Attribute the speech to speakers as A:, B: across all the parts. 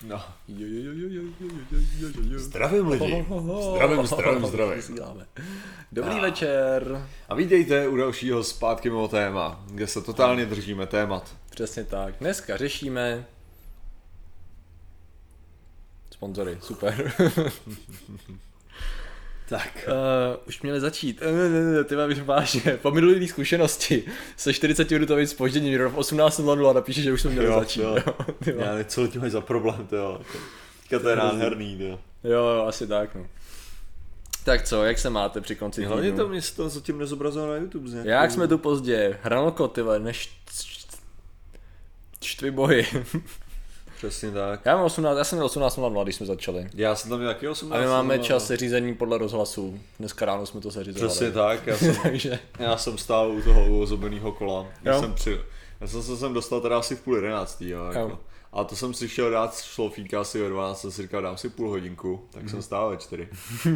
A: No.
B: Zdravím lidi. Zdravím.
A: Dobrý večer.
B: A vítejte u dalšího Zpátky mimo téma, kde se totálně držíme témat.
A: Přesně tak. Dneska řešíme sponzory. Super.
B: Tak.
A: Už měli začít. Ty máš vážně. Po minulý zkušenosti se 40-minutovým zpožděním v 18:00 napíše, že už jsme měli začít.
B: Jo. Já nevím, co ti máš za problém, to to je nádherný, jo.
A: Jo, asi tak, no. Tak co, jak se máte při konci týdnu?
B: Hlavně to mě to zatím nezobrazilo na YouTube. Nějakou...
A: Jak jsme tu pozdě? Hranolko, ty vole, než čtvy bohy.
B: Přesně tak.
A: Já jsem měl 18:00, když jsme začali.
B: Já jsem tam měl taky 18:00.
A: A my máme čas seřízení podle rozhlasu. Dneska ráno jsme to seřizovali.
B: Přesně tak.
A: Takže...
B: Já jsem stál u toho ozobeného kola. Já jsem se sem dostal teda asi v 10:30, jo. Jako. A to jsem si šel dát šlofíka asi ve 12, jsem si říkal, dám si půl hodinku, tak jsem stál ve 4.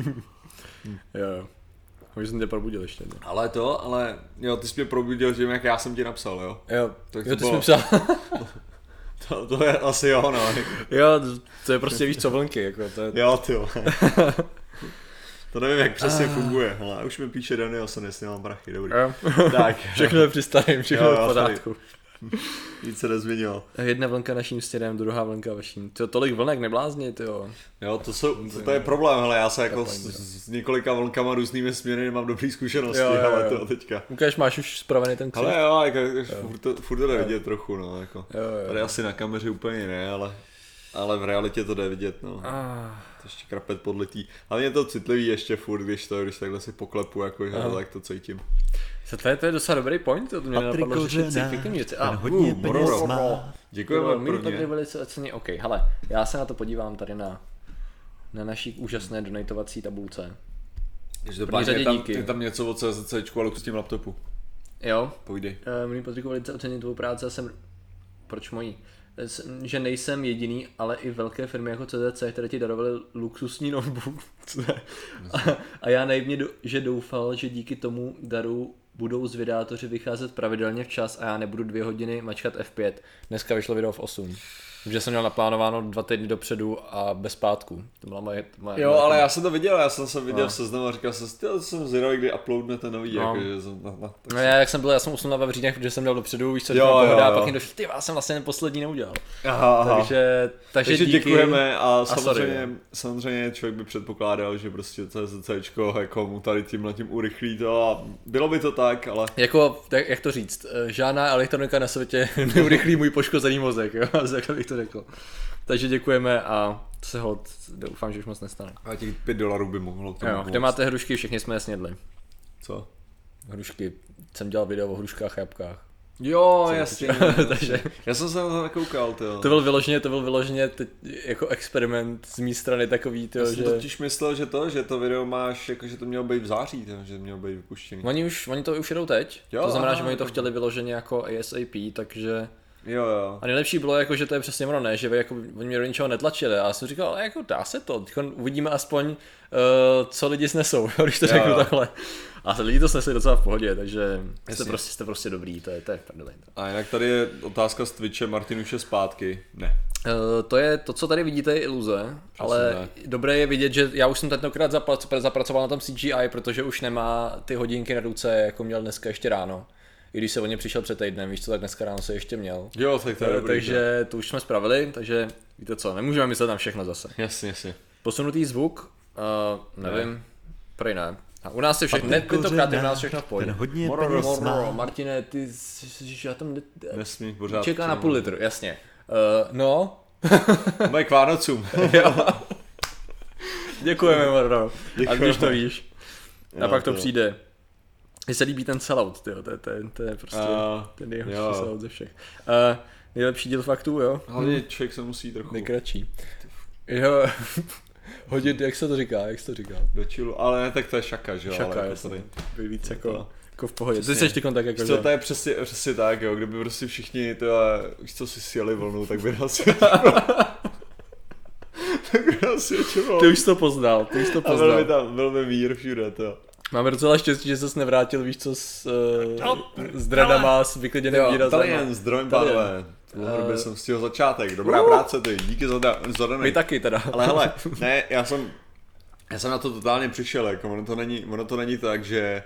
A: Jo. Už jsem tě probudil ještě. Ne?
B: Ale jo, ty jsi mě probudil tím, jak já jsem ti napsal, jo.
A: Jo,
B: tak
A: jo, ty jsi mi psal.
B: to je asi jo, no.
A: Jo, to je prostě, víš co, vlnky, jako to je...
B: Jo, ty jo. To nevím, jak přesně funguje, ale už mi píše Daniel, se nesnělám prachy, dobrý. Tak.
A: Všechno je přistarým, všechno je v pořádku.
B: Nic se nezměnilo.
A: Jedna vlnka naším stěnem, druhá vlnka vaším. Tyjo, tolik vlnek neblázni, tyjo.
B: Jo, to je problém, hele, já se jako s několika vlnkama různými směry nemám dobrý zkušenosti, ale to teďka.
A: Ukáž, máš už spravený ten křiv?
B: Ale jo, jako, furt to jde vidět trochu, no, jako. Tady asi na kameře úplně ne, ale v realitě to jde vidět, no. To ještě krapet podletí. Ale je to citlivý ještě furt, když takhle si poklepu, jako, že tak to cítím.
A: To je docela dobrý point, to mě napadlo, že si pěkný věci.
B: Hodně peněz má. Děkujeme
A: my to tady velice ocení. OK, hele, já se na to podívám tady na naší úžasné donatovací tabulce.
B: Je tam něco o CZCčku, ale s tím laptopu.
A: Jo.
B: Půjdej.
A: Milí Patriku, velice ocením tvou práci a jsem... Proč mojí? Že nejsem jediný, ale i velké firmy jako CZC, které ti darovaly luxusní notebook. A já naivně že doufal, že díky tomu daru budou z videátoři vycházet pravidelně včas a já nebudu 2 hodiny mačkat F5. Dneska vyšlo video v 8. Takže jsem měl naplánováno 2 týdny dopředu a bez pátku. To byla moje
B: jo, ale já jsem to viděl, já jsem viděl v seznamu a říkal jsem zvědavý, kdy uploadnete nový, jakože jsem
A: já jsem usnul na Vavříňách, protože jsem dal dopředu, víš co, pohoda, a pak jim došlo, já jsem vlastně ten poslední neudělal.
B: Aha.
A: Takže díky.
B: Děkujeme a samozřejmě člověk by předpokládal, že prostě CZCčko jako mu tady tímhletím urychlí to a bylo by to tak, ale...
A: Jako, jak to říct, žádná elektronika na světě neurychlí můj poškozený mozek, jo, jak bych to řekl. Takže děkujeme a se hod, doufám, že už moc nestane.
B: A těch $5 by mohlo k tomu pomoct.
A: Kde máte hrušky, všichni jsme je snědli.
B: Co?
A: Hrušky, jsem dělal video o hruškách a jabkách.
B: Jo, jasně.
A: Takže
B: já jsem se na to nekoukal,
A: to byl vyloženě jako experiment z mý strany takový,
B: já jsem totiž myslel, že to video máš, jako, že to mělo být v září, že mělo být vypuštěný.
A: Oni to už jedou teď, jo, to znamená, že oni to chtěli vyloženě jako ASAP, takže...
B: Jo.
A: A nejlepší bylo jako, že to je přesně ono, ne, že jako, oni mě do ničeho netlačili a já jsem říkal, ale jako dá se to, uvidíme aspoň, co lidi snesou, když to řeknu takhle. A lidi to snesli docela v pohodě, takže jste prostě dobrý, to je prdele.
B: A jinak tady je otázka z Twitche, Martin už je zpátky, ne.
A: To je to, co tady vidíte, je iluze, přesně ale tak. Dobré je vidět, že já už jsem tentokrát zapracoval na tom CGI, protože už nemá ty hodinky na ruce, jako měl dneska ještě ráno. I když se o ně přišel před týdnem, víš co, tak dneska ráno se ještě měl.
B: Jo, tak to je dobrý.
A: Takže to už jsme spravili, takže víte co, nemůžeme myslet na všechno zase.
B: Jasně.
A: Posunutý zvuk, nevím, prej ne. A u nás je všechno, tentokrát je u nás všechno v pohodě. Martine, ty já tam
B: nesmí pořád.
A: Čeká na půl litru, jasně. No.
B: Mají k Vánocům.
A: Děkujeme, Marno. A když to víš. A pak to přijde. Mně se líbí ten sellout, tyjo, to je prostě ten nejhorší sellout ze všech. Nejlepší díl faktů, jo?
B: Hlavně člověk se musí trochu...
A: Nejkratší. Jo, hodit, jak se to říká?
B: Do chillu, ale ne, tak to je šaka, že jo?
A: Šaka, jasně. Byl víc jako v pohodě. Ty seš tak jako...
B: Co, to je přesně tak, jo, kdyby prostě všichni víš co, si sjeli vlnu, tak by asi...
A: Ty už to poznal.
B: A byl by mír všude, to.
A: Máme docela štěstí, že ses nevrátil, víš co, s dradama, s vykliděným výrazem.
B: Talian, zdravím pánové. Dlouhodobě jsem stihl začátek, dobrá práce ty, díky za daný.
A: My taky teda.
B: Ale hele, ne, já jsem na to totálně přišel, jako ono to není tak, že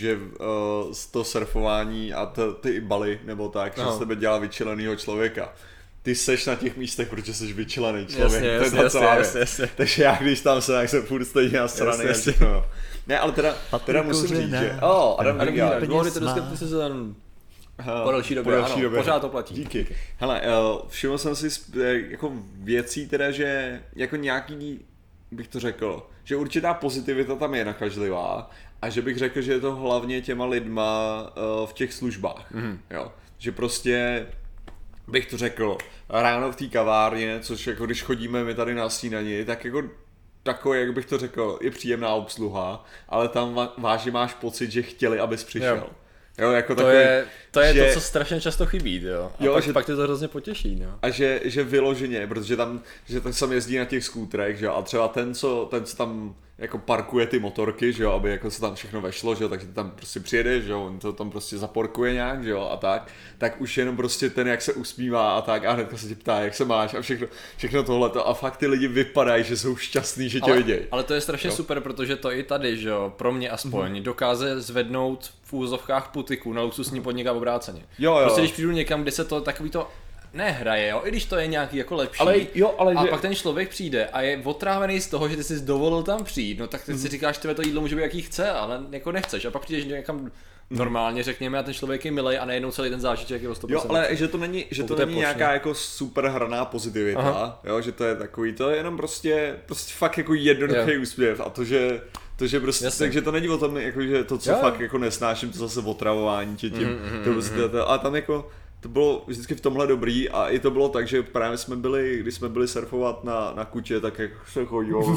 B: z to surfování a ty baly nebo tak, že z tebe dělá vyčilenýho člověka. Ty seš na těch místech, protože jsi vyčilený člověk, jasně. Takže já když tam jsem, tak jsem furt stejně nasraný. Ne, ale teda musím říct, že... Adam Wingard.
A: Dlouhody to skeptici sezon. Po delší době, ano, pořád to platí.
B: Díky. Hele, všiml jsem si jako věcí teda, že jako nějaký, bych to řekl, že určitá pozitivita tam je nakažlivá a že bych řekl, že je to hlavně těma lidma v těch službách, jo. Že prostě bych to řekl, ráno v té kavárně, což jako když chodíme my tady na snídani, tak jako takový, jak bych to řekl, je příjemná obsluha, ale tam vážně máš pocit, že chtěli, abys přišel. Jo, jako
A: to je to, co strašně často chybí, jo. A pak tě to hrozně potěší, no.
B: A že vyloženě, protože tam sam jezdí na těch skútrech, že jo, a třeba ten, co tam jako parkuje ty motorky, že jo, aby jako se tam všechno vešlo, že jo, takže tam prostě přijede, že jo, on to tam prostě zaporkuje nějak, že jo, a tak už jenom prostě ten, jak se usmívá a tak, a hnedka se tě ptá, jak se máš a všechno tohleto a fakt ty lidi vypadají, že jsou šťastný, že tě vidějí.
A: Ale to je strašně super, protože to i tady, že jo, pro mě aspoň, dokáže zvednout v úzovkách putiku na luxusní podnik a obráceně.
B: Jo.
A: Prostě když přijdu někam, kde se to takový to nehraje, jo, i když to je nějaký jako lepší.
B: Ale
A: a pak ten člověk přijde a je otrávený z toho, že ty jsi dovolil tam přijít, no tak ty si říkáš, že to jídlo může být jaký chce, ale jako nechceš. A pak přijdeš někam normálně, řekněme, a ten člověk je milej a najednou celý ten zážitek je o 100%.
B: Jo, ale že to není nějaká jako super hraná pozitivita, jo, že to je takový, to je jenom prostě fakt jako jednoduchý úsměv a to, že prostě, takže to není o tom, jako, že to, co fakt jako nesnáším, to zase otravování tě tím, ale tam jako to bylo vždycky v tomhle dobrý a i to bylo tak, že právě když jsme byli surfovat na Kutě, tak jak se chodilo.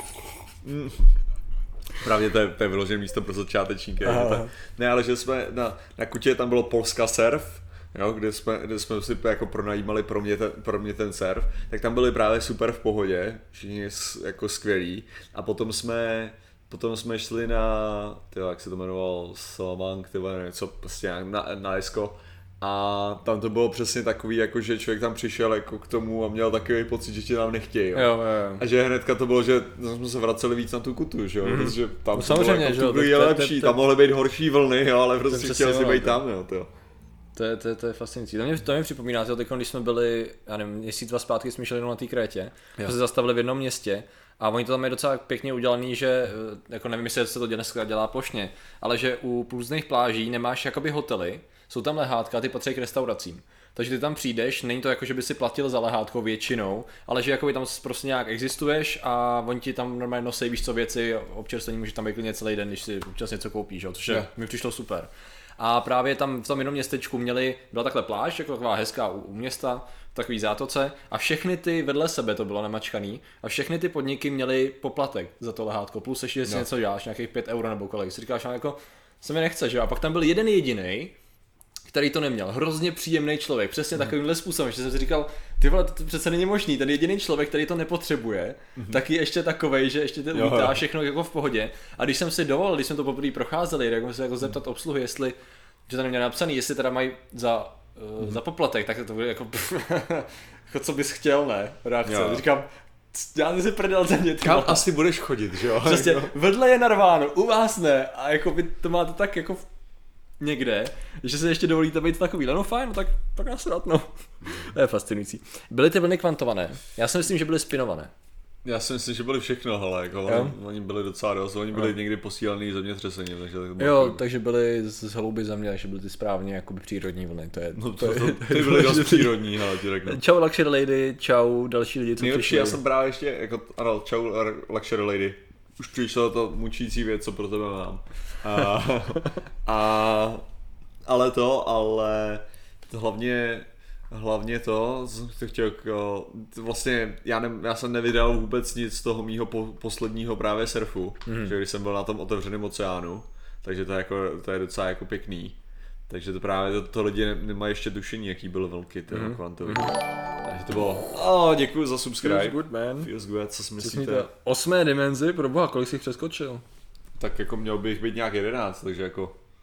B: Právě to je vyložené místo pro začátečníky. Ne, ale že jsme na Kutě tam bylo Polska surf, jo, kde jsme si jako pronajímali pro mě ten surf, tak tam byli právě super v pohodě, všichni jako skvělí a potom jsme šli jak se to jmenoval, Salamanca, něco prostě na Esko. A tam to bylo přesně takový, jako že člověk tam přišel jako k tomu a měl takový pocit, že tě tam nechtějí. Jo. A že hnedka to bylo, že jsme se vraceli víc na tu Kutu, že jo, protože tam
A: samozřejmě,
B: bylo, jako, je lepší, tam mohly být horší vlny, jo, ale prostě chtěl si být tam, jo, to.
A: To je fascinující. To mě připomíná, když jsme byli, já nevím, měsíc, 2 zpátky jsme šli jenom na té Krétě, jsme se zastavili v jednom městě a oni to tam je docela pěkně udělaný, že, jako nevím, jestli se to dneska dělá plošně, ale že u různých pláží nemáš jakoby hotely, jsou tam lehátka a ty patří k restauracím. Takže ty tam přijdeš, není to jako, že by si platil za lehátko většinou, ale že jakoby tam prostě nějak existuješ a oni ti tam normálně nosí, víš co, věci, občerstvení můžeš tam být klidně celý den, když si občas něco koupíš, jo, což mi přišlo super. A právě tam v tom jednom městečku byla takhle pláž, jako taková hezká u města, v takový zátoce a všechny ty vedle sebe to bylo namačkaný a všechny ty podniky měly poplatek za to lehátko, plus ještě si něco děláš, nějakých 5 € nebo kolik, si říkáš, jako se mi nechce, že jo, a pak tam byl jeden jedinej, který to neměl, hrozně příjemný člověk, přesně takovýmhle způsobem, že jsem si říkal, ty vole, to přece není možný, ten jediný člověk, který to nepotřebuje, tak je ještě takovej, že ještě to vítá všechno jako v pohodě. A když jsem si dovolil, když jsme to poprvé procházeli, tak jsem se jako zeptat obsluhy, jestli, že to neměl napsaný, jestli teda mají za poplatek, tak to bude jako, co bys chtěl, ne? Reakce. Říkám, já si prdel země.
B: Kam asi budeš chodit, že jo?
A: Přesně, vedle je narváno, u vás ne, a jako vy to máte tak jako někde, že se ještě dovolíte být takový, no fajn, no tak nasrat, no. To je fascinující. Byly ty vlny kvantované? Já si myslím, že byly spinované.
B: Já si myslím, že byly všechno, hele, jako oni byli docela dost, oni byli někdy posílený zemětřesením, takže tak bylo.
A: Jo, takže byly z hlouby země, takže byly ty správně jakoby přírodní vlny, to je.
B: Ty byly dost přírodní, hele, ti řeknu.
A: Čau Luxury Lady, čau další lidi, co
B: přišli. Já jsem právě ještě, jako, ano, čau Luxury Lady. Už přišla ta mučící věc, co pro tebe mám. Ale hlavně to chtěl, vlastně já jsem nevydal vůbec nic z toho mýho posledního právě surfu, že když jsem byl na tom otevřeném oceánu, takže to je docela jako pěkný. Takže to právě to lidi nemají ještě tušení, jaký byly vlky kvantový. Takže to bylo, děkuji za subscribe.
A: Feels good, man.
B: Feels good, co si myslíte?
A: 8. dimenzi, proboha, kolik jsi přeskočil?
B: Tak jako měl bych být nějak 11, takže jako...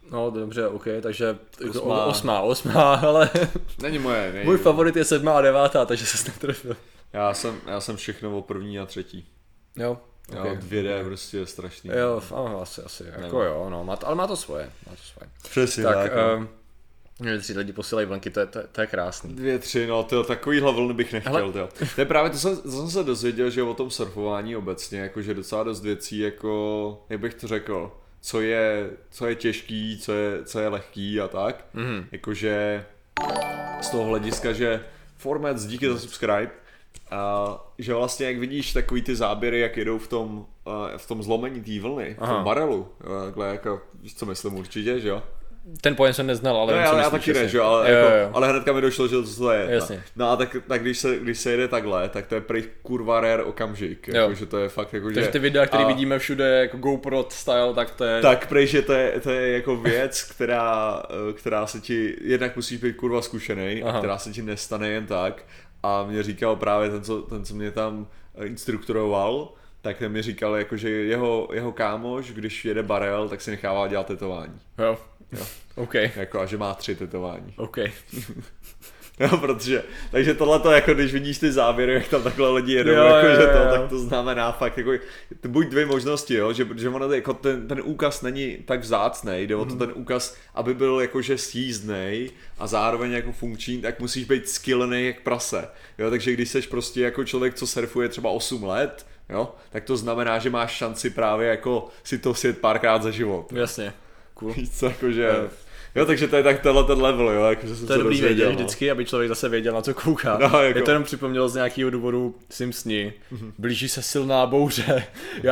A: No dobře, OK, takže 8, ale
B: není moje.
A: Můj favorit je 7 a 9, takže se netrefil.
B: Já jsem všechno o 1. a 3.
A: Jo.
B: Okay, 2D prostě je strašný.
A: Jo, asi, jako jo, no, ale má to svoje.
B: Přesně
A: tak. 2-3 lidi posílají vlnky, to je krásný.
B: 2-3, no to takovýhle vlny bych nechtěl, to je právě, to jsem se dozvěděl, že o tom surfování obecně, jakože docela dost věcí, jako, jak bych to řekl, co je těžký, co je lehký a tak, jakože z toho hlediska, že format, díky za subscribe, a že vlastně jak vidíš takový ty záběry, jak jedou v tom zlomení té vlny, v tom barelu, takhle jako, víš co myslím určitě, že jo?
A: Ten pojem jsem neznal, ale
B: já taky ne, že jo, ale hnedka mi došlo, že to je.
A: Jasně.
B: No a tak když se jede takhle, tak to je prej kurva rare okamžik, jakože to je fakt jako,
A: takže ty videa, které vidíme všude jako GoPro style, tak to je...
B: Tak prej, že to je jako věc, která se ti, jednak musíš být kurva zkušenej, a která se ti nestane jen tak. A mě říkal právě ten, co mě tam instruktoroval, tak ten mi říkal, jako, že jeho kámoš, když jede barel, tak si nechává dělat tetování.
A: Jo. OK.
B: Jako, a že má 3 tetování.
A: OK.
B: Jo, takže tohleto, jako když vidíš ty záběry, jak tam takhle lidi jedou, jako, tak to znamená fakt, jako, buď 2 možnosti, jo, že ono, jako ten úkaz není tak vzácnej, jde o to ten úkaz, aby byl jakože sjízdnej a zároveň jako funkční, tak musíš být skillený jak prase, jo, takže když seš prostě jako člověk, co surfuje třeba 8 let, jo, tak to znamená, že máš šanci právě jako si to sjet párkrát za život.
A: Jasně, cool.
B: Víš co, jakože... Jo, takže to je tak ten level, jo, jakože jsem
A: to je
B: se
A: dobrý
B: dozvěděl,
A: vědět vždycky, aby člověk zase věděl, na co kouká.
B: No, jako.
A: Je to jenom připomnělo z nějakého důvodu Simpsoni. Blíží se silná bouře.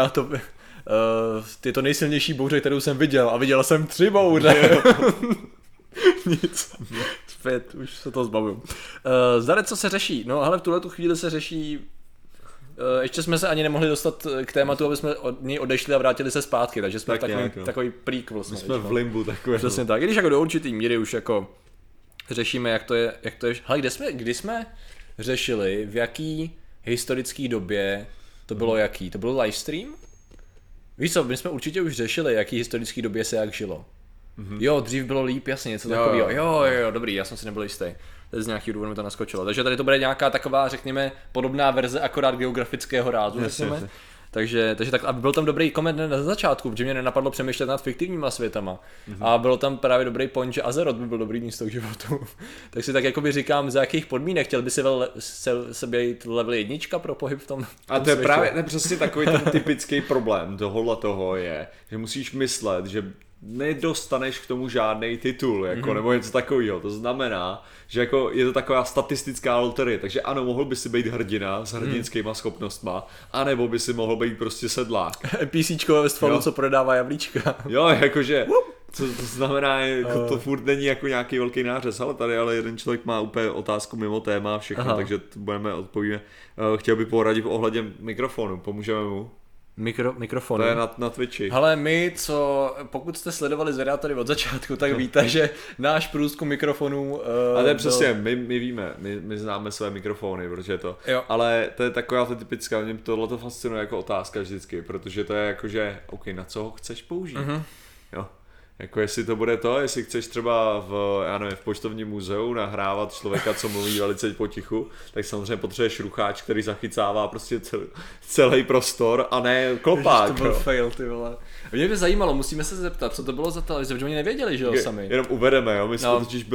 A: Je to nejsilnější bouře, kterou jsem viděl, a viděl jsem 3 bouře. Nic. Zpět, už se to zbavím. Zdare, co se řeší? No, ale v tuhletu chvíli se řeší. Ještě jsme se ani nemohli dostat k tématu, aby jsme od něj odešli a vrátili se zpátky, takže jsme takový prequel.
B: Jsme v limbu takový.
A: Přesně tak, i když jako do určitý míry už jako řešíme, jak to je. Hele, kdy jsme řešili, v jaký historické době to bylo jaký? To byl livestream? Víš co, my jsme určitě už řešili, jaký historické době se jak žilo. Jo, dřív bylo líp, jasně, něco takového. Jo, dobrý, já jsem si nebyl jistý. Z nějakých důvodů mi to naskočilo. Takže tady to bude nějaká taková, řekněme, podobná verze, akorát geografického rázu, řekněme. Takže tak, a byl tam dobrý koment na začátku, protože mě nenapadlo přemýšlet nad fiktivníma světama. A byl tam právě dobrý point, že Azeroth by byl dobrý místo k životu. Tak si tak jakoby říkám, za jakých podmínek chtěl by si se být level 1 pro pohyb v tom.
B: A to je právě přesně takový ten typický problém toho je, že musíš myslet, že nedostaneš k tomu žádný titul, jako, nebo něco takového. To znamená, že jako je to taková statistická loterie, takže ano, mohl by si být hrdina s hrdinskýma schopnostma, anebo by si mohl být prostě sedlák.
A: NPCčko ve Westfalu, co prodává jablíčka.
B: Jo, jakože, to znamená, jako to furt není jako nějaký velký nářez, ale jeden člověk má úplně otázku mimo téma a všechno, takže odpovíme. Chtěl by poradit ohledně mikrofonu, pomůžeme mu?
A: Mikrofonu.
B: To je na Twitchi.
A: Ale pokud jste sledovali Zvedátory od začátku, tak víte, že náš průzkum mikrofonů...
B: A to je přesně, my víme, my známe své mikrofony, protože to... Jo. Ale to je taková typická, mě tohle fascinuje jako otázka vždycky, protože to je jako, že OK, na co ho chceš použít? Jo. Jako jestli to bude to, jestli chceš třeba v poštovním muzeu nahrávat člověka, co mluví velice potichu, tak samozřejmě potřebuješ rucháč, který zachycává prostě celý prostor a ne klopák.
A: To byl fail, ty vole. Mě by zajímalo, musíme se zeptat, co to bylo za televize, protože oni nevěděli, že jo, sami.
B: Jenom uvedeme, jo, my jsme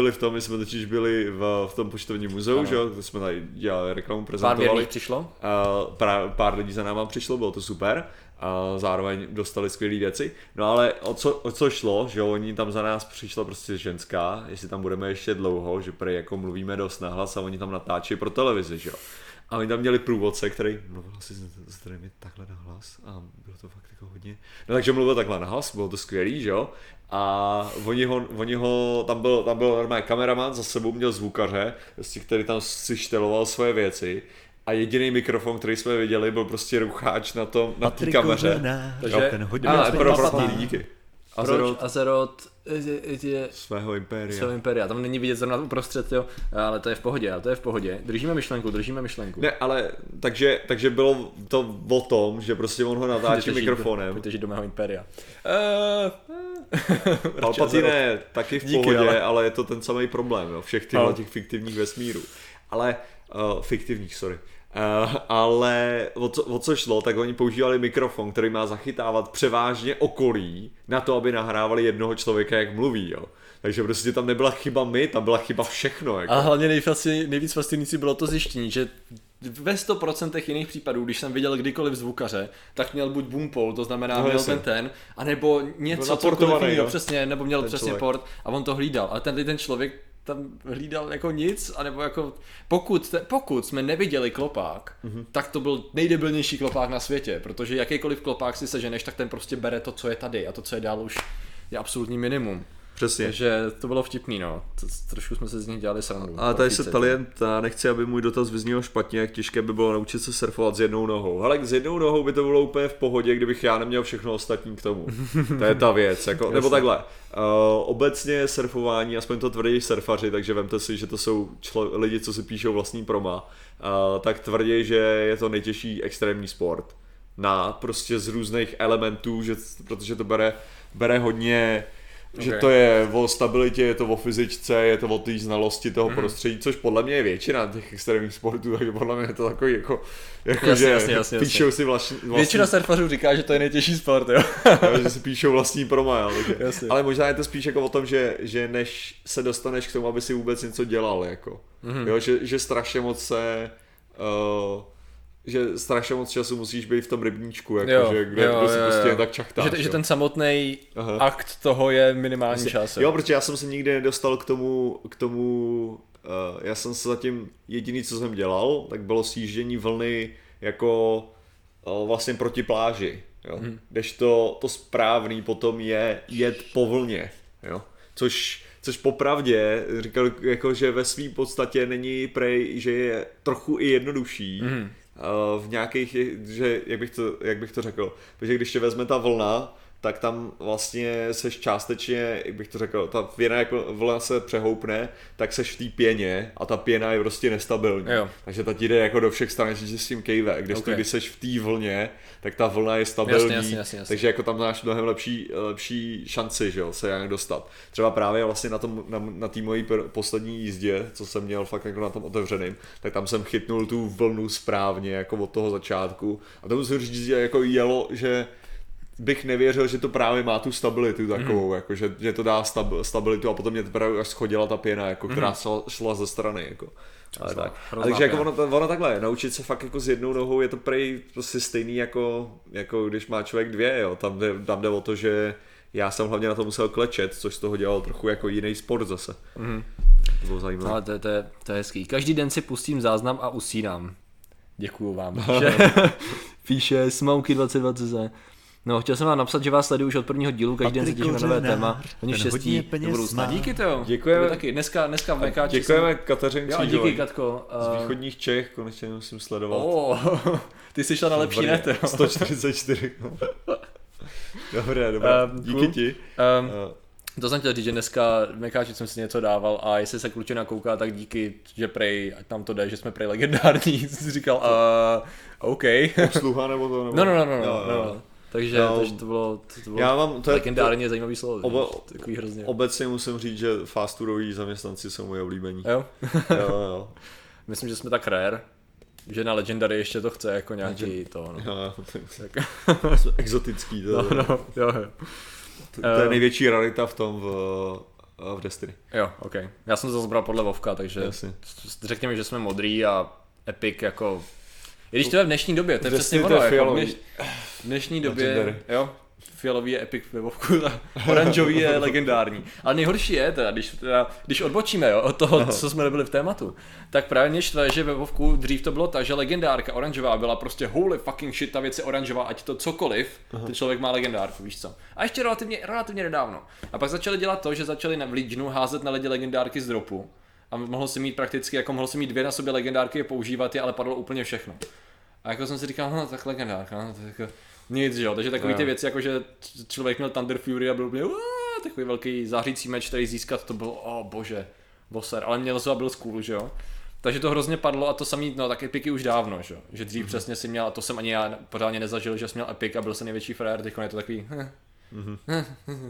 B: totiž byli v tom poštovním muzeu, že jo, kde jsme tady dělali reklamu, prezentovali.
A: Pár lidí přišlo?
B: Pár lidí za náma přišlo, bylo to super. A zároveň dostali skvělé věci. No ale o co šlo, že oni tam za nás přišla prostě ženská, jestli tam budeme ještě dlouho, že prej jako mluvíme dost nahlas a oni tam natáčí pro televizi, že jo. A oni tam měli průvodce, který mluvil asi zřejmě takhle nahlas a bylo to fakt jako hodně. No takže mluvil takhle nahlas, bylo to skvělý, že jo. A oni ho tam byl normální kameraman, za sebou měl zvukaře, který tam si šteloval svoje věci. A jediný mikrofon, který jsme viděli, byl prostě rucháč na té kameře.
A: Takže
B: ten hodně díky.
A: Azeroth je
B: svého
A: impéria. Tam není vidět zrovna uprostřed, jo. Ale to je v pohodě. Držíme myšlenku.
B: Ne, ale takže bylo to o tom, že prostě on ho natáčí mikrofonem.
A: Protože do mého impéria.
B: Palpatine taky v pohodě, ale je to ten samý problém, jo, všech těch fiktivních vesmírů. Ale, fiktivních, sorry. Ale o co šlo, tak oni používali mikrofon, který má zachytávat převážně okolí na to, aby nahrávali jednoho člověka, jak mluví, jo. Takže prostě tam nebyla chyba tam byla chyba všechno. Jako.
A: A hlavně nejvíc fascinující bylo to zjištění, že ve 100% jiných případů, když jsem viděl kdykoliv zvukaře, tak měl buď boompole, to znamená měl ten, anebo něco cokoliv jiného, přesně, nebo měl přesně člověk. Port a on to hlídal. Ale ten člověk tam hlídal jako nic, anebo jako pokud jsme neviděli klopák, tak to byl nejdebilnější klopák na světě, protože jakýkoliv klopák si seženeš, tak ten prostě bere to, co je tady a to, co je dál už je absolutní minimum.
B: Přesně.
A: Takže to bylo vtipný, no. Trošku jsme se z nich dělali srandu.
B: A tady se talent, nechci, aby můj dotaz vyzněl špatně, jak těžké by bylo naučit se surfovat s jednou nohou. Hele, s jednou nohou by to bylo úplně v pohodě, kdybych já neměl všechno ostatní k tomu. To je ta věc, jako, nebo takhle. Obecně surfování, aspoň to tvrdí surfaři, takže vemte si, že to jsou lidi, co si píšou vlastní proma, tak tvrdí, že je to nejtěžší extrémní sport. Prostě z různých elementů, protože to bere hodně. Že to je o stabilitě, je to o fyzičce, je to o té znalosti toho prostředí, což podle mě je většina těch extrémních sportů, takže podle mě je to takový jako
A: jasně,
B: píšou si vlastní...
A: Většina surfařů říká, že to je nejtěžší sport, jo.
B: Že si píšou vlastní proma, jo. Ale možná je to spíš jako o tom, že než se dostaneš k tomu, aby si vůbec něco dělal, jako. Jo, že strašně moc že strašně moc času musíš být v tom rybníčku, jako, kde si prostě tak čachtáš.
A: Že ten samotný akt toho je minimální čas.
B: Jo, protože já jsem se nikdy nedostal k tomu já jsem se zatím, jediný, co jsem dělal, tak bylo sjíždění vlny jako vlastně proti pláži. Jo. Kdežto to správný potom je jet po vlně. Jo. Což popravdě říkal, jako, že ve svým podstatě není prej, že je trochu i jednodušší, v nějakých, že jak bych to řekl, protože když tě vezme ta vlna, tak tam vlastně seš částečně, jak bych to řekl, ta pěna, jako vlna se přehoupne, tak seš v té pěně a ta pěna je prostě nestabilní. Jo. Takže ta ti jde jako do všech stran, že s tím kejve. Když seš v té vlně, tak ta vlna je stabilní, jasně. Takže jako tam máš mnohem lepší šanci, že jo, se nějak dostat. Třeba právě vlastně na té mojí poslední jízdě, co jsem měl fakt jako na tom otevřeným, tak tam jsem chytnul tu vlnu správně, jako od toho začátku. A to musím říct, že jako jelo, že bych nevěřil, že to právě má tu stabilitu takovou, jako, že to dá stabilitu a potom mě teprve až schodila ta pěna, jako, která šla ze strany. Jako. Ale tak. Ale takže jako ono takhle, naučit se fakt jako s jednou nohou je to prej prostě stejný jako když má člověk dvě, jo. Tam jde o to, že já jsem hlavně na to musel klečet, což z toho dělal trochu jako jiný sport zase. To bylo zajímavé.
A: Ale to je hezký. Každý den si pustím záznam a usínám. Děkuju vám. Píše Smauky22. No, chtěl jsem vám napsat, že vás sleduju už od prvního dílu, každý den se těším na nové téma. Hodně štěstí do budoucna. Díky to.
B: Děkujeme.
A: Taky. Dneska v Mekáči.
B: Děkujeme Kateřin Křížové.
A: Díky, Katko.
B: Z východních Čech, konečně musím sledovat.
A: Ty jsi šla na lepší net, jo.
B: 144. Dobré. Díky ti.
A: To jsem chtěl říct, že dneska v Mekáči jsem si něco dával a jestli se klučina kouká, tak díky, že prej, ať tam to jde, že jsme prej legendární, jsi říkal, OK.
B: Obsluha nebo to?
A: Nebo... No. Takže to bylo legendárně zajímavý slovo. Takový hrozně.
B: Obecně musím říct, že fast foodoví zaměstnanci jsou moje oblíbení.
A: Jo. Myslím, že jsme tak rare, že na Legendary ještě to chce jako nějaký to. No.
B: Jo. Exotický to.
A: Jo.
B: To je největší rarita v tom v Destiny.
A: Jo, ok. Já jsem to zbral podle Vovka, takže řekněme, že jsme modrý a Epic jako... I když to je v dnešní době, to je přesně ono, jako v dnešní době, jo, fialový je Epic ve Vovku, oranžový je legendární. Ale nejhorší je teda, když odbočíme od toho, co jsme nebyli v tématu, tak právě mě štve, že ve Vovku dřív to bylo tak, že legendárka oranžová byla prostě holy fucking shit, ta věc je oranžová, ať to cokoliv, ten člověk má legendárku, víš co. A ještě relativně nedávno. A pak začali dělat to, že začali v Legionu házet na lidi legendárky z dropu. A mohl si mít prakticky, jako mohl si mít 2 na sobě legendárky a používat je, ale padlo úplně všechno. A jako jsem si říkal, tak legendárka, tak jako nic, že jo, takže takový ty věci, jako že člověk měl Thunder Fury a byl úplně takový velký zářící meč, který získat, to bylo, bože, voser, ale měl to a byl cool, že jo. Takže to hrozně padlo a to samý, no tak Epiky už dávno, že dřív přesně si měl, a to jsem ani já pořádně nezažil, že jsi měl Epic a byl jsem největší frajer, teď je to takový,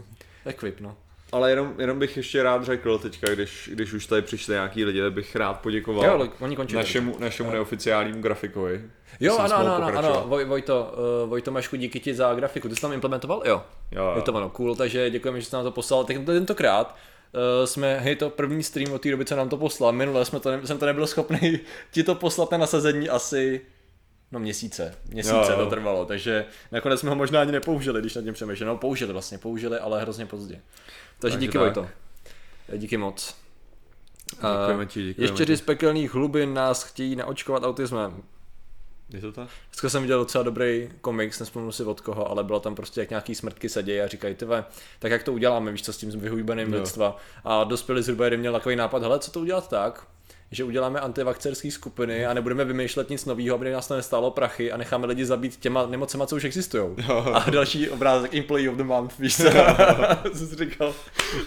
A: Equip, no.
B: Ale jenom bych ještě rád řekl teďka, když už tady přišli nějaký lidi, bych rád poděkoval našemu neoficiálnímu grafikovi.
A: Jo, ano, Vojto Mašku, díky ti za grafiku. Ty jsi tam implementoval? Jo. Je to ono, cool, takže děkujeme, že jsi nám to poslal. Tentokrát jsme, to první stream od té doby, co nám to poslal. Minule jsem to nebyl schopný ti to poslat na nasazení asi měsíce to trvalo, takže nakonec jsme ho možná ani nepoužili, když nad tím přemýšleli. No použili, ale hrozně pozdě. Takže díky Vojto. Díky moc.
B: Děkujeme ti.
A: Ještě z pekelných hlubin nás chtějí naočkovat autismem.
B: Je to tak?
A: Dneska jsem viděl docela dobrý komiks, nespomenu si od koho, ale bylo tam prostě jak nějaký smrtky se dějí a říkají, tak jak to uděláme, víš co, s tím vyhujbeným lidstva. A dospělý zhruba jeden měl takový nápad, hele, co to udělat tak, že uděláme antivakcerské skupiny a nebudeme vymýšlet nic nového, aby nás to nestálo prachy a necháme lidi zabít těma nemocema, co už existují. A další obrázek Employee of the Month, víš co? Jsi říkal,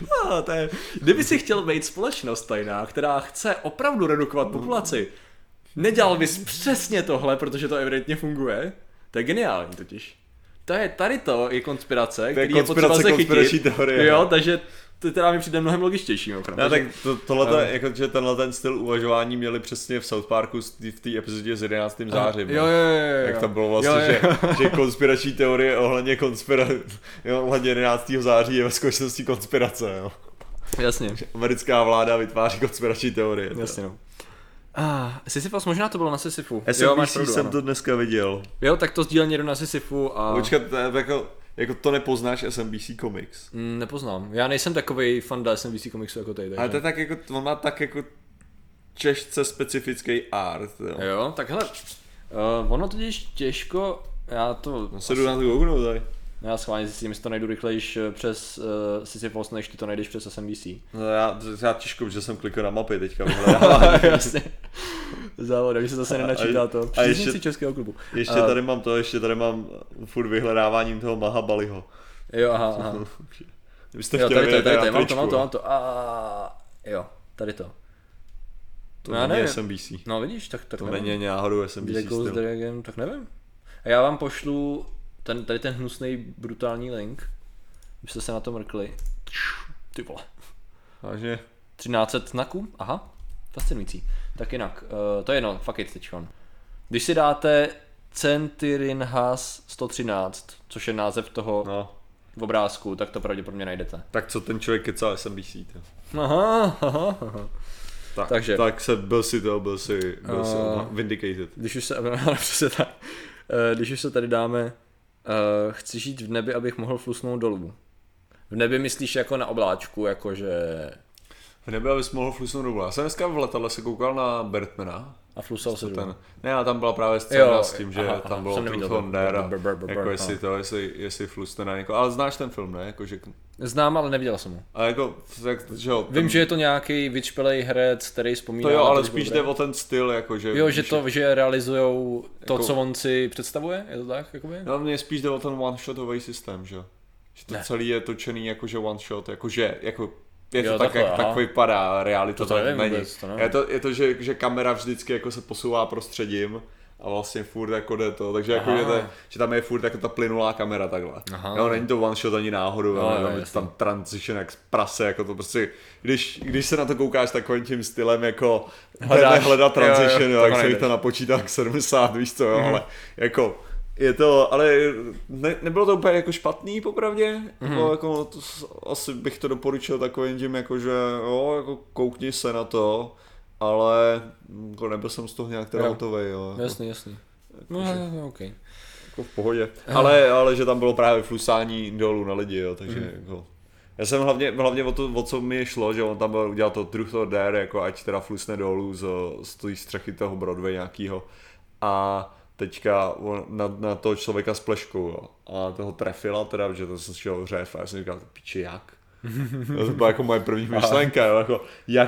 A: kdyby si chtěl být společnost tajná, která chce opravdu redukovat populaci, nedělal bys přesně tohle, protože to evidentně funguje. To je geniální totiž. Tady to je konspirace, který je potřeba se chytit. Teorie. Jo, takže to teda mi přijde mnohem logičtější.
B: No, tak tohle, jako, že tenhle ten styl uvažování měli přesně v South Parku v té epizodě s 11. zářím.
A: Jo.
B: Jak tam bylo vlastně, že konspirační teorie ohledně ohledně 11. září je ve skutečnosti konspirace. Jo.
A: Jasně.
B: Americká vláda vytváří konspirační teorie.
A: Jasně, no. Sisyphos, možná to bylo na Sisyphu.
B: SMBC jsem to dneska viděl.
A: Jo, tak to sdílel někdo na Sisyphu a...
B: Počkat, jako to nepoznáš SMBC Comics?
A: Nepoznám. Já nejsem takovej fanda SMBC Comicsu jako tady.
B: Ale to je tak jako, on má tak jako těžce specifický art.
A: Jo, tak hele, ono totiž těžko, já to...
B: Se jdu na to goognout tady.
A: Já schválně zjistím, jestli to najdu rychlejš přes Sisyphos, než ty to najdeš přes SMBC.
B: No já těžko, protože jsem klikl na mapy teďka.
A: Jasně. Závoda, že se zase nenačítá to. Příznivci Českého klubu.
B: Ještě tady mám furt vyhledáváním toho Mahabaliho.
A: Jo, aha.
B: Byste chtěli
A: tady, mám to. Jo, tady to.
B: To není SMBC.
A: No vidíš, tak
B: to není náhodou SMBC styl.
A: Tak nevím. A já vám pošlu tady ten hnusný brutální link, byste se na to mrkli. Ty vole.
B: Vážně.
A: 1300 znaků? Aha, fascinující. Tak jinak, to je jedno, fuck it teďkon. Když si dáte Centyrinhas 113, což je název toho obrázku, tak to pravděpodobně najdete.
B: Tak co ten člověk kecá SMBC?
A: Aha.
B: Tak byl si vindicated.
A: Když už se tady dáme chci žít v nebi, abych mohl flusnout dolů. V nebi myslíš jako na obláčku, jakože...
B: V nebi, abys mohl flusnout dolů. Já jsem dneska v letadle se koukal na Birdmana.
A: A flusal se dolů.
B: Ne, a tam byla právě scéna s tím, že tam bylo Truth or Dare a jako jestli flusne na někoho. Ale znáš ten film, ne? Jako, že...
A: Znám, ale neviděl jsem ho.
B: A jako, že jo,
A: vím, že je to nějaký vyčpělej herec, který vzpomíná...
B: To jo, ale spíš jde o ten styl, jako že...
A: Jo, že realizujou to, jako... co on si představuje, je to tak? Jakoby?
B: No, mně spíš jde o ten one-shotový systém, že? Že to celé je točený jakože one shot, jakože, jako... Je to tak, jak tak vypadá, realita to tak není. Je to že kamera vždycky jako se posouvá prostředím a vlastně furt jako jde to, takže jako že tam je furt jako ta plynulá kamera takhle. Jo, není to one shot ani náhodou, tam transition jak z prase, jako to prostě, když se na to koukáš takovým tím stylem jako hledat transition, jo, jak se to napočítá k 70, víš co, jo, ale jako je to, ale nebylo to úplně jako špatný popravdě, jako to, asi bych to doporučil takovým tím, jako že jo, jako koukni se na to, ale jako nebyl jsem z toho nějak teda hotovej, jo. Jako,
A: jasný. Jako,
B: okay. Jako v pohodě, ale že tam bylo právě flusání dolů na lidi, jo, takže jako. Já jsem hlavně o co mi šlo, že on tam udělal to Truth or Dare, jako ať teda flusne dolů z té střechy toho Broadway nějakýho a teďka na toho člověka s pleškou, jo. A toho trefila teda, že to se šel řev a já jsem říkal, piči jak? To byla jako moje první myšlenka, jo. Jako,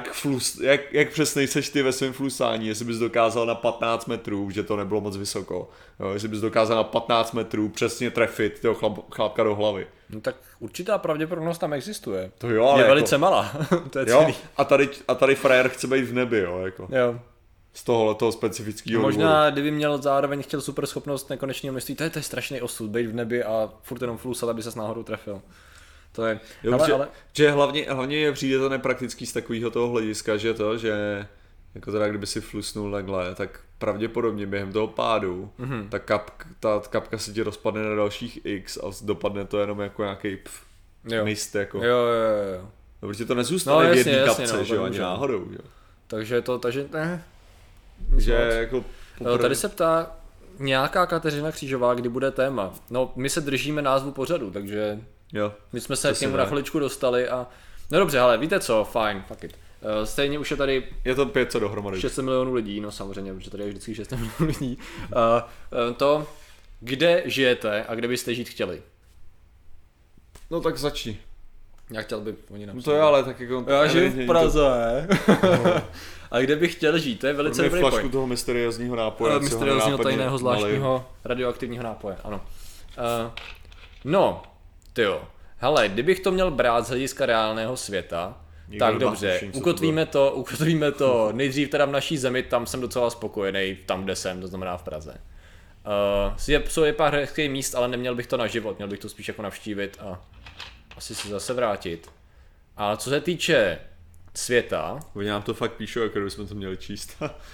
B: jak přesnej seš ty ve svém flusání, jestli bys dokázal na 15 metrů, že to nebylo moc vysoko, jo. Jestli bys dokázal na 15 metrů přesně trefit toho chlápka do hlavy.
A: No tak určitá pravděpodobnost tam existuje.
B: To jo, ale
A: je velice malá, to je celý.
B: A tady frajer chce být v nebi, jo, jako.
A: Jo.
B: Z tohoto specifického
A: možná,
B: důvodu.
A: kdyby měl zároveň chtěl super schopnost nekonečného množství, to je strašný osud, být v nebi a furt jenom flusat, aby ses náhodou trefil. To je,
B: jo, ale... Že hlavně přijde to nepraktický z takového toho hlediska, že jako teda kdyby si flusnul takhle, tak pravděpodobně během toho pádu ta kapka se ti rozpadne na dalších x a dopadne to jenom jako nějaký mist jako.
A: Jo.
B: No, protože to nezůstane v jedné kapce, že jo, ani náhodou, jo.
A: Takže ne.
B: Že jako
A: tady se ptá nějaká Kateřina Křížová, kdy bude téma. No, my se držíme názvu pořadu, takže
B: jo,
A: my jsme se k němu na chviličku dostali a... No dobře, ale víte co, fajn, fuck it. Stejně už je tady...
B: Je to 500 dohromady.
A: 600 milionů lidí, no samozřejmě, protože tady je vždycky 600 milionů lidí. To, kde žijete a kde byste žít chtěli?
B: No tak začni.
A: Já chtěl by oni napsat.
B: No to je ale tak jako...
A: Já žiju v Praze. A kde bych chtěl žít, to je velice dobrý point.
B: Flašku toho mysteriózního nápoje.
A: Mysteriózního tajného zvláštního radioaktivního nápoje, ano. No, tyjo. Hele, kdybych to měl brát z hlediska reálného světa, tak dobře, ukotvíme to nejdřív teda v naší zemi, tam jsem docela spokojený, tam kde jsem, to znamená v Praze. Jsou je pár hezkých míst, ale neměl bych to na život, měl bych to spíš jako navštívit a asi se zase vrátit. A co se týče světa...
B: Oni nám to fakt píšou, jako bychom to měli číst.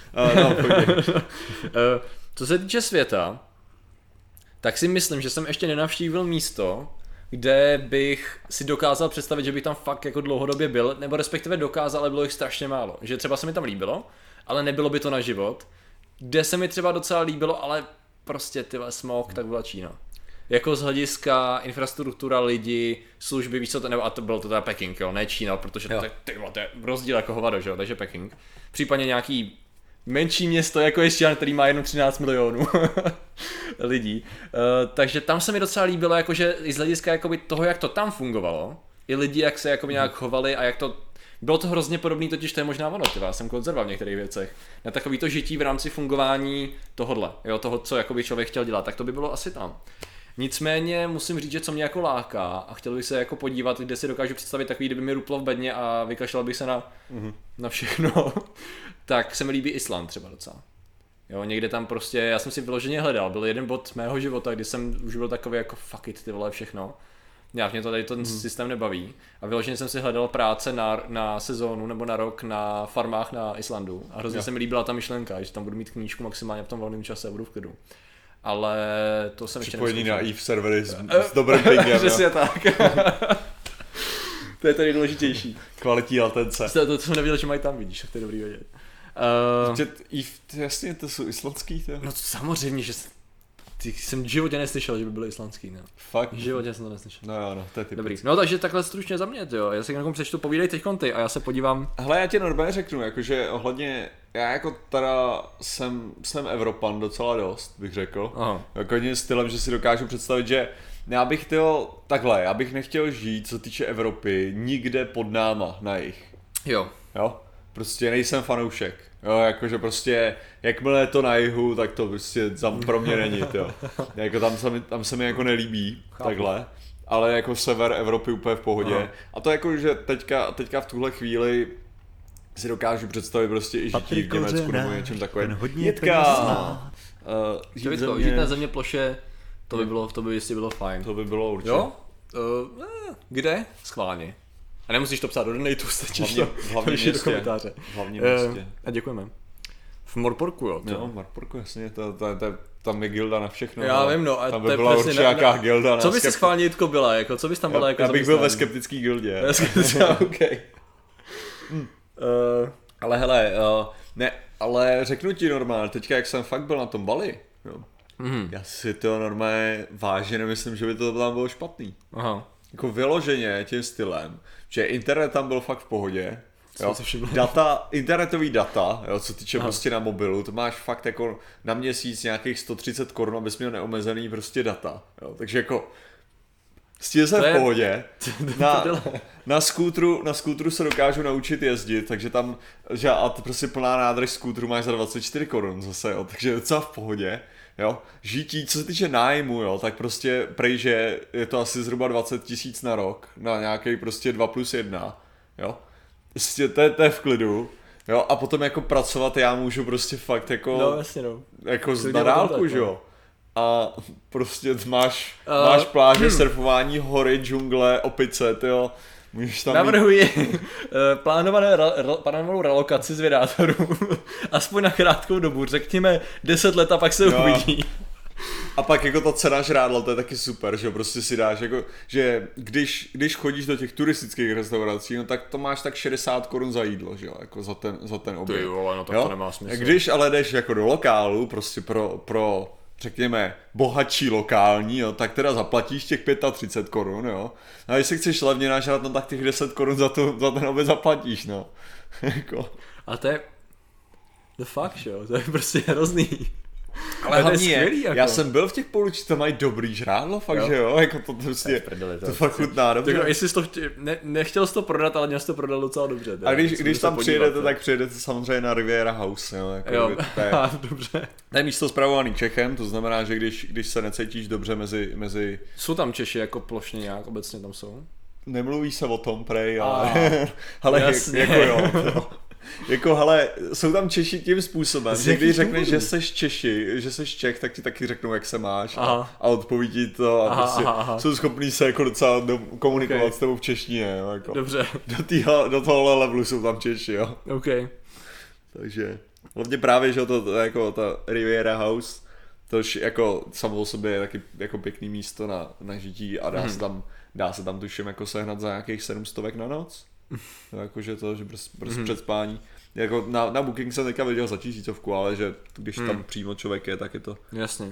A: Co se týče světa, tak si myslím, že jsem ještě nenavštívil místo, kde bych si dokázal představit, že bych tam fakt jako dlouhodobě byl, nebo respektive dokázal, ale bylo jich strašně málo. Že třeba se mi tam líbilo, ale nebylo by to na život. Kde se mi třeba docela líbilo, ale prostě tyhle smog, tak byla Čína. Jako z hlediska infrastruktura, lidi, služby, víš co to, nebo a to bylo to teda Peking, jo, ne Čína, protože to je rozdíl jako hovado, že jo, takže Peking. Případně nějaký menší město, jako je Čína, který má jenom 13 milionů lidí. Takže tam se mi docela líbilo, jakože i z hlediska jakoby toho, jak to tam fungovalo, i lidi, jak se jakoby nějak chovali a jak to... Bylo to hrozně podobný, totiž to je možná ono, já jsem konzerval v některých věcech. Na takový to žití v rámci fungování tohodle, jo, toho, co jakoby člověk chtěl dělat, tak to by bylo asi tam. Nicméně musím říct, že co mě jako láká a chtěl bych se jako podívat, kde si dokážu představit takový, kdyby mi ruplo v bedně a vykašlal bych se na všechno, tak se mi líbí Island třeba docela. Jo, někde tam prostě, já jsem si vyloženě hledal, byl jeden bod mého života, kdy jsem už byl takový jako fuck it, ty vole, všechno. Mě to tady ten systém nebaví a vyloženě jsem si hledal práce na sezónu nebo na rok na farmách na Islandu a hrozně se mi líbila ta myšlenka, že tam budu mít knížku maximálně v tom volném čase a budu v klidu. Ale to jsem ještě
B: připojení na EVE servery s dobrým pingem.
A: Přesně tak. To je to nejdůležitější.
B: Kvalitní latence.
A: To jsem nevěděl, že mají tam, vidíš, tak to je dobrý vědět.
B: Jasně, to jsou islandský, to?
A: No samozřejmě, že jsem v životě neslyšel, že by byly islandský, no.
B: Fakt?
A: V životě jsem to neslyšel.
B: No, to je typické.
A: Dobrý. No takže takhle stručně za mě, jo. Já si někomu přečtu, povídej teďkon ty a já se podívám.
B: Hele, já ti normálně řeknu, jakože ohledně, já jako teda jsem Evropan docela dost, bych řekl. Aha. Jako jedním stylem, že si dokážu představit, že já bych nechtěl žít, co týče Evropy, nikde pod náma na jih.
A: Jo.
B: Prostě nejsem fanoušek. Jo, jakože prostě, jakmile je to na jihu, tak to prostě pro mě není, jo. Jako tam se mi jako nelíbí, takhle. Ale jako sever Evropy úplně v pohodě. Aha. A to jako, že teďka v tuhle chvíli si dokážu představit prostě i žití v Německu nebo něčem takovým.
A: Žít na země ploše, to by jistě bylo fajn.
B: To by bylo určitě.
A: Jo? Kde? Schválně. A nemusíš to psát do donatu, stačíš to píši do komentáře.
B: V hlavním městě.
A: A děkujeme. V Morporku, jo?
B: Jo, v Morporku, jasně, tam je gilda na všechno.
A: Já vím, no. A
B: tam by byla určitě nějaká gilda.
A: Co by si schválně Jitko byla, jako, co bys tam byla? Jako
B: já bych byl ve skeptický gildě.
A: Okay.
B: Ale hele, ne, ale řeknu ti normálně, teďka jak jsem fakt byl na tom Bali, jo, já si to normálně vážně nemyslím, že by to tam bylo špatný.
A: Aha.
B: Jako vyloženě tím stylem, že internet tam byl fakt v pohodě, jo, internetový data, jo, co týče prostě na mobilu, to máš fakt jako na měsíc nějakých 130 korun, abys měl neomezený prostě data, jo, takže jako s tím jsem v pohodě, na skútru se dokážu naučit jezdit, takže tam, a prostě plná nádrž skútru máš za 24 korun zase, jo, takže je docela v pohodě. Jo, žití, co se týče nájmu, jo, tak prostě prej, že je to asi zhruba 20 000 na rok, na nějaký prostě 2+1, jo, prostě to je v klidu, jo, a potom jako pracovat já můžu prostě fakt jako,
A: no, jasně, no.
B: jako na dálku, že jo, a prostě máš pláže, surfování, hory, džungle, opice, tyjo.
A: Navrhuji plánovanou relokaci z Vědátorů, aspoň na krátkou dobu, řekněme 10 let a pak se uvidí.
B: A pak jako ta cena žrádla, to je taky super, že prostě si dáš, jako, že když chodíš do těch turistických restaurací, no tak to máš tak 60 korun za jídlo, že jo, jako za ten oběd.
A: Ty jo, no tak to nemá smysl.
B: Když ale jdeš jako do lokálu, prostě pro řekněme, bohatší lokální, jo, tak teda zaplatíš těch 35 korun, jo. A když si chceš levně nažrat, no tak těch 10 korun za ten oběd zaplatíš, no. Jako.
A: A to je the fuck, jo, to je prostě hrozný.
B: Ale hlavně jako. Já jsem byl v těch Polučích, tam mají dobrý žrádlo, fakt, jo. Že jo, jako to prostě, to fakt chutná dobře.
A: Tak, jestli jsi to nechtěl jsi to prodat, ale měl jsi to prodat docela dobře.
B: A když tam přijedete, tak přijedete samozřejmě na Riviera House, jo. Jako
A: jo, dobře.
B: To je místo spravovaný Čechem, to znamená, že když se necítíš dobře mezi...
A: Jsou tam Češi jako plošně nějak, obecně tam jsou?
B: Nemluví se o tom, prej, ale jako jo. Jako, hele, jsou tam Češi tím způsobem, že když řekneš, že seš Čech, tak ti taky řeknou, jak se máš a odpoví ti to a prostě jsou schopní se jako docela komunikovat s tebou v češtině, jo, jako.
A: Dobře.
B: Do tohohle levelu jsou tam Češi, jo.
A: Okay.
B: Takže, hlavně právě, že to jako ta Riviera House, tož jako samo o sobě je taky jako pěkný místo na žití a dá se tam tuším jako sehnat za nějakých 700 na noc. Jakože to, že prostě před spání. Jako na Booking jsem teďka viděl za 1000, ale že když tam přímo člověk je, tak je to...
A: Jasně.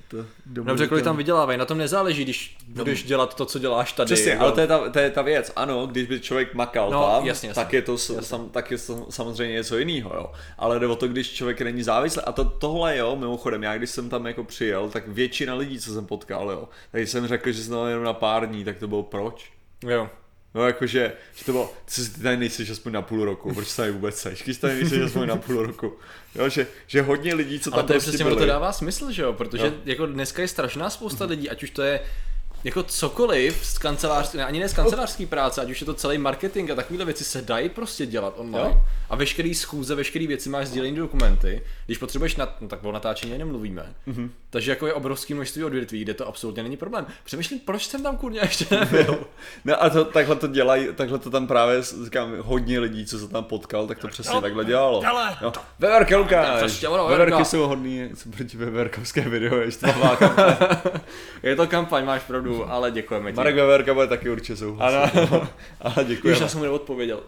A: Dobře, kolik tam vydělávají, na tom nezáleží, když budeš dělat to, co děláš tady.
B: Přesně, ale to je ta věc, ano, když by člověk makal tam,
A: jasně.
B: Tak je to samozřejmě něco jiného, jo. Ale jde o to, když člověk není závislý, a tohle jo, mimochodem, já když jsem tam jako přijel, tak většina lidí, co jsem potkal, jo, tak jsem řekl, že jsem tam jenom na pár dní, tak to bylo proč?
A: Jo.
B: No jakože, že to bylo, ty tady nejseš aspoň na půl roku, proč tady vůbec seš, když tady nejseš aspoň na půl roku. Jo, že hodně lidí, co tam
A: prostě byli. Ale to je přesně, to dává smysl, že jo, protože jako dneska je strašná spousta lidí, ať už to je jako cokoliv z kancelářské, ani ne z kancelářské práce, ať už je to celý marketing a takovéhle věci se dají prostě dělat online. Jo. A veškerý schůze, veškerý věci máš sdílený dokumenty, když potřebuješ tak o natáčení nemluvíme. Mm-hmm. Takže jako je obrovský množství odvětví, kde to absolutně není problém. Přemýšlím, proč jsem tam kurňa ještě nebyl.
B: No a takhle to dělají, takhle to tam právě říkám, hodně lidí, co se tam potkal, tak to přesně takhle dělalo. No. Veverky, Lukáš! Veverky jsou hodný, co proti veverkovské video, ještě to kampaň.
A: Je to kampaň, máš pravdu, ale děkujeme ti.
B: Marek Veverka bude taky určitě souhlasit. Ale děkujeme.
A: Já jsem mu neodpověděl.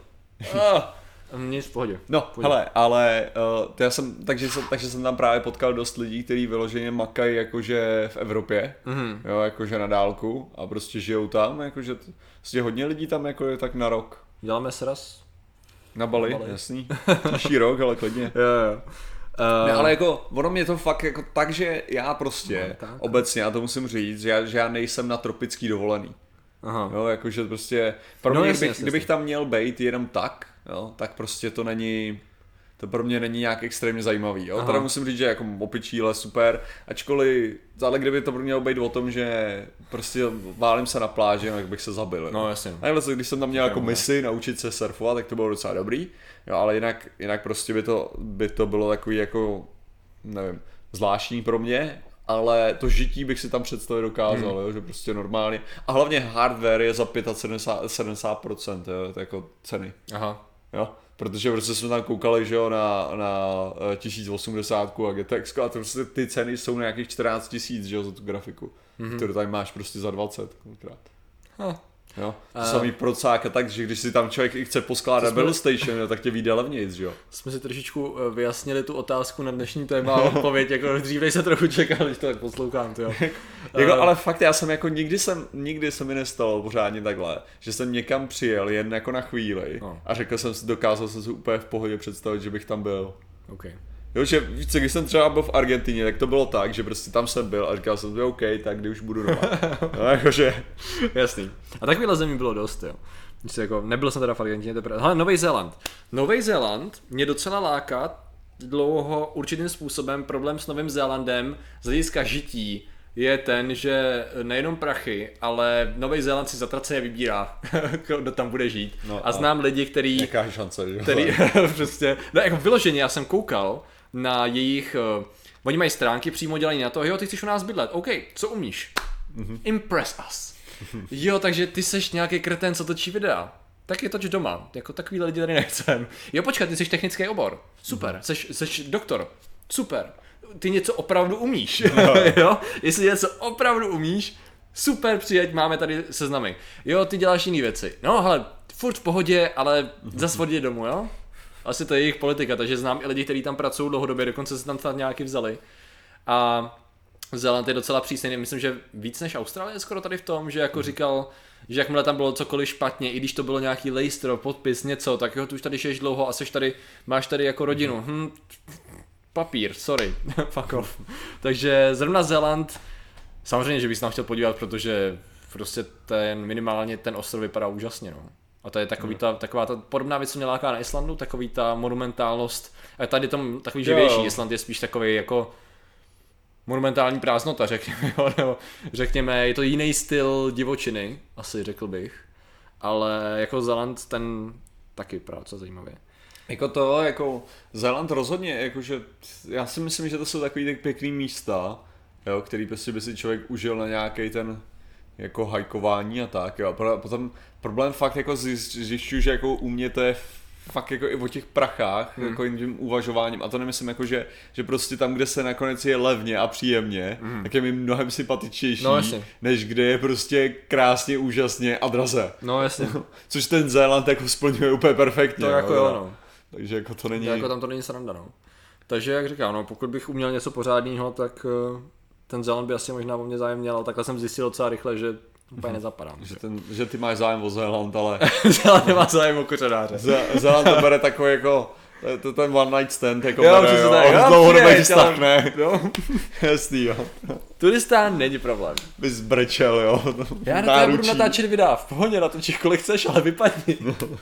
A: Nic v pohodě.
B: No, hele, ale takže jsem tam právě potkal dost lidí, kteří vyloženě makají jakože v Evropě, jo, jakože na dálku a prostě žijou tam, jakože prostě hodně lidí tam jako je tak na rok.
A: Děláme sraz?
B: Na Bali, jasný. Příští rok, ale klidně.
A: Jo.
B: Ne, ale jako, ono mě to fakt jako tak, že já prostě obecně, já to musím říct, že já nejsem na tropický dovolený. Aha. Jo, jakože prostě, pro mě, kdybych tam měl být jenom tak, jo, tak prostě to pro mě není nějak extrémně zajímavý, jo. Teda musím říct, že jako opičíle super, ačkoliv, ale kdyby to mělo být o tom, že prostě válím se na pláži, tak bych se zabil.
A: No jasně.
B: A když jsem tam měl jako misi naučit se surfovat, tak to bylo docela dobrý, jo, ale jinak prostě by to bylo takový jako, nevím, zvláštní pro mě. Ale to žití bych si tam představit dokázal, jo, že prostě normálně. A hlavně hardware je za 75% jo, to jako ceny. Aha. Jo, protože prostě jsme tam koukali, že jo, na 1080 a GTX a to prostě ty ceny jsou na nějakých 14 000, že jo, za tu grafiku. Kterou tady máš prostě za 20 kolikrát. Jo, to samý procák a tak, že když si tam člověk chce poskládat Battle Station, tak tě vyjde levnějc, jo. Jsme si trošičku vyjasnili tu otázku na dnešní téma a odpověď, jako dřív než se trochu čekal, když to tak poslouchám, jo. Jako, ale fakt já jsem jako nikdy se mi nestalo pořádně takhle, že jsem někam přijel jen jako na chvíli a dokázal jsem si úplně v pohodě představit, že bych tam byl. Okay. Jo, že víš co, když jsem třeba byl v Argentině, tak to bylo tak, že prostě tam jsem byl a říkal jsem, že OK, tak kdy už budu doma. No, jakože... Jasný. A takovýhle zemí bylo dost, jo. Jako, nebyl jsem teda v Argentině, ale Nový Zéland mě docela láká dlouho určitým způsobem. Problém s Novým Zélandem z hlediska žití je ten, že nejenom prachy, ale Nový Zéland si zatraceně vybírá, kdo tam bude žít. No a znám lidi, jaká šance, že? Přesně, no jako vyloženě, já jsem koukal na jejich
A: Oni mají stránky přímo dělané na to, jo, ty chceš u nás bydlet, OK, co umíš? Impress us. Jo, takže ty seš nějaký kretén, co točí videa. Tak je toč doma, jako takový lidi tady nechcem. Jo, počkat, ty jsi technický obor, super, seš doktor, super, ty něco opravdu umíš, jo, jestli něco opravdu umíš, super, přijeď, máme tady seznamy. Jo, ty děláš jiné věci, no hele, furt v pohodě, ale zas vodě domů, jo. Asi to je jejich politika, takže znám i lidi, kteří tam pracují dlouhodobě, dokonce se tam snad nějaký vzali. A Zéland je docela přísný, myslím, že víc než Austrálie skoro tady v tom, že jako říkal, že jakmile tam bylo cokoliv špatně, i když to bylo nějaký lejstro, podpis, něco, tak jo, tu už tady žiješ dlouho a seš tady, máš tady jako rodinu, papír, sorry, fuck off. Takže zrovna Zéland, samozřejmě, že bys nám chtěl podívat, protože prostě minimálně ten ostrov vypadá úžasně, no. A to je taková ta podobná věc, co mě láká na Islandu, takový ta monumentálnost, a tady to takový živější, Island je spíš takový jako monumentální prázdnota, řekněme, jo, nebo řekněme, je to jiný styl divočiny, asi řekl bych, ale jako Zéland ten taky vypadá co zajímavě.
B: Jako Zéland rozhodně, jakože já si myslím, že to jsou takový tak pěkný místa, jo, který prostě by si člověk užil na nějaký ten jako hajkování a tak, jo. A potom problém fakt jako zjišťuju, že jako u mě to je fakt jako i o těch prachách, jako tím uvažováním, a to nemyslím jako, že prostě tam, kde se nakonec je levně a příjemně, tak je mi mnohem sympatičnější, než kde je prostě krásně, úžasně a draze.
A: No jasně.
B: Což ten Zéland jako splňuje úplně perfektně.
A: To jako jo, no.
B: Takže jako to není...
A: Jako tam to není sranda, no. Takže jak říkám, no, pokud bych uměl něco pořádného, tak ten Zéland by asi možná o mě zájem měl, ale takhle jsem zjistil docela rychle, že úplně nezapadám.
B: Že ty máš zájem o Zéland, ale...
A: Zéland nemá zájem o kořenáře.
B: Zéland to bere takový jako... To ten one night stand, jako
A: jo,
B: bere, jo. On dlouhodobě vztah, ne? Jasný, jo.
A: Turistán není problém.
B: Bys brečel, jo.
A: Já na to budu natáčet videa, v pohodě natočíš kolik chceš, ale vypadni.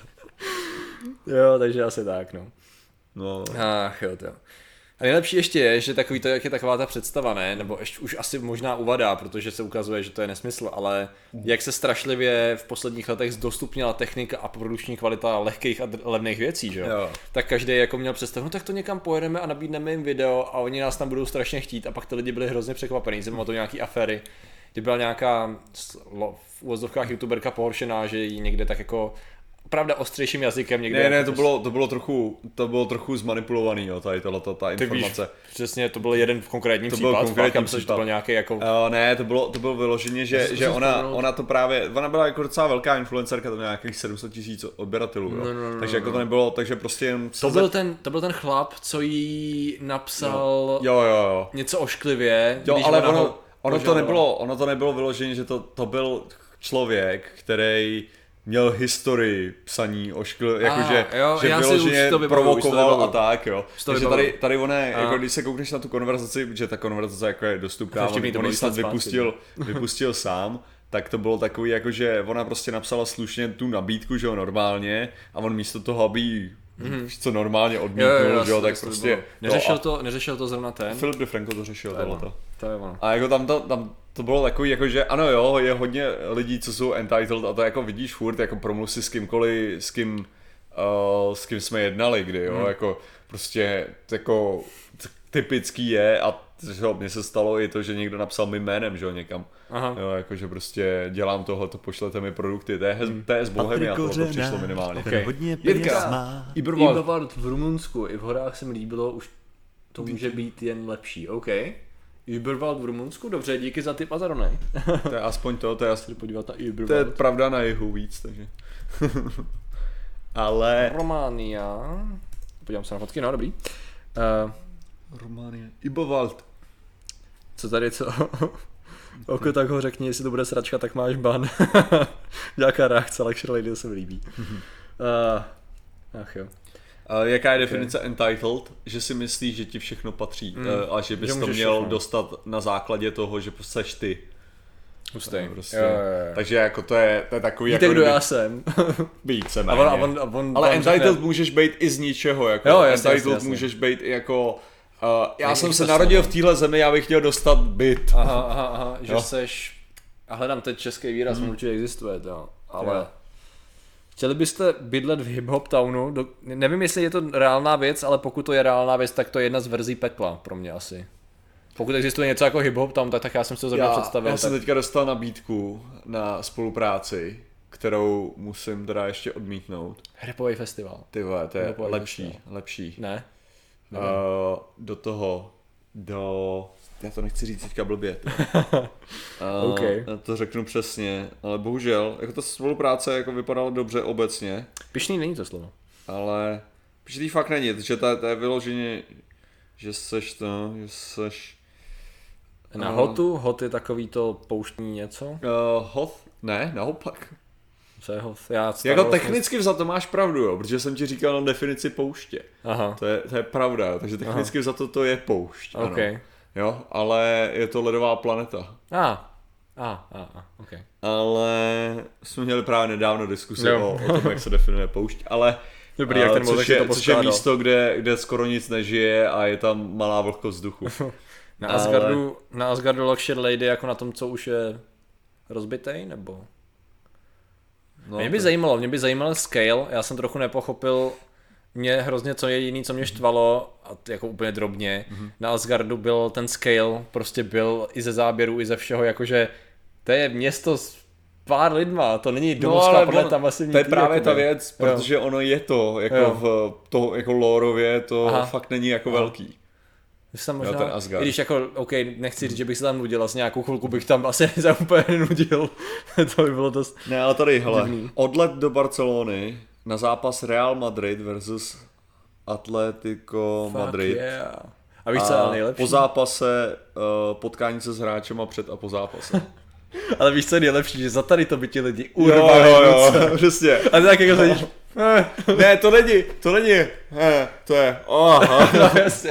A: Jo, takže asi tak, no. Ach jo, to. A nejlepší ještě je, že takový to, jak je taková ta představa, ne? Nebo ještě už asi možná uvadá, protože se ukazuje, že to je nesmysl, ale jak se strašlivě v posledních letech zdostupnila technika a produkční kvalita lehkých a levných věcí, že jo? Tak každý jako měl představu, no tak to někam pojedeme a nabídneme jim video a oni nás tam budou strašně chtít, a pak ty lidi byli hrozně překvapení, jsem to nějaký aféry, kdy byla nějaká v uvozovkách youtuberka pohoršená, že jí někde tak jako pravda ostřejším jazykem někde.
B: Ne, to bylo trochu zmanipulovaný, jo, tady ta informace.
A: Víš, přesně, to byl jeden konkrétní případ, že to byl nějaký jako...
B: Ne, to bylo vyloženě, že ona to právě, ona byla jako docela velká influencerka, to měla nějakých 700 000 odběratelů, jo. Takže jako to nebylo, takže prostě jen...
A: To byl ten chlap, co jí napsal
B: jo.
A: něco ošklivě.
B: Jo, ale ono to nebylo vyloženě, že to byl člověk, který měl historii psaní jakože že vyloženě provokoval a tak, jo. Takže tady ono, jako když se koukneš na tu konverzaci, protože ta konverzace jako je dostupná, on ji snad vypustil sám, tak to bylo takový, jakože ona prostě napsala slušně tu nabídku, že jo, normálně, a on místo toho, aby co normálně odmítnul, jo, tak prostě...
A: Neřešil to zrovna ten?
B: Filip de Franco to řešil, tohleto.
A: To je ono.
B: A jako tam to bylo takový, jako že ano jo, je hodně lidí, co jsou entitled, a to jako vidíš furt, jako promluv si s kýmkoliv, s kým jsme jednali, kdy jo, jako prostě jako typický je, a mně se stalo i to, že někdo napsal mým jménem, že jo, někam. Jo, jakože prostě dělám tohleto, pošlete mi produkty, to je z Bohemia, tohle přišlo minimálně.
A: Jirka, Iberwald v Rumunsku, i v horách se mi líbilo, už to může být jen lepší, OK. Iberwald v Rumunsku, dobře, díky za tip a za donej.
B: To je aspoň to je asi
A: podívat na Iberwald.
B: To je pravda na jihu víc, takže. Ale...
A: Románia. Podívám se na fotky, no dobrý.
B: Románia. Iberwald.
A: Co tady, co? Oko, tak ho řekni, jestli to bude sračka, tak máš ban. Nějaká reakce, Lecture Lady, se mi líbí. Ach jo.
B: Jaká je definice entitled? Že si myslíš, že ti všechno patří a že bys to měl dostat na základě toho, že seš ty.
A: Hustý.
B: Prostě. Jo. Takže jako to je takový...
A: Víte,
B: jako
A: kdo já jsem.
B: Být se ale entitled můžeš být i z ničeho. Jako.
A: Jo,
B: entitled můžeš být i jako... já jsem se narodil v téhle zemi, já bych chtěl dostat byt.
A: Aha, že seš... A hledám teď český výraz, určitě existuje, to, ale... Chtěli byste bydlet v hip-hop townu? Nevím, jestli je to reálná věc, ale pokud to je reálná věc, tak to je jedna z verzí pekla pro mě asi. pokud existuje něco jako hip-hop tam, tak já jsem si to zrovna představil.
B: Já jsem teďka dostal nabídku na spolupráci, kterou musím teda ještě odmítnout.
A: Rapový festival.
B: Ty vole, to je lepší.
A: Ne?
B: Já to nechci říct teďka blbě.
A: Okay.
B: Já to řeknu přesně, ale bohužel, jako ta spolupráce jako vypadala dobře obecně.
A: Pyšný není to slovo.
B: Ale pyšný fakt není, protože to je vyloženě, že seš.
A: Na hotu? Hot je takový to pouštní něco?
B: Hot? Ne, naopak.
A: Co je hot?
B: Jako technicky vzato máš pravdu, jo, protože jsem ti říkal na definici pouště.
A: Aha.
B: To je pravda, takže technicky vzato to je poušť.
A: Okay.
B: Ano. Jo, ale je to ledová planeta.
A: Okay.
B: Ale jsme měli právě nedávno diskusi o tom, jak se definuje poušť, ale
A: dobrý, jak ten
B: což je místo, kde skoro nic nežije a je tam malá vlhkost vzduchu.
A: Na Asgardu Lockshare Lady jako na tom, co už je rozbitej, nebo? No, mě by zajímal scale, já jsem trochu nepochopil, mě hrozně co je jiný, co mě štvalo, a jako úplně drobně, na Asgardu byl ten scale, prostě byl i ze záběru, i ze všeho, jakože to je město s pár lidma, to není domovská planeta masivní.
B: To je právě ta věc, protože ono je to, jako jako lórově, to fakt není jako velký.
A: Možná, ten Asgard. I když jako, nechci říct, že bych se tam nudil, asi nějakou chvilku bych tam asi za úplně nenudil, to by bylo dost.
B: Ne, ale tady, hele, odlet do Barcelony na zápas Real Madrid versus Atletico Madrid.
A: Yeah. A víš, co je nejlepší?
B: Po zápase potkání se s hráčem a před a po zápase.
A: Ale víš, co je nejlepší, že za tady to by ti lidi
B: urvali. Jo, přesně.
A: A tak jako sedíš.
B: Ne, to není. To je.
A: Jasně.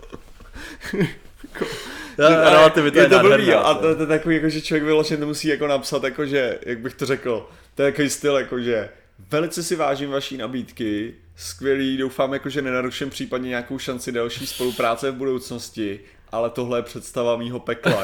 B: Je to blbý, a to je takový, jako, že člověk vyloženě to musí jako napsat, jakože, jak bych to řekl, to je takový styl, jakože velice si vážím vaší nabídky, skvělý, doufám, jakože nenaruším případně nějakou šanci další spolupráce v budoucnosti, ale tohle je představa mýho pekla,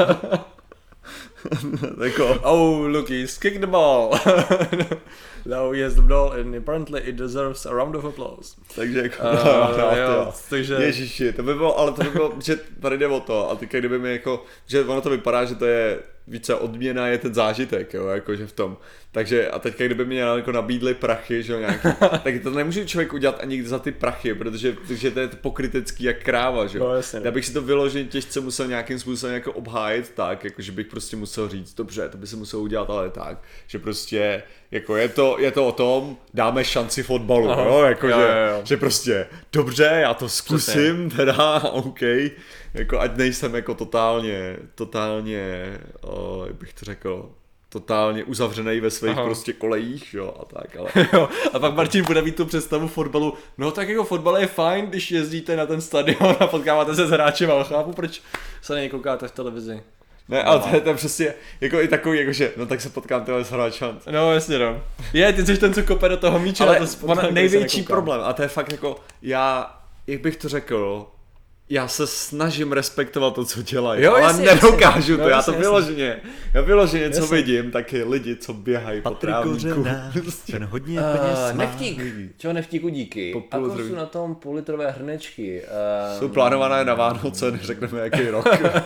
B: jako.
A: Oh, look, he's kicked the ball. Now he has the ball and apparently it deserves a round of applause.
B: Takže jako,
A: takže...
B: Ježiši, to by bylo, že tady jde o to, a teďka kdyby mi jako, že ono to vypadá, že to je více odměna, je ten zážitek, jo, jakože v tom. Takže a teďka kdyby mi jako nabídli prachy, že jo, nějaký, tak to nemůže člověk udělat ani za ty prachy, protože to je pokrytecký jak kráva, že jo.
A: No, jasně,
B: já bych si to vyloženě těžce musel nějakým způsobem jako obhájit tak, jako že bych prostě musel říct, dobře, to by se musel udělat, ale tak, že prostě jako je to o tom, dáme šanci fotbalu, jo, jako že prostě dobře, já to zkusím, teda, OK, jako ať nejsem jako totálně, jak bych to řekl, totálně uzavřený ve svých prostě kolejích, jo, a tak, ale.
A: Jo, a pak Martin bude mít tu představu fotbalu, no tak jako fotbal je fajn, když jezdíte na ten stadion a potkáváte se s hráčem, ale chápu, proč se na ně koukáte v televizi.
B: Ne, ale to je prostě jako i takový, jakože, no tak se potkám tyhle s hráčem.
A: No jasně, no. Ty jsi ten, co kope do toho míče.
B: Ale největší problém, a to je fakt jako, jak bych to řekl, já se snažím respektovat to, co dělají, ale jasně, nedokážu to, já to vyloženě, co vidím, tak je lidi, co běhají po trávníku.
C: Ten hodně peněz má.
A: Neftík, čeho neftíku díky. A to jsou na tom půllitrové hrnečky.
B: Jsou plánované na Vánoce, neřekneme jaký rok.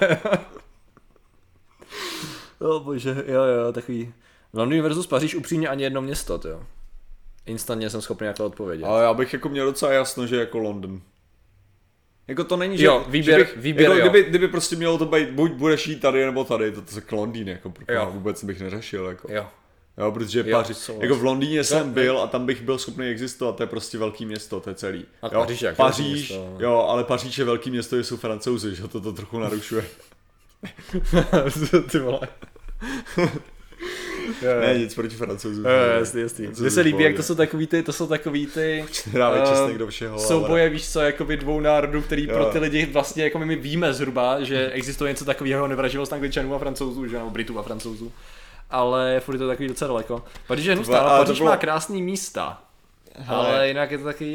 A: Bože, jo, takový. Londýn versus Paříž, upřímně ani jedno město, jo. Instantně jsem schopný jako odpovědět.
B: Ale já bych jako měl docela jasno, že jako London. Jako to není, že...
A: Jo, výběr,
B: jako, kdyby prostě mělo to být, buď budeš jít tady, nebo tady, to je Londýn, jako vůbec bych neřešil, jako. Jo, protože Paříž, jako v Londýně jsem byl a tam bych byl schopný existovat, to je prostě velký město, to je celý.
A: A
B: Paříž, jo, ale Paříž je velký město, jsou Francouzi, že to trochu narušuje.
A: Ty vole.
B: Ne, nic proti Francouzům.
A: Jasný. Mně se líbí, jak to jsou takový ty
B: česnek do všeho.
A: Souboje, víš co, jakoby dvou národů, který pro ty lidi vlastně, jako my víme zhruba, že existuje něco takového nevraživost Angličanů a Francouzů, že Britů a Francouzů. Ale furt je to takový docela daleko. Paříž je hnustá, ale Paříž má krásný místa. Ale jinak je to takový...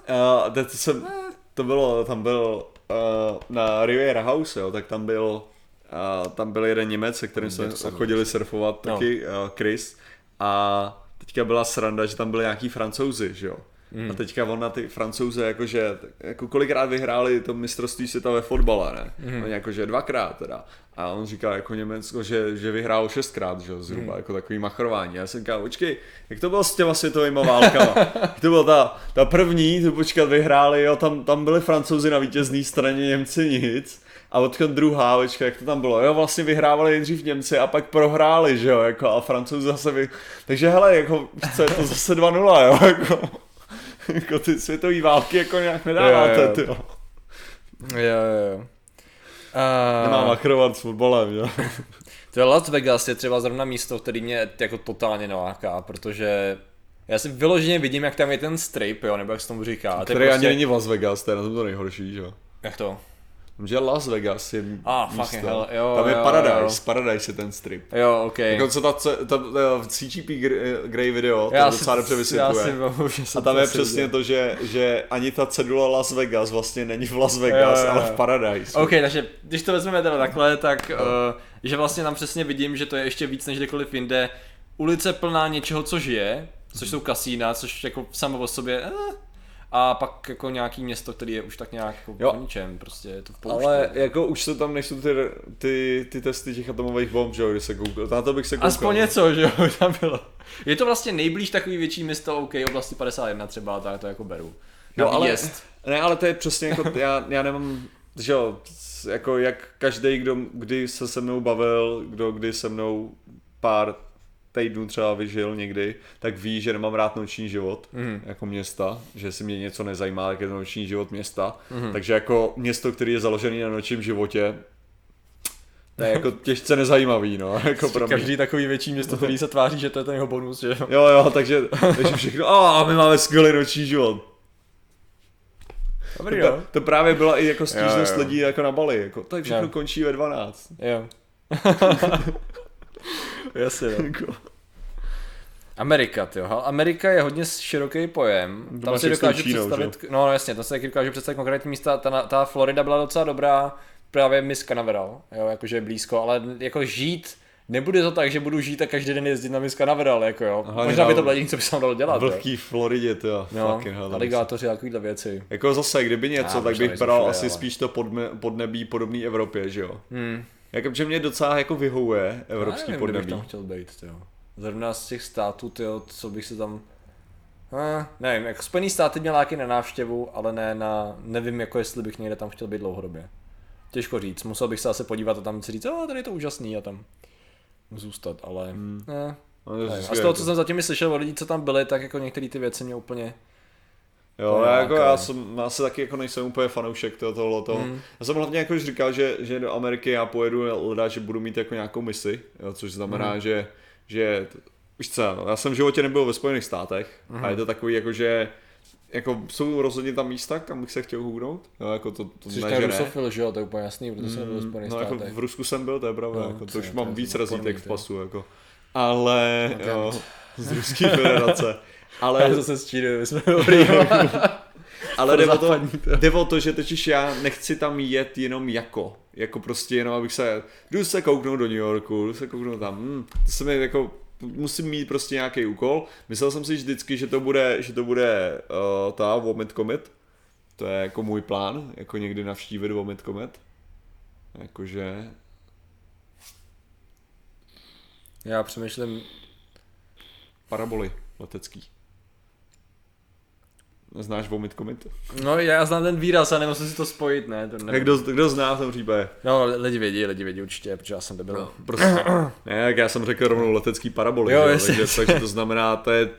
B: Tam byl na Riviera House, jo, tak tam byl jeden Němec, se kterým jsme chodili surfovat taky, Chris, a teďka byla sranda, že tam byli nějaký Francouzi, že jo. A teďka on na ty Francouze, jakože, jako kolikrát vyhráli to mistrovství světa ve fotbale, ne? On jakože 2krát teda. A on říkal jako Německo, že vyhrál 6krát, že zhruba, jako takový machrování. Já jsem říkal, počkej, jak to bylo s těma světovýma válkama? Jak to bylo ta první, to počkat vyhráli, jo, tam byli Francouzi na vítězné straně, Němci nic. A odchod druhá, jak to tam bylo, jo, vlastně vyhrávali nejdřív Němci a pak prohráli, že jo, jako a Francouzi zase takže hele, jako, co je to zase 2-0, jo, jako ty světové války jako nějak nedáváte, ty jo.
A: Jo.
B: Nemám machrovat s fotbalem, jo.
A: To je Las Vegas je třeba zrovna místo, který mě jako totálně naláká, protože já si vyloženě vidím, jak tam je ten strip, jo, nebo jak se tomu říká.
B: Který prostě... ani není v Las Vegas, to je na tom to nejhorší, že jo.
A: Jak to?
B: Že Las Vegas je místo.
A: Tam
B: je Paradise, Paradise je ten strip.
A: Jo, ok.
B: Jako co ta CGP Grey video, to docela dobře vysvětluje. A tam je přesně to, že ani ta cedula Las Vegas vlastně není v Las Vegas, ale v Paradise.
A: Ok, takže když to vezmeme teda takhle, tak že vlastně tam přesně vidím, že to je ještě víc než kdekoliv jinde. Ulice plná něčeho, co žije, což jsou kasína, což jako samo o sobě... A pak jako nějaký město, který je už tak nějak jako v ničem, prostě je to v poušti.
B: Ale jako už se tam nejsou ty testy těch atomových bomb, že jo, když se koukal, na to bych se koukal.
A: Aspoň něco, že jo, tam bylo. Je to vlastně nejblíž takový větší město, OK, oblasti 51 třeba, tak to jako beru.
B: No ale to je přesně jako, já nemám, že jo, jako jak každej, kdy se se mnou bavil, kdy se mnou pár týdnů třeba vyžil někdy, tak ví, že nemám rád noční život jako města, že si mě něco nezajímá, jak je to noční život města, takže jako město, který je založený na nočním životě, to je jako těžce nezajímavý, no. Jako
A: každý takový větší město, který se tváří, že to je ten jeho bonus, že jo.
B: Jo, takže všechno, my máme skvělý noční život.
A: Dobrý,
B: to právě byla i jako stížnost lidí jako na Bali, jako, tak všechno končí ve 12.
A: Jo. Jasně, no. Amerika, tyjo. Amerika je hodně široký pojem. Tam si dokážu představit, no jasně, tam si dokážu představit konkrétní místa. Ta Florida byla docela dobrá, právě Miss Canaveral, jo, jakože je blízko, ale jako žít, nebude to tak, že budu žít a každý den jezdit na Miss Canaveral, jako jo. Aha, možná by to bylo jediné, co by se tam dalo dělat.
B: Vlhký Floridě, tyjo.
A: No, aligátoři a takovýhle věci.
B: Jako zase, kdyby něco, tak bych bral asi spíš to podnebí podobný Evropě, že jo. Protože mě docela jako vyhovuje evropský podnebí.
A: Já nevím, tam chtěl být, tyjo. Zrovna z těch států, tyjo, co bych se tam... nevím, jako Spojený státy mě láky na návštěvu, ale nevím, jako jestli bych někde tam chtěl být dlouhodobě. Těžko říct, musel bych se asi podívat a tam si říct, tady je to úžasný a tam zůstat, ale... A z toho, co jsem zatím slyšel od lidí, co tam byli, tak jako některé ty věci mě úplně...
B: Jo, já jsem asi taky jako nejsem úplně fanoušek tohoto. Já jsem hlavně jako říkal, že do Ameriky já pojedu hledat, že budu mít jako nějakou misi, jo, což znamená, že víš co, já jsem v životě nebyl ve Spojených státech a je to takový jako, že jako jsou rozhodně tam místa, kam bych se chtěl hůknout. No, jako to
A: jsi ten rusofil, že jo, to je úplně jasný, protože jsem nebyl ve Spojených státech.
B: Jako v Rusku jsem byl, to je pravda, jako, to už mám víc razítek v pasu, jako. Ale jo, z Ruské federace. Ale
A: já zase z Číny, my jsme dobrý.
B: Ale jde o to, že totiž já nechci tam jet jenom jako prostě jenom, abych jdu se kouknout do New Yorku, jdu se kouknout tam, to se mi jako, musím mít prostě nějaký úkol. Myslel jsem si vždycky, že to bude ta Vomit Comet, to je jako můj plán, jako někdy navštívit Vomit Comet, jakože...
A: Já přemýšlím...
B: Paraboly letecký. Znáš Vomit Comet?
A: No já znám ten výraz a nemusím si to spojit, ne? To
B: kdo zná v tom případě?
A: No lidi vědí určitě, protože já jsem debil.
B: No, prostě. Ne, jak já jsem řekl rovnou letecký paraboly, jo, takže to znamená, to je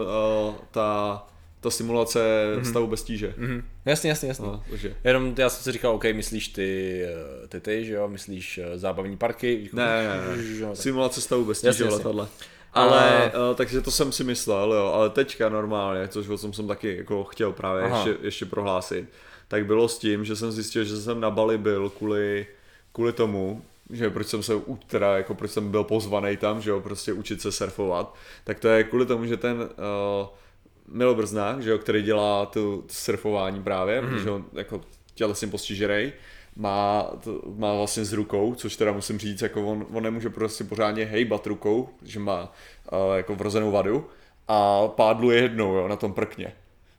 B: ta simulace stavu bez tíže.
A: Jasně. No, jenom já jsem si říkal, OK, myslíš ty, že jo, myslíš zábavní parky?
B: Ne, simulace stavu bez tíže v letadle. Ale, takže to jsem si myslel, jo, ale teďka normálně, což o tom jsem taky jako chtěl právě ještě prohlásit, tak bylo s tím, že jsem zjistil, že jsem na Bali byl kvůli tomu, že proč jsem byl pozvaný tam, že jo, prostě učit se surfovat, tak to je kvůli tomu, že ten Milo Brznák, že jo, který dělá to surfování právě, že on jako tělesně postižený, má vlastně s rukou, což teda musím říct, jako on nemůže prostě pořádně hejbat rukou, že má jako vrozenou vadu a pádluje jednou, jo, na tom prkně.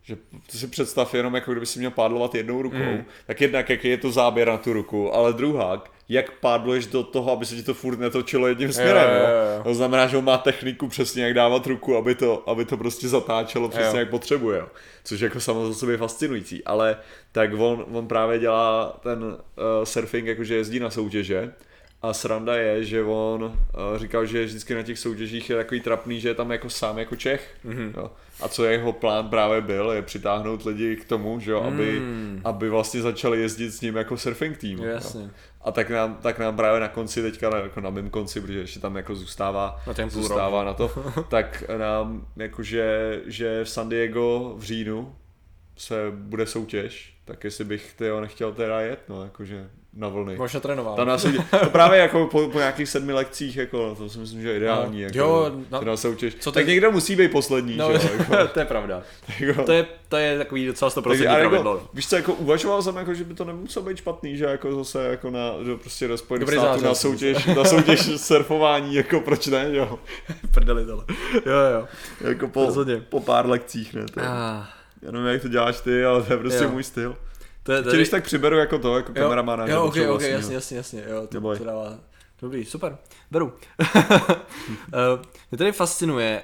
B: Že si představ jenom, jako kdyby si měl pádlovat jednou rukou, tak jednak jaký je to záběr na tu ruku, ale druhá, jak pádluješ do toho, aby se ti to furt netočilo jedním směrem, jo. To znamená, že on má techniku přesně jak dávat ruku, aby to prostě zatáčelo přesně jak potřebuje, jo. Což jako samozřejmě za sobě fascinující, ale tak on právě dělá ten surfing, jakože jezdí na soutěže. A sranda je, že on říkal, že vždycky na těch soutěžích je takový trapný, že je tam jako sám jako Čech. Jo. A co jeho plán právě byl, je přitáhnout lidi k tomu, že jo, aby vlastně začali jezdit s ním jako surfing tým.
A: Jasně.
B: Jo. A tak nám právě na konci teďka, jako na mým konci, protože ještě tam jako zůstává na to, tak nám jakože, že v San Diego v říjnu se bude soutěž, tak jestli bych nechtěl teda jet, no jakože na vlny.
A: Možná trénoval.
B: To právě jako po nějakých 7 lekcích, jako, to si myslím, že je ideální. No. Jako, jo, na soutěž. Tak někdo musí být poslední.
A: No,
B: že, jako.
A: To je pravda. To je takový docela 100% pravidlo.
B: Jako, víš co, jako uvažoval jsem, jako, že by to nemuselo být špatný, že jako zase jako že prostě do Spojených států na soutěž surfování, jako proč ne, jo.
A: Prdeli tohle. Jo.
B: Jako po pár lekcích, ne. Já nevím, jak to děláš ty, ale to je prostě můj styl. Když tak přiberu jako to, jako kameramana.
A: Jo, ok, jasně, jo, to dává. Dobrý, super, beru. Mě tady fascinuje,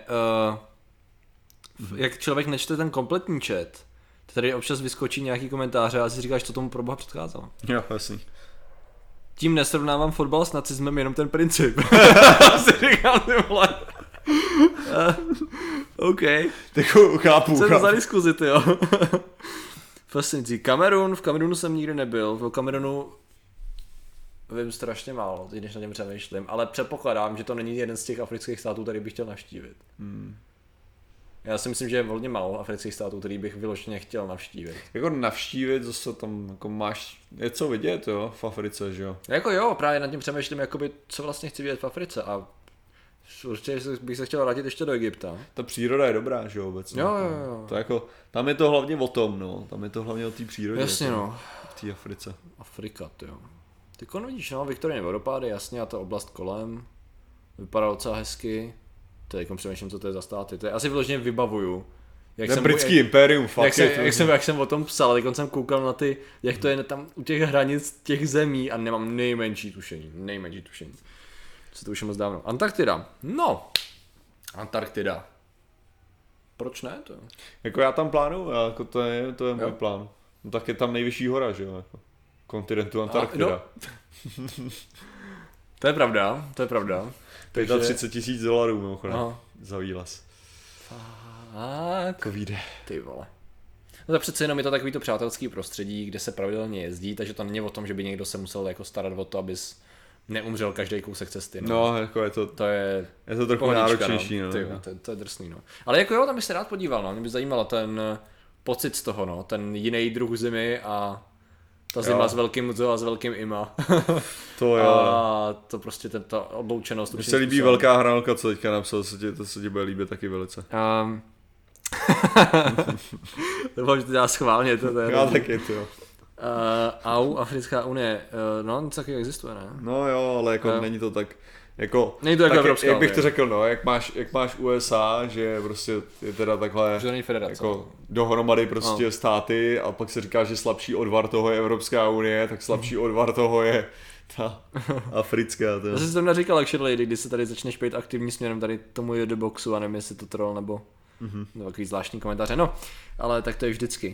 A: jak člověk nečte ten kompletní chat, tady občas vyskočí nějaký komentáře a si říkáš, co tomu proboha předcházelo.
B: Jo, jasný.
A: Tím nesrovnávám fotbal s nacismem, jenom ten princip. si říkám, ty vole. OK.
B: Tak chápu.
A: Co to za diskuzi, jo? Fascinující. V Kamerunu jsem nikdy nebyl, v Kamerunu vím strašně málo, když na něm přemýšlím, ale předpokládám, že to není jeden z těch afrických států, který bych chtěl navštívit. Já si myslím, že je hodně málo afrických států, který bych vyloženě chtěl navštívit.
B: Jako navštívit, zase tam jako máš něco vidět, jo, v Africe, že jo?
A: Jako jo, právě nad tím přemýšlím, jakoby, co vlastně chci vidět v Africe a určitě bych se chtěl vrátit ještě do Egypta.
B: Ta příroda je dobrá, že jo, obecně.
A: Jo.
B: To jako, tam je to hlavně o tom, no. Tam je to hlavně o té přírodě.
A: Jasně, no.
B: V té Africe.
A: Afrika, jo. Ty vidíš, no, Viktorie vodopády, jasně, a ta oblast kolem. Vypadá docela hezky. Teď přemýšlím, co to je za státy. To je asi vyloženě vybavuju.
B: Britský impérium, fakt
A: jak jsem o tom psal, teď jsem koukal na ty, jak to je tam u těch hranic těch zemí a nemám nejmenší tušení. Co to už je moc dávno. Antarktida. No. Antarktida. Proč ne to?
B: Jako já tam plánuju, jako to je můj plán. No tak je tam nejvyšší hora, že jo, jako kontinentu Antarktida.
A: To je pravda.
B: $35,000 mimochodem za výlez.
A: Tak. Ty vole. No tak přece jenom je to takový to přátelský prostředí, kde se pravidelně jezdí, takže to není o tom, že by někdo se musel jako starat o to, abys neumřel každý kousek cesty.
B: No jako je to trochu pohodička, náročnější. No.
A: To je drsný. No. Ale jako jo, tam bych se rád podíval. No. Mě by zajímalo ten pocit z toho, no. Ten jiný druh zimy a ta zima s velkým Mzo a s velkým Ima.
B: To jo.
A: A to prostě ta odloučenost.
B: Mně se líbí velká hranolka, co teďka napsal, to se ti bude líbit taky velice.
A: Doufám, že to dělá schválně.
B: Já taky, to jo.
A: Africká unie, no něco taky existuje, ne?
B: No jo, ale jako není to tak, jako,
A: není to jako Evropská
B: jak bych to řekl, no, jak máš USA, že prostě je teda takhle jako dohromady prostě státy a pak se říká, že slabší odvar toho je Evropská unie, tak slabší odvar toho je ta africká.
A: Já jsem tam říkal Lecture Lady, kdy se tady začneš být aktivní směrem tady tomu boxu a nevím, jestli to troll nebo takový zvláštní komentáře, no, ale tak to je vždycky.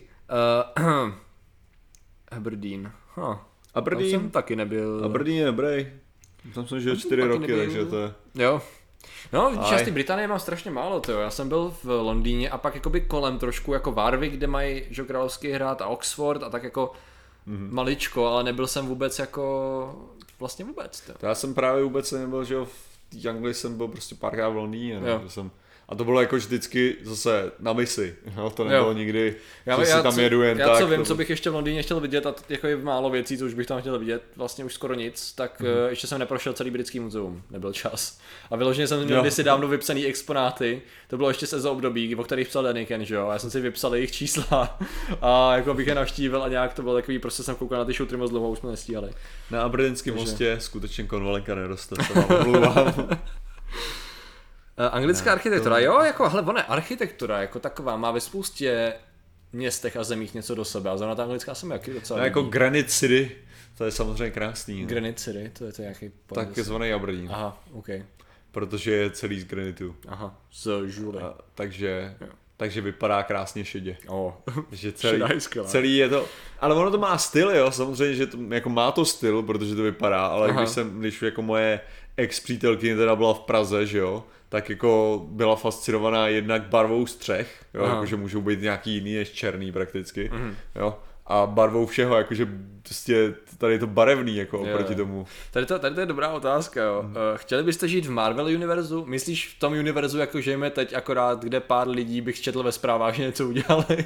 A: Aberdeen. Tam jsem taky nebyl.
B: Aberdeen je dobrý. Tam jsem žil 4 roky, nebyl. Takže to je...
A: Jo. No, vidíš, z té Británie mám strašně málo, tyjo. Já jsem byl v Londýně a pak jakoby kolem trošku jako Warwick, kde mají královský hrad a Oxford a tak jako maličko, ale nebyl jsem vůbec jako... Vlastně vůbec. Tyjo.
B: To já jsem právě vůbec nebyl, že v Anglii jsem byl prostě párkrát v Londýně, a to bylo jako vždycky zase na misi, no, to nebylo nikdy, že si tam jedu jen tak.
A: Já co vím, co bych ještě v Londýně chtěl vidět a jako je málo věcí, co už bych tam chtěl vidět, vlastně už skoro nic, tak ještě jsem neprošel celý britský muzeum, nebyl čas. A vyloženě jsem měl kdysi dávno vypsaný exponáty, to bylo ještě z EZO období, o kterých psal Daniken, že jo, a já jsem si vypsal jejich čísla a jako bych je navštívil a nějak to bylo takový, prostě jsem koukal na ty šutry moc dlouho, už jsme nestíhali.
B: Na Aberdeenském mostě skutečně konvalenka neroste, to vám omlouvám.
A: Anglická architektura, jo, jako, hele, ona architektura jako taková má ve spoustě městech a zemích něco do sebe. A zrovna ta anglická se mi jaký docela
B: no, jako Granite City, to je samozřejmě krásný.
A: Granite City, to je nějaký...
B: Takzvaný Aberdeen.
A: Aha, OK.
B: Protože je celý z granitu.
A: Aha, z žuly.
B: Takže vypadá krásně šedě. Takže celý je to... Ale ono to má styl, jo, samozřejmě, že to, jako má to styl, protože to vypadá, ale když jako moje ex-přítelkyně teda byla v Praze, že jo, tak jako byla fascinovaná jednak barvou střech, jo, jakože můžou být nějaký jiný než černý prakticky, jo. A barvou všeho, jakože prostě tady je to barevný, jako oproti tomu.
A: Tady to je dobrá otázka, jo. Chtěli byste žít v Marvel univerzu? Myslíš v tom univerzu, jako žijeme teď akorát, kde pár lidí bych četl ve zprávách, že něco udělali?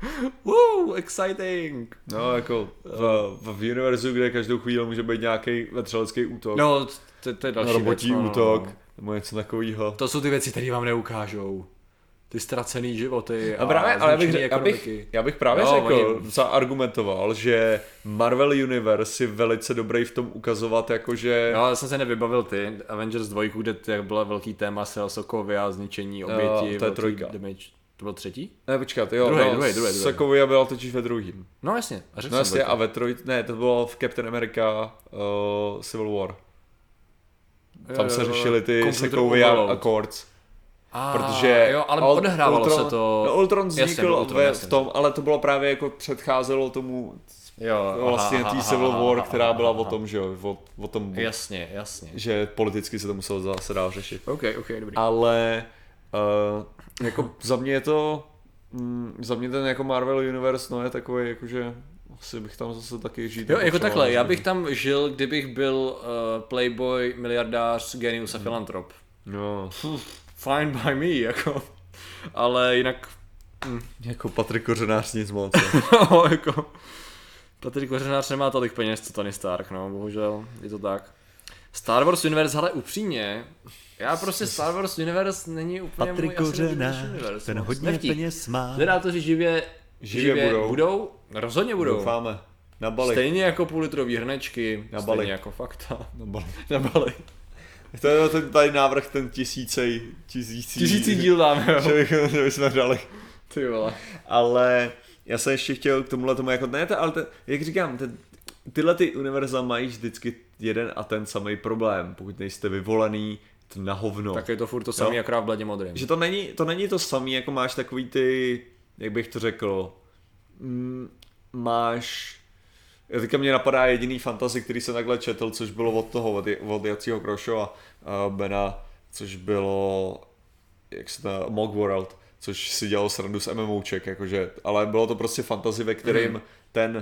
A: Exciting!
B: No, jako v univerzu, kde každou chvíli může být nějaký vetřelecký útok.
A: No, to je další
B: robotí útok, nebo něco takového.
A: To jsou ty věci, které vám neukážou. Ty ztracený životy
B: a právě, ale já bych právě zaargumentoval, že Marvel Universe je velice dobrý v tom ukazovat, jakože...
A: No, já jsem se nevybavil ty Avengers 2, kde bylo velký téma Sokovia, zničení, oběti,
B: to je trojka.
A: Damage. To byl třetí?
B: Ne, počkat, jo, druhý. Sokovia byla totiž ve druhým.
A: No jasně.
B: A ve trojce, ne, to bylo v Captain America Civil War. Tam se řešili ty Sokovia Accords. Protože
A: jo, ale odehrávalo
B: Ultron,
A: se to...
B: No, Ultron vznikl v tom, ale to bylo právě jako předcházelo tomu vlastně tý Civil War, která byla o tom, že jo, o tom...
A: Jasně.
B: Že politicky se to muselo zase dál řešit.
A: OK, dobrý.
B: Ale jako za mě ten jako Marvel Universe, no je takový jakože... Asi bych tam zase taky žít.
A: Jo, jako takhle, já bych tam žil, kdybych byl playboy, miliardář, genius a filantrop.
B: No.
A: Fine by me, jako. Ale jinak...
B: Jako Patrik Kořenář nic moc.
A: No, jako... Patrik Kořenář nemá tolik peněz, co Tony Stark, no, bohužel, je to tak. Star Wars Universe, ale upřímně, já prostě Star Wars Universe není úplně
C: Patrik
A: můj
C: Kořenář, ten hodně peněz má.
A: Generátoři živě budou, rozhodně budou.
B: Doufáme. Na Bali.
A: Stejně jako půlitrový hrnečky,
B: na Bali.
A: Stejně jako fakta.
B: Na Bali. To je ten tady návrh, ten tisící
A: díl dáme, jo.
B: Že bychom dali.
A: Ty vole.
B: Ale já jsem ještě chtěl k tomuhle tomu jako, jak říkám, tyhle ty univerza mají vždycky jeden a ten samý problém, pokud nejste vyvolený, to na hovno.
A: Tak je to furt to samý, akorát v bledě modrým.
B: Že to není to samý, jako máš takový ty, jak bych to řekl, teďka mě napadá jediný fantasy, který jsem takhle četl, což bylo od toho, od Jacího Krošova a Bena, což bylo, jak se to, Mock World, což si dělal srandu s MMOček, jakože, ale bylo to prostě fantasy, ve kterým ten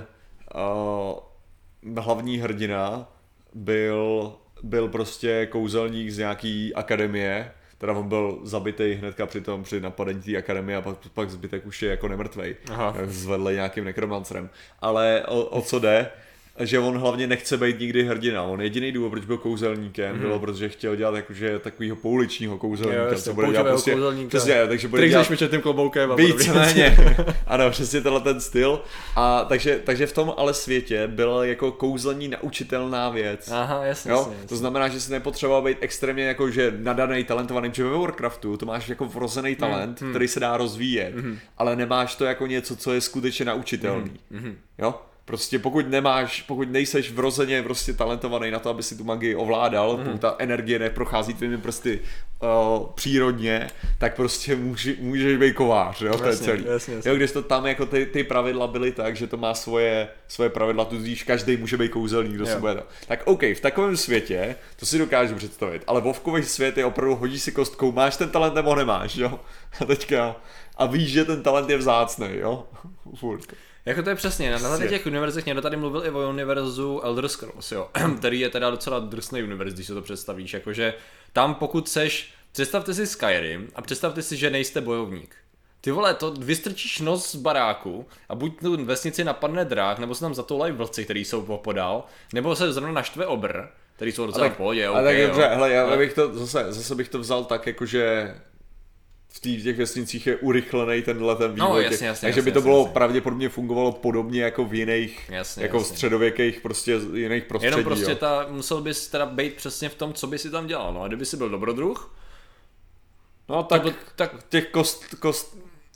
B: hlavní hrdina byl prostě kouzelník z nějaký akademie, teda on byl zabitý hnedka při napadení té akademie a pak zbytek už je jako nemrtvej, zvedli nějakým nekromancerem. Ale o co jde? Že on hlavně nechce být nikdy hrdina. On jediný důvod, proč byl kouzelníkem, bylo, protože chtěl dělat jakože takovýho pouličního kouzelníka,
A: co bude dělat prostě,
B: přesně, takže bude dělat
A: tím kloboukem a
B: víceméně. Ano, přesně tenhle ten styl. A takže v tom ale světě byla jako kouzelní naučitelná věc.
A: Aha, jasně.
B: To znamená, že si nepotřeboval být extrémně jakože nadaný, talentovaný, protože ve Warcraftu to máš jako vrozený talent, který se dá rozvíjet, ale nemáš to jako něco, co je skutečně naučitelný. Jo? Prostě pokud nejseš vrozeně prostě talentovaný na to, aby si tu magii ovládal, ta energie neprochází tvými prsty přírodně, tak prostě můžeš být kovář, jo, to je celý.
A: Jasně.
B: Jo, když to tam jako ty pravidla byly tak, že to má svoje pravidla, tudíž každý může být kouzelník, kdo se bude to. Tak OK, v takovém světě, to si dokážu představit, ale vovkový svět je opravdu, hodíš si kostkou, máš ten talent nebo nemáš, jo, a víš, že ten talent je vzácnej, jo, furt.
A: Jako to je přesně, na těch univerzech někdo tady mluvil i o univerzu Elder Scrolls, jo, který je teda docela drsný univerz, když se to představíš, jakože tam pokud seš, představte si Skyrim a představte si, že nejste bojovník. Ty vole, to vystrčíš nos z baráku a buď tu vesnici napadne drák, nebo se tam zatoulají vlci, který jsou podál, nebo se zrovna naštve obr, který jsou docela v pohodě,
B: okay, tak dobře, hele, já bych to, zase bych to vzal tak, jakože v těch vesnicích je urychlený tenhle ten vývoj.
A: No, jasně,
B: takže by to bylo pravděpodobně fungovalo podobně jako v jiných,
A: jasně.
B: středověkých prostě jiných prostředí.
A: Jenom prostě musel bys teda být přesně v tom, co by si tam dělal. No a kdyby si byl dobrodruh,
B: no tak těch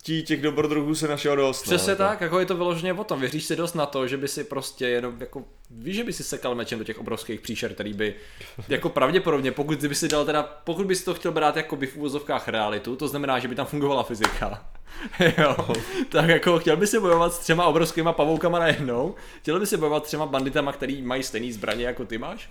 B: těch dobrodruhů se našel dost.
A: Přesně tak, jako je to vyloženě o tom. Věříš si dost na to, že by si prostě jenom jako, víš, že by si sekal mečem do těch obrovských příšer, který by jako pravděpodobně, pokud by si to chtěl brát jako by v úvozovkách realitu, to znamená, že by tam fungovala fyzika. Jo, tak jako chtěl by si bojovat s 3 obrovskýma pavoukama najednou, chtěl by si bojovat s 3 banditama, který mají stejný zbraně jako ty máš,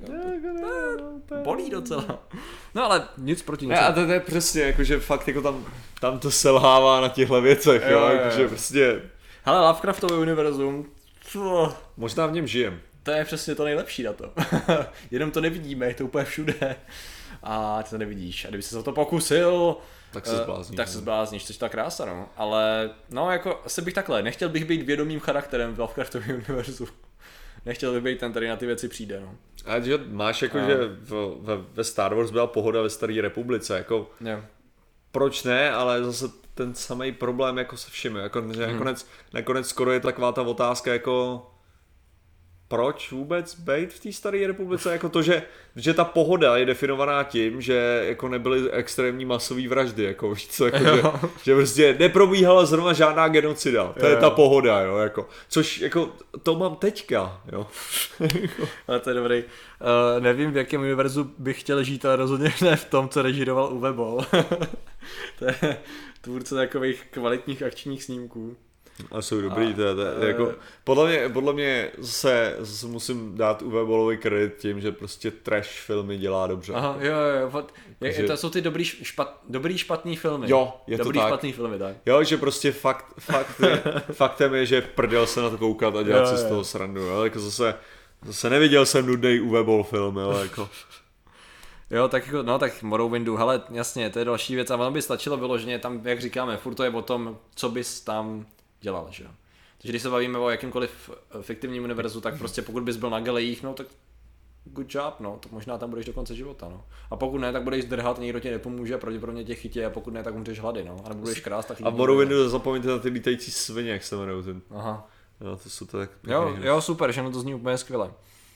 A: bolí docela. No ale nic proti ničemu.
B: A to je přesně, jakože fakt jako tam to selhává na těchto věcech, jo, jakože prostě...
A: Hele, Lovecraftové univerzum,
B: možná v něm žijem.
A: To je přesně to nejlepší na to. Jenom to nevidíme, je to úplně všude. A ty to nevidíš. A kdyby se o to pokusil, tak se zblázníš, což je ta krása, no. Ale, no jako, asi bych takhle, nechtěl bych být vědomým charakterem v Lovecraftovém univerzu. Nechtěl bych být ten, který na ty věci přijde, no.
B: A že máš jako, že ve Star Wars byla pohoda ve Staré republice, jako...
A: Jo.
B: Proč ne, ale zase ten samý problém jako se všimi, jako, že nakonec skoro je taková ta otázka jako... Proč vůbec být v té Staré republice? Jako to, že ta pohoda je definovaná tím, že jako nebyly extrémní masové vraždy, jako víš co, jako že prostě neprobíhala zrovna žádná genocida. To je ta pohoda, jo, jako. Což jako to mám teďka, jo.
A: Ale to je dobrý. Nevím, v jakém univerzu bych chtěl žít, ale rozhodně ne v tom, co režíroval Uwe Boll. To je tvůrce takových kvalitních akčních snímků.
B: A jsou dobrý, jako, podle mě zase musím dát Uwe Bollovi kredit tím, že prostě trash filmy dělá dobře.
A: Aha, jo, to jsou ty dobrý špatný filmy.
B: Jo, je
A: dobrý
B: to tak.
A: Špatný filmy, tak.
B: Jo, že prostě faktem je, že prdel se na to koukat a dělat si z toho srandu, jo, jako zase neviděl jsem nudnej Uwe Boll film, jo, jako.
A: Jo, tak jako, no tak Morrowindu, hele, jasně, to je další věc a ono by stačilo vyloženě tam, jak říkáme, furt to je o tom, co bys tam dělal, že jo. Takže když se bavíme o jakýmkoliv fiktivním univerzu, tak prostě pokud bys byl na galejích, no tak good job, no, tak možná tam budeš do konce života, no. A pokud ne, tak budeš zdrhat, nikdo ti nepomůže a pravděpodobně tě chytí a pokud ne, tak umřeš hlady, no. A nebo budeš krást tak.
B: A v Morrowindu zapomeňte na ty lítající svině, jak se jmenují ten.
A: Aha.
B: Jo, to jsou tak.
A: Jo, super, že no to zní úplně skvěle.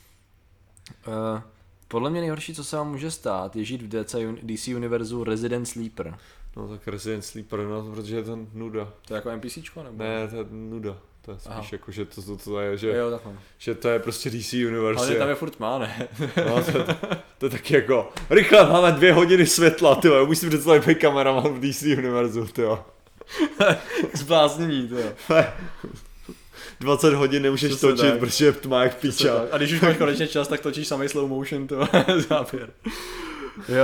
A: Podle mě nejhorší, co se vám může stát, je žít v DC univerzu Resident Sleeper.
B: No tak Resident Sleeper, no, protože je to nuda.
A: To je jako NPCčko, nebo?
B: Ne, to je nuda. To je spíš jako, že to je, že,
A: jo,
B: že to je prostě DC univerze.
A: Ale tam je furt má, ne?
B: No, to je taky jako, rychle, máme 2 hodiny světla, tyjo, musím představit být kameraman v DC univerzu, tyjo.
A: Zbláznění, tyjo.
B: 20 hodin nemůžeš točit, protože tma jak píča.
A: A když už máš konečně čas, tak točíš samý slow motion, to záběr. Jo.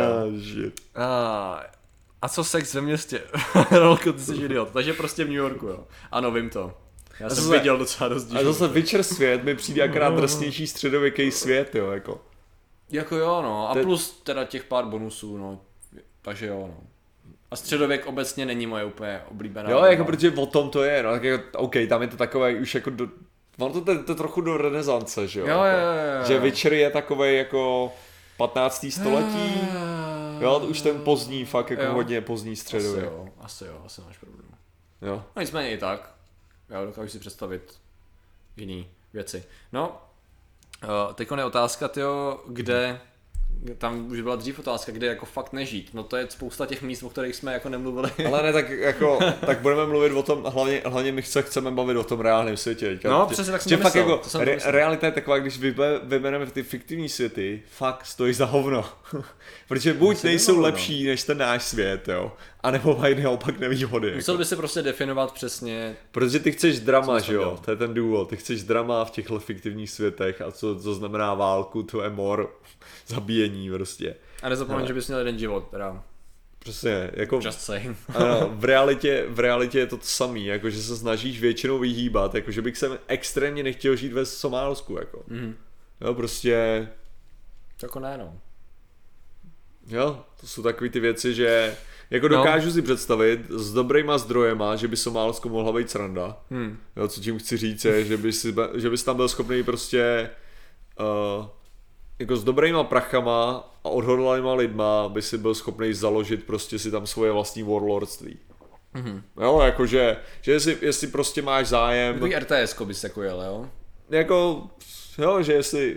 A: A co sex ve městě? Rolko, ty jsi idiot. Takže prostě v New Yorku, jo. Ano, vím to. Já jsem viděl docela dost.
B: A zase Witcher svět mi přijde akorát drsnější středověký svět, jo, jako.
A: Jako jo, no. A plus teda těch pár bonusů, no. Takže jo, no. A středověk obecně není moje úplně oblíbená.
B: Jo, jako protože o tom to je, no, tak jako, OK, tam je to takové už jako ono to trochu do renesance, že jo?
A: Jo.
B: Že Witcher je takovej jako 15. století, jo, už ten pozdní, fakt jako hodně pozdní středověk.
A: Asi máš pravdu.
B: Jo.
A: No nicméně i tak, já dokážu si představit jiný věci. No, teďko je otázka, tyjo, kde... Tam už byla dřív otázka, kde jako fakt nežít. No to je spousta těch míst, o kterých jsme jako nemluvili.
B: Ale ne, tak jako, tak budeme mluvit o tom, hlavně my chceme bavit o tom reálném světě.
A: No, přesně tak jsem to myslel.
B: Jako, realita je taková, když vybereme ty fiktivní světy, fakt stojí za hovno. Protože buď nejsou lepší než ten náš svět, jo, anebo mají naopak nevýhody.
A: Musel by si prostě definovat přesně.
B: Protože ty chceš drama, že jo, to je ten důvod. Ty chceš drama v těchto fiktivních světech a co znamená válku, to je mor, zabíjení prostě.
A: A nezapomeň, že bys měl jeden život, teda.
B: Přesně, jako
A: just saying.
B: Ano, v realitě je to samý, jako že se snažíš většinou vyhýbat, jako že bych se extrémně nechtěl žít ve Somálsku, jako. Jo, prostě.
A: Jako ne, no.
B: Jo, to jsou takový ty věci, že jako dokážu si představit s dobrýma zdrojema, že by Somálsko mohla být sranda. Jo, co tím chci říct je, že bys tam byl schopný prostě jako s dobrýma prachama a odhodlanýma lidma by si byl schopný založit prostě si tam svoje vlastní warlordství. Jo, jakože, že jestli prostě máš zájem.
A: Takový RTS-ko bys jako jel, jo?
B: Jako, jo, že jestli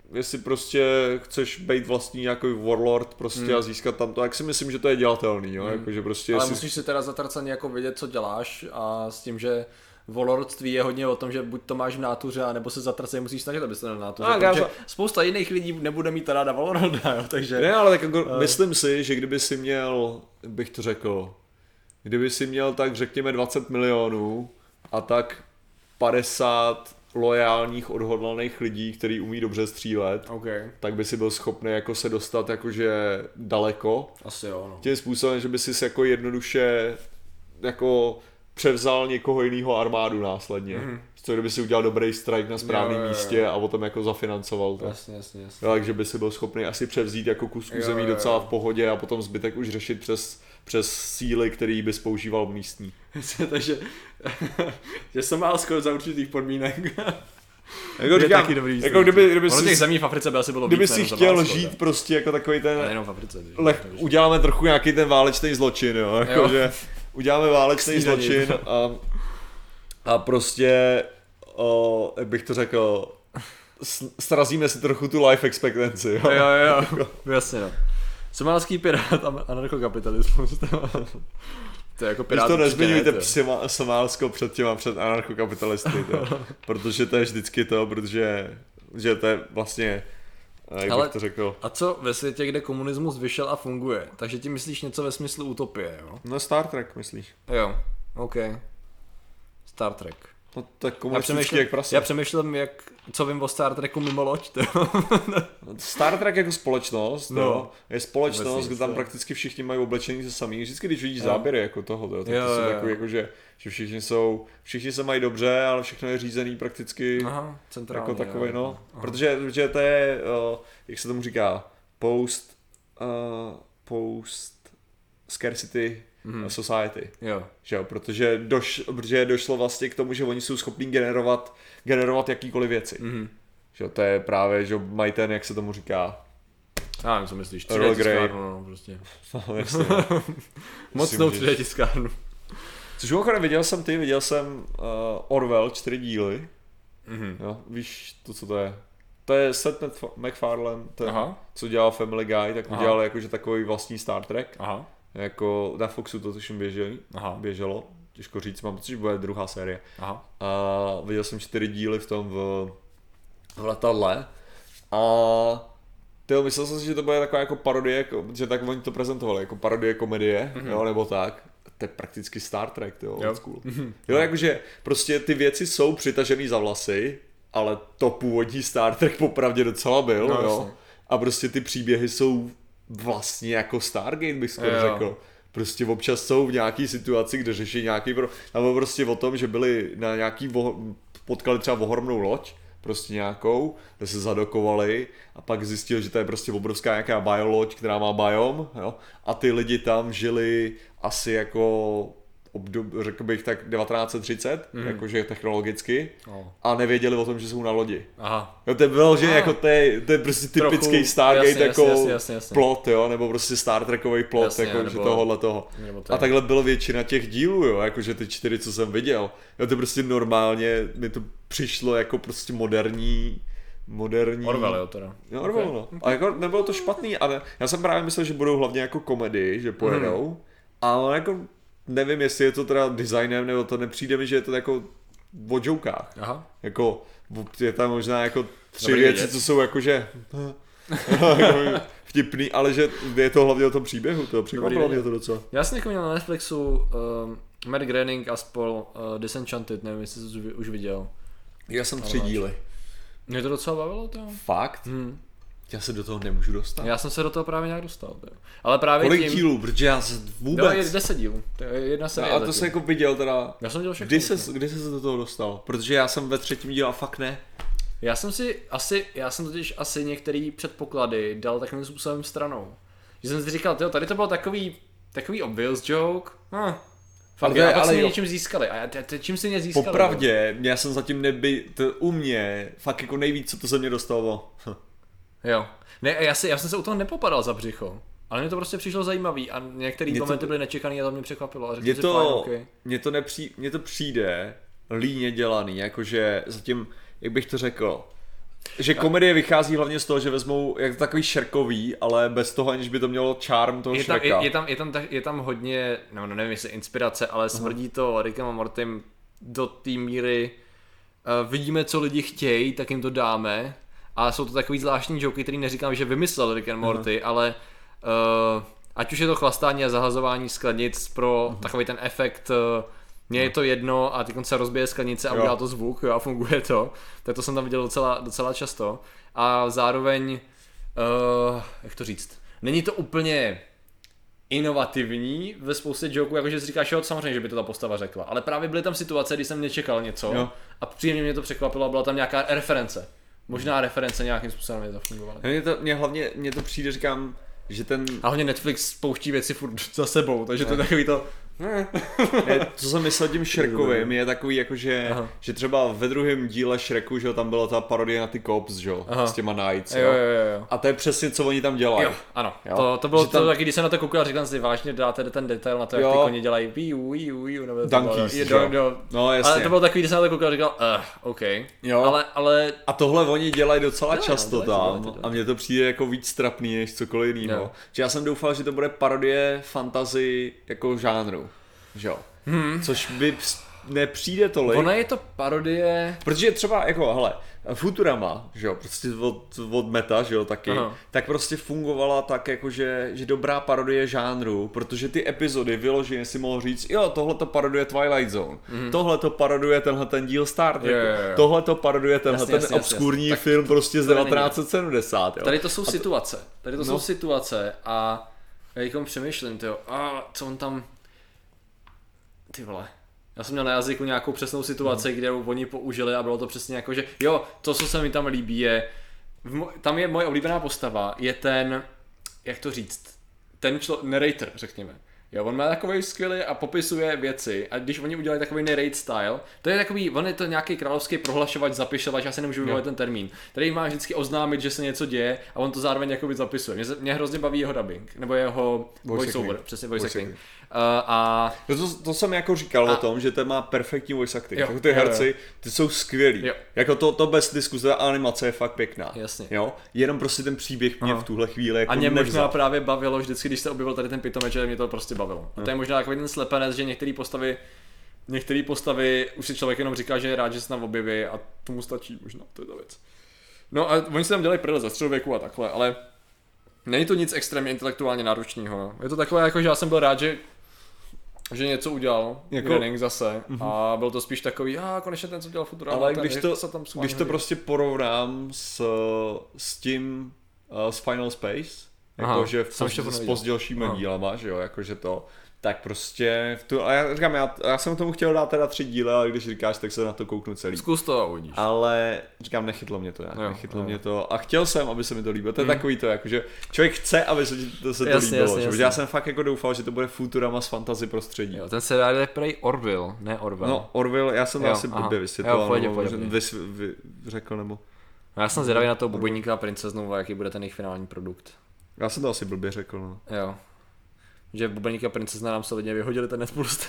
B: jestli prostě chceš být vlastní nějaký warlord prostě a získat tam to, jak si myslím, že to je dělatelný, jo, jakože prostě...
A: Ale musíš si teda zatraceně jako vědět, co děláš a s tím, že warlordství je hodně o tom, že buď to máš v nátuře, anebo se zatraceně musíš snažit, aby se na nátuře, protože spousta jiných lidí nebude mít ráda Valoranta, jo, takže...
B: Ne, ale tak jako myslím si, že kdyby si měl, bych to řekl, kdyby si měl tak řekněme 20 milionů a tak 50 lojálních odhodlaných lidí, kteří umí dobře střílet, tak by si byl schopný jako se dostat jakože daleko.
A: Asi jo, no.
B: Tím způsobem, že by si jako jednoduše jako převzal někoho jiného armádu následně. Co kdyby si udělal dobrý strike na správném místě a potom jako zafinancoval to.
A: Jasně.
B: Takže by si byl schopný asi převzít jako kus území docela v pohodě a potom zbytek už řešit přes síly, který bys používal místní.
A: Takže že Somálsko za určitých podmínek
B: jako
A: je
B: říkám,
A: taky dobrý.
B: Jako kdyby
A: si těch zemí v Africe by asi bylo
B: kdyby
A: víc,
B: si chtěl žít prostě jako takový ten...
A: nejenom v Africe.
B: Uděláme trochu nějaký ten válečný zločin, jo. Jako, že uděláme válečný zločin a prostě, jak bych to řekl, srazíme si trochu tu life expectancy.
A: Jo, jasně no. Somálský pirát a anarchokapitalismus. To je jako pirát.
B: Když to nezmiňujte Somálsko před anarchokapitalisty, protože to je vždycky to, protože že to je vlastně, jak bych to řekl.
A: A co ve světě, kde komunismus vyšel a funguje? Takže ti myslíš něco ve smyslu utopie, jo?
B: No Star Trek myslíš.
A: Jo, OK. Star Trek.
B: No tak komunistický jak prase.
A: Já přemýšlím, co vím o Star Treku mimo loď.
B: Star Trek jako společnost, je společnost, kde tam prakticky všichni mají oblečení se samý. Vždycky, když vidíš záběry jako toho, tak to jsou takový jako, že všichni se mají dobře, ale všechno je řízený prakticky
A: centrálně,
B: jako takový, no. Protože to je, jak se tomu říká, post scarcity society.
A: Jo.
B: Že jo, protože došlo vlastně k tomu, že oni jsou schopní generovat jakýkoliv věci. Že jo, to je právě, že mají ten, jak se tomu říká.
A: Já nevím, co myslíš,
B: 3D tiskárnu,
A: no, prostě.
B: No, jasně.
A: Mocnou 3D tiskárnu.
B: Což mimochodem viděl jsem Orwell 4 díly. Jo, víš to, co to je? To je Seth MacFarlane, co dělal Family Guy, tak udělal jakože takový vlastní Star Trek. Jako na Foxu to tuším běželo, těžko říct, mám pocit, že bude druhá série. A viděl jsem 4 díly v tom v letadle a myslel jsem si, že to bude taková jako parodie, že tak oni to prezentovali, jako parodie komedie, jo, nebo tak. To je prakticky Star Trek, old school. Jo, jakože prostě ty věci jsou přitažený za vlasy, ale to původní Star Trek popravdě docela byl, jo. A prostě ty příběhy jsou vlastně jako Stargate, bych skoro řekl. Prostě občas jsou v nějaký situaci, kde řeší nějaký nebo prostě o tom, že byli na nějaký potkali třeba ohromnou loď, prostě nějakou, kde se zadokovali a pak zjistil, že to je prostě obrovská nějaká bioloď, která má biom, jo? A ty lidi tam žili asi jako řekl bych tak 1930, jakože technologicky, a nevěděli o tom, že jsou na lodi. Jo, to bylo, že jako to je prostě typický trochu, Stargate jasně. Plot, jo, nebo prostě Star Trekový plot, jasně, jako že tohohle toho. A takhle bylo většina těch dílů, jo, jakože ty 4, co jsem viděl. Jo, to prostě normálně mi to přišlo jako prostě moderní
A: Orwell, jo, teda.
B: Jo, Orwell, no. A jako nebylo to špatný, ale já jsem právě myslel, že budou hlavně jako komedii, že pojedou, ale jako nevím, jestli je to teda designem, nebo to nepřijde mi, že je to jako o jokách. Jako, je tam možná jako 3 věci, co jsou jakože vtipný, ale že je to hlavně o tom příběhu, to překvapilo mě to docela.
A: Já jsem měl na Netflixu Matt Groening a spol Disenchanted, nevím, jestli jsi už viděl.
B: Já jsem 3 díly.
A: Mě to docela bavilo, to.
B: Fakt? Já se do toho nemůžu dostat.
A: Já jsem se do toho právě nějak dostal. Ale právě
B: kolik dílů, protože já se vůbec...
A: No, je 10 dílů, to je jedna série.
B: A to jsem jako viděl teda...
A: Já jsem dělal všechno.
B: Kdy jsi se do toho dostal? Protože já jsem ve 3. díle a fakt ne.
A: Já jsem totiž asi některý předpoklady dal takovým způsobem stranou. Že jsem si říkal, tady to byl takový obvious joke. Fakt, ale pak jsme něčím získali. A čím si mě získali?
B: Popravdě, já jsem zatím u mě, fakt jako nejvíc, co to se mě dostalo.
A: Jo. Ne, já jsem se u toho nepopadal za břicho. Ale mě to prostě přišlo zajímavý a některé momenty byly nečekaný a to mě překvapilo. A
B: mně to přijde líně dělaný, jakože zatím, jak bych to řekl, Že komedie vychází hlavně z toho, že vezmou jak takový šerkový, ale bez toho, aniž by to mělo charm toho Shreka.
A: Je tam hodně, nevím jestli inspirace, ale smrdí to Rickem a Mortym do té míry, vidíme, co lidi chtějí, tak jim to dáme. A jsou to takový zvláštní joky, který neříkám, že vymyslel Rick and Morty, ale ať už je to chlastání a zahazování sklenic pro takový ten efekt, mně je to jedno a teď se rozbije sklenice a udělá to zvuk, a funguje to. Tak to jsem tam viděl docela často. A zároveň, jak to říct, není to úplně inovativní ve spoustě joků, jakože si říkáš, jo, samozřejmě, že by to ta postava řekla, ale právě byly tam situace, kdy jsem nečekal něco a příjemně mě to překvapilo a byla tam nějaká reference. Možná reference nějakým způsobem je to fungovaly.
B: Mně to přijde, říkám, že ten...
A: A hlavně Netflix pouští věci furt za sebou, takže to je takový to...
B: Co jsem myslel tím Shrekovým, je takový jakože, že třeba ve druhém díle Shreku, že tam byla ta parodie na ty Cops, že s těma Knights,
A: jo.
B: A to je přesně, co oni tam dělají.
A: Jo, ano. Jo? To bylo to taky, když jsem na to koukal, říkal si, vážně dáte ten detail na to, jak ty koně dělají
B: Donkeys,
A: no jasně. Ale to bylo takový, když jsem na to koukal, říkal, OK.
B: Jo.
A: Ale...
B: A tohle oni dělají docela často tam a mně to přijde jako víc trapný, než cokoliv jiného. Že já jsem doufal, že to bude parodie fantasy jako žánru. Že jo. Což by nepřijde tolik.
A: Ona je to parodie...
B: Protože třeba jako, hele, Futurama, že jo, prostě od Meta, že jo, taky, tak prostě fungovala tak jako, že dobrá parodie žánru, protože ty epizody vyloženě si mohl říct, jo, tohle to paroduje Twilight Zone, tohle to paroduje tenhle ten díl Star Treku, tohle to paroduje tenhle ten obskurní film prostě z 1970, jo.
A: Tady to jsou situace, jsou situace a já říkám přemýšlím, co on tam... Ty vole. Já jsem měl na jazyku nějakou přesnou situaci, kde oni použili a bylo to přesně jako, že jo, to, co se mi tam líbí je, tam je moje oblíbená postava, je ten, jak to říct, ten narrator, řekněme. Jo, on má takový skvělý a popisuje věci a když oni udělají takový narrate style, to je takový, on je to nějaký královský prohlašovač, zapišovač, já se nemůžu vyvolat ten termín, který má vždycky oznámit, že se něco děje a on to zároveň jakoby zapisuje. Mě hrozně baví jeho dubbing, nebo jeho voiceover, přesně voice acting. A...
B: To jsem jako říkal o tom, že ten má perfektní voice acting, jako ty herci, ty jsou skvělí, jako to bez diskuze, animace je fakt pěkná.
A: Jasně.
B: Jo? Jenom prostě ten příběh mě v tuhle chvíli jako
A: a mě možná právě bavilo vždycky, když se objevil tady ten pitomeč, že mě to prostě bavilo. A to je možná takový ten slepenec, že některé postavy už si člověk jenom říká, že je rád, že se tam objeví a tomu stačí možná, to je ta věc. No a oni se tam dělají prdel ze středověku a takhle, ale není to nic extrémně intelektuálně náročného. Je to takové jako, že já jsem byl rád, že něco udělal, jako Groening zase, a byl to spíš takový, konečně ten, co dělal Futurama.
B: Ale když to prostě porovnám s tím, s Final Space, jakože s pozdělšími dílama, že jo, jakože to, tak prostě, a já říkám, já jsem tomu chtěl dát teda 3 díly, ale když říkáš, tak se na to kouknu celý.
A: Zkus to a uvidíš.
B: Ale říkám, nechytlo mě to a chtěl jsem, aby se mi to líbilo, to je takový to, jakože člověk chce, aby se to líbilo, jasně. Já jsem fakt jako doufal, že to bude Futurama z fantasy prostředí.
A: Jo, ten seriál je prej Orville, ne Orwell.
B: No Orville, já jsem to asi blbě vysvětloval, řekl nebo...
A: Já jsem zvědavý na toho Bubeníka a princeznu, jaký bude ten jejich finální produkt.
B: Já jsem to asi blbě řekl, no.
A: Jo. Že Bubeník a princezna nám solidně vyhodili ten Netflix.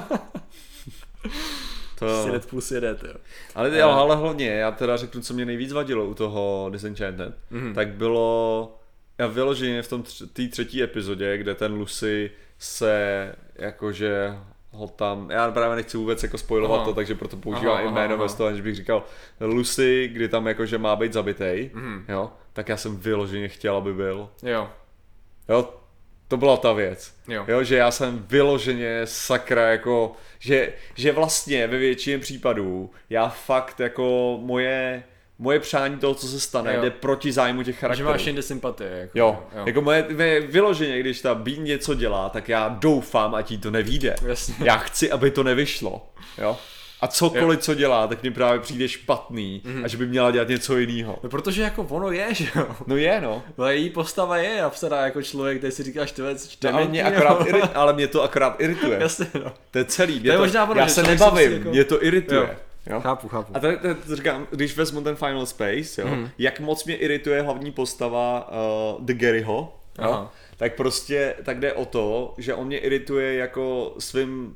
A: To... Net Plus jede, jo.
B: Ale hlavně, já teda řeknu, co mě nejvíc vadilo u toho Disenchanted, tak bylo, já vyloženě v té 3. epizodě, kde ten Lucy se jakože ho tam, já právě nechci vůbec jako spoilovat to, takže proto používám i jméno bez toho, aniž bych říkal Lucy, kdy tam jakože má být zabitej, jo, tak já jsem vyloženě chtěl, aby byl.
A: Jo,
B: to byla ta věc, jo, že já jsem vyloženě sakra jako, že vlastně ve většině případů já fakt jako moje přání toho, co se stane, jde proti zájmu těch charakterů.
A: Že máš jinde sympatie. Jako,
B: jo. Jako moje vyloženě, když ta Bean něco dělá, tak já doufám, ať jí to nevyjde.
A: Jasně.
B: Já chci, aby to nevyšlo, jo. A cokoliv, co dělá, tak mi právě přijde špatný a že by měla dělat něco jiného.
A: No protože jako ono je, že jo?
B: No je, no.
A: No její postava je napsaná jako člověk, který si říkáš,
B: ale mě to akorát irituje.
A: Jasně, no.
B: To je celý.
A: To je možná
B: já se nebavím, jako... mě to irituje.
A: Jo. Chápu.
B: A tady říkám, když vezmu ten Final Space, jo, jak moc mě irituje hlavní postava The Garyho, jo, tak prostě tak jde o to, že on mě irituje jako svým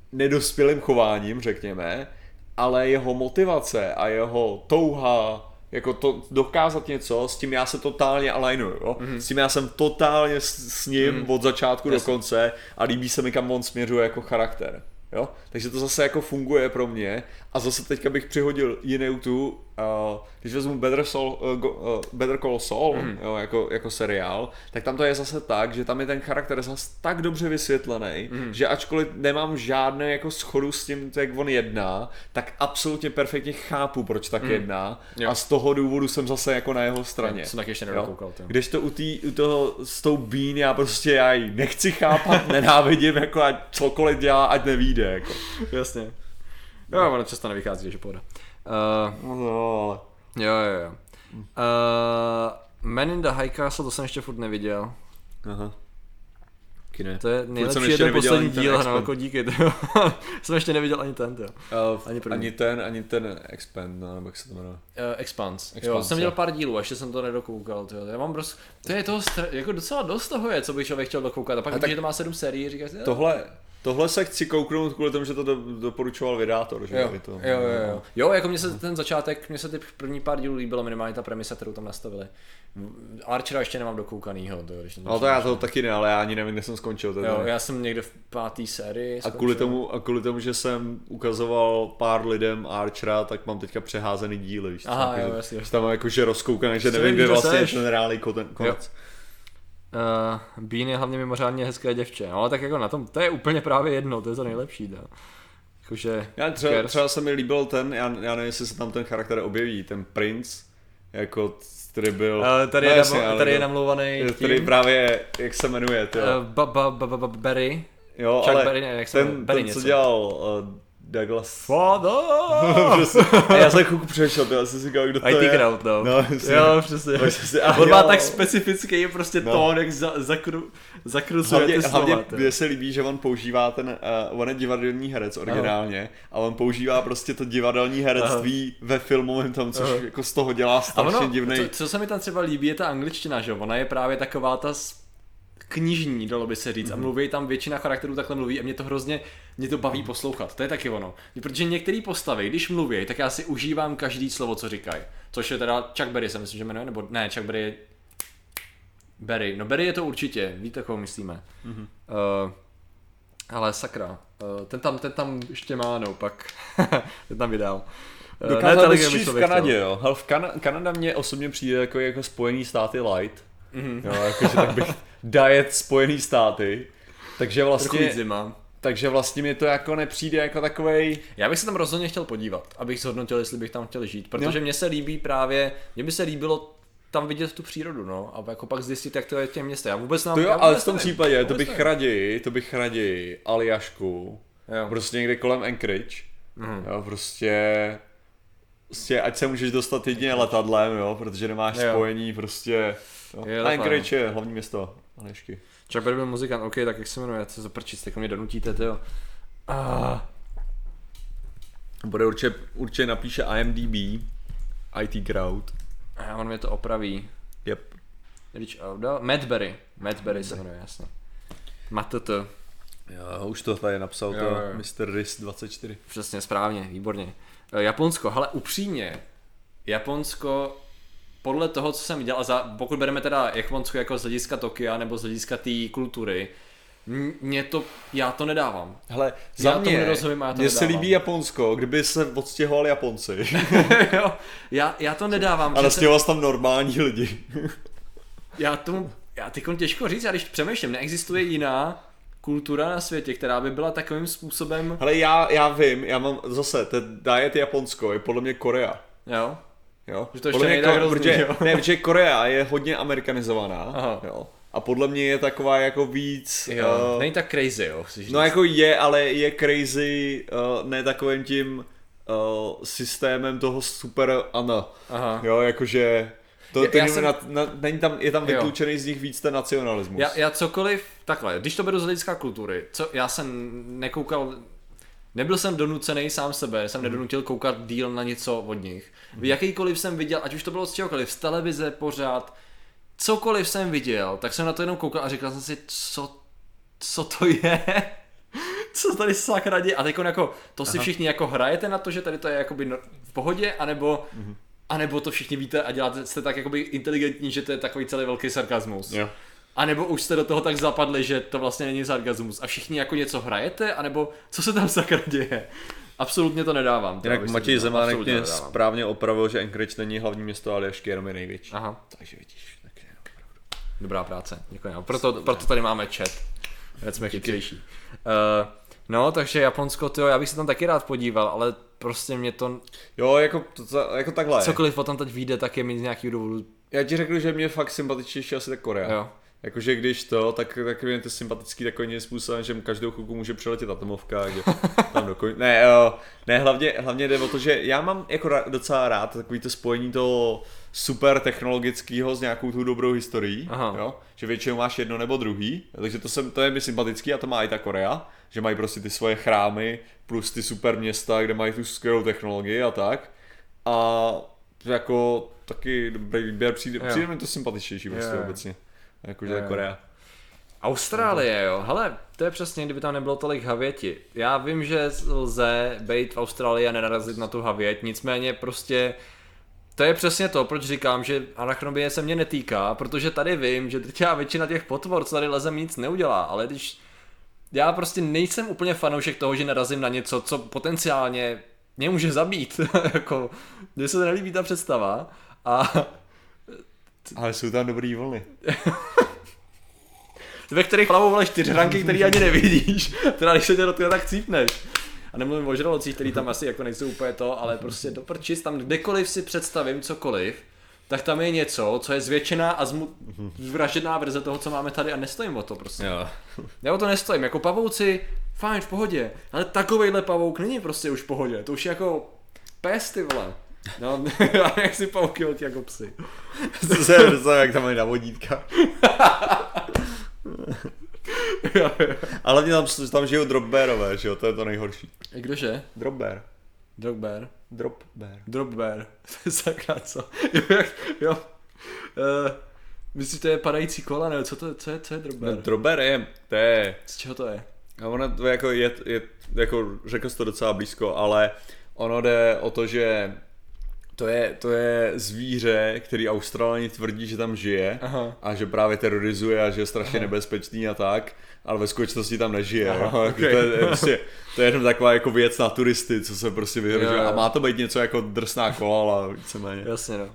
B: nedospělým chováním, řekněme, ale jeho motivace a jeho touha jako to dokázat něco, s tím já se totálně alignuju, jo? S tím já jsem totálně s ním od začátku do konce a líbí se mi, kam on směřuje jako charakter. Jo? Takže to zase jako funguje pro mě a zase teďka bych přihodil jinou tu, když vezmu Better Call Saul jo, jako seriál, tak tam to je zase tak, že tam je ten charakter zase tak dobře vysvětlený, že ačkoliv nemám žádné jako schodu s tím, jak on jedná, tak absolutně perfektně chápu, proč tak jedná a z toho důvodu jsem zase jako na jeho straně.
A: Jsem tak ještě nedokoukal.
B: Když to u toho s tou Bean, já ji nechci chápat, nenávidím, jako ať cokoliv dělá, ať nevíde. Jako.
A: Jasně. Jo, ono často nevychází, že pohoda. Jo. Man in the High Castle, to jsem ještě furt neviděl.
B: Aha. Kine.
A: To je nejlepší jeden poslední díl, jako díky. Jsem ještě neviděl ani ten,
B: Ani ten Expand, no, nebo jak se to jmenuje.
A: Expanse. Jo, jsem viděl pár dílů, ještě jsem to nedokoukal. Já mám to je toho, jako docela dost toho je, co bych člověk chtěl dokoukat. A pak když to má 7 sérií, říkáš...
B: Tohle se chci kouknout kvůli tomu, že to doporučoval vydátor, že
A: Jo, jako mně se ten začátek, mně se ty první pár dílů líbilo, minimálně ta premisa, kterou tam nastavili. Archera ještě nemám dokoukanýho.
B: To já to taky ne, ale já ani nevím, kde jsem skončil.
A: Jo, já jsem někde v 5. sérii
B: A kvůli tomu, že jsem ukazoval pár lidem Archera, tak mám teďka přeházený díly, víš.
A: Aha, jo, jasně.
B: Tam mám jakože rozkoukaný, že nevím, kde vlastně je ten reálný konec.
A: Bean je hlavně mimořádně hezké děvče, ale tak jako na tom, to je úplně právě jedno, to je to nejlepší. Jakože
B: třeba se mi líbil ten, já nevím, jestli se tam ten charakter objeví, ten Prince, jako který byl...
A: Tady je namlouvaný tím.
B: Který právě, jak se jmenuje,
A: Barry.
B: Jo,
A: Chuck
B: ale
A: Berry, ne,
B: ten co dělal Douglas.
A: Father!
B: A já jsem chvilku přešel, já jsem si říkal, kdo to je.
A: IT Crowd, no. Jo, přesně. On má tak specifický prostě tón, jak zakrusuje ty slova.
B: Hlavně mně se líbí, že on používá on je divadelní herec originálně a on používá prostě to divadelní herectví ve filmovém tom, což jako z toho dělá strašně divnej.
A: Co se mi tam třeba líbí, je ta angličtina, že ona je právě taková ta knižní, dalo by se říct, a mluví tam většina charakterů takhle mluví a mě to baví poslouchat, to je taky ono. Protože některé postavy, když mluví, tak já si užívám každý slovo, co říkají. Což je teda Chuck Berry, se myslím, že jmenuje, nebo ne, Chuck Berry je... Berry, no Berry je to určitě, víte, koho myslíme. Ale sakra, ten tam ještě má, no pak, ten tam vydal.
B: Dokázal bys žít v Kanadě, jo. Hele, Kanada mě osobně přijde jako Spojený státy light. Jo, jakože tak bych diet Spojený státy. Takže vlastně mi to jako nepřijde jako takovej...
A: Já bych se tam rozhodně chtěl podívat, abych zhodnotil, jestli bych tam chtěl žít, protože mně se líbí právě, mně by se líbilo tam vidět tu přírodu, no, a jako pak zjistit, jak to je v těm městě. Já vůbec nám...
B: To jo, ale v tom případě, to bych raději Aljašku, prostě někde kolem Anchorage, jo, prostě ať se můžeš dostat jedině letadlem, jo, protože nemáš spojení, prostě, jo. Anchorage je hlavní město Aljašky.
A: Chuck Berry byl muzikant, ok, tak jak se jmenuje, co za prčic, tak mě donutíte, tyjo.
B: Bude určitě napíše IMDb, IT Crowd.
A: A on mě to opraví.
B: Yep.
A: Matt Berry se jmenuje, jasně. Matete.
B: Jo, už to tady napsal, to Mr. Riz 24.
A: Přesně, správně, výborně. Japonsko, hele, upřímně, Japonsko, podle toho, co jsem viděl, a pokud bereme teda Japonsko jako z hlediska Tokia nebo z hlediska té kultury, já to nedávám.
B: Hele, za mě se líbí Japonsko, kdyby se odstěhovali Japonci.
A: Jo, já to nedávám.
B: A nastěhoval tam normální lidi.
A: já teď těžko říct, já když přemýšlím, neexistuje jiná kultura na světě, která by byla takovým způsobem...
B: Hele, já vím, já mám zase, ten diet Japonsko je podle mě Korea.
A: Jo?
B: Že to ještě nejde hrozný, jo? Ne, protože Korea je hodně amerikanizovaná, jo. A podle mě je taková jako víc...
A: Není tak crazy, jo?
B: No jako je, ale je crazy ne takovým tím systémem toho super jo, jakože... Je tam vytlučený z nich víc ten nacionalismus.
A: Já cokoliv, takhle, když to beru z hlediska kultury, já jsem nekoukal, nebyl jsem donucený sám sebe, jsem nedonutil koukat díl na něco od nich. Jakýkoliv jsem viděl, ať už to bylo z čehokoliv, z televize, pořád, cokoliv jsem viděl, tak jsem na to jenom koukal a říkal jsem si, co to je? Co tady sakra děje? A teď jako, to si všichni jako hrajete na to, že tady to je jakoby v pohodě, anebo... A nebo to všichni víte a jste tak jakoby inteligentní, že to je takový celý velký sarkazmus.
B: Jo.
A: A nebo už jste do toho tak zapadli, že to vlastně není sarkazmus a všichni jako něco hrajete, anebo co se tam sakra děje? Absolutně to nedávám.
B: Jinak Matěj Zemánek mě správně opravil, že Anchorage není hlavní město, ale ještě jenom je největší.
A: Aha.
B: Takže vidíš, tak je opravdu.
A: Dobrá práce, děkuji. Proto tady máme chat. Hned jsme chytřejší. No, takže Japonsko, tyjo, já bych se tam taky rád podíval, ale prostě mě to...
B: Jo, jako takhle.
A: Cokoliv potom teď vyjde, tak je mi z nějakých důvodů.
B: Já ti řeknu, že mě fakt sympatičnější asi tak Korea.
A: Jo.
B: Jakože když to, tak mě to sympatický takovým způsobem, že každou chvilku může přiletět atomovka, že tam dokončí. Ne, hlavně jde o to, že já mám jako docela rád takový to spojení toho super technologického s nějakou tu dobrou historií, jo? Že většinou máš jedno nebo druhý, takže to je mi sympatický a to má i ta Korea, že mají prostě ty svoje chrámy plus ty super města, kde mají tu skvělou technologii a tak. A jako taky dobrý výběr, přijde mi to sympatičnější prostě obecně. Jakože je Korea.
A: Austrálie, jo. Hele, to je přesně, kdyby tam nebylo tolik havěti. Já vím, že lze být v Austrálii a nenarazit na tu havěť, nicméně prostě to je přesně to, proč říkám, že arachnobie se mě netýká, protože tady vím, že drtivá většina těch potvor, co tady lezem, nic neudělá, ale když já prostě nejsem úplně fanoušek toho, že narazím na něco, co potenciálně mě může zabít, jako, mně se nelíbí ta představa
B: ale jsou tam dobrý vlny.
A: Ve kterých plavou vole 4 ranky, který ani nevidíš, teda když se tě dotkne, tak cípneš. A nemluvím o žralocích, který tam asi jako nejsou úplně to, ale prostě do prčic, tam kdekoliv si představím cokoliv, tak tam je něco, co je zvětšená a zvražděná verze toho, co máme tady a nestojím o to prostě.
B: Jo.
A: Já o to nestojím, jako pavouci, fajn, v pohodě, ale takovejhle pavouk není prostě už v pohodě, to už je jako pes, ty vole. No, já nechci pavouky od jako psy.
B: Jak tam mají na vodítka. Ale tam žijou dropbearové, že jo, to je to nejhorší.
A: Kdože?
B: Dropbear.
A: Dropbear.
B: Dropbear.
A: To je sakra, co? Jo. Myslíš, to je padající kola, nebo co je dropbear?
B: No, dropbear to je...
A: Z čeho to je?
B: Ono to jako je jako řekl jsi to docela blízko, ale ono jde o to, že to je zvíře, který Australani tvrdí, že tam žije. Aha. A že právě terorizuje a že je strašně nebezpečný a tak, ale ve skutečnosti tam nežije. Okay. To je jenom taková jako věc na turisty, co se prostě vyhrožuje. A má to být něco jako drsná koala, víceméně.
A: Jasně, no.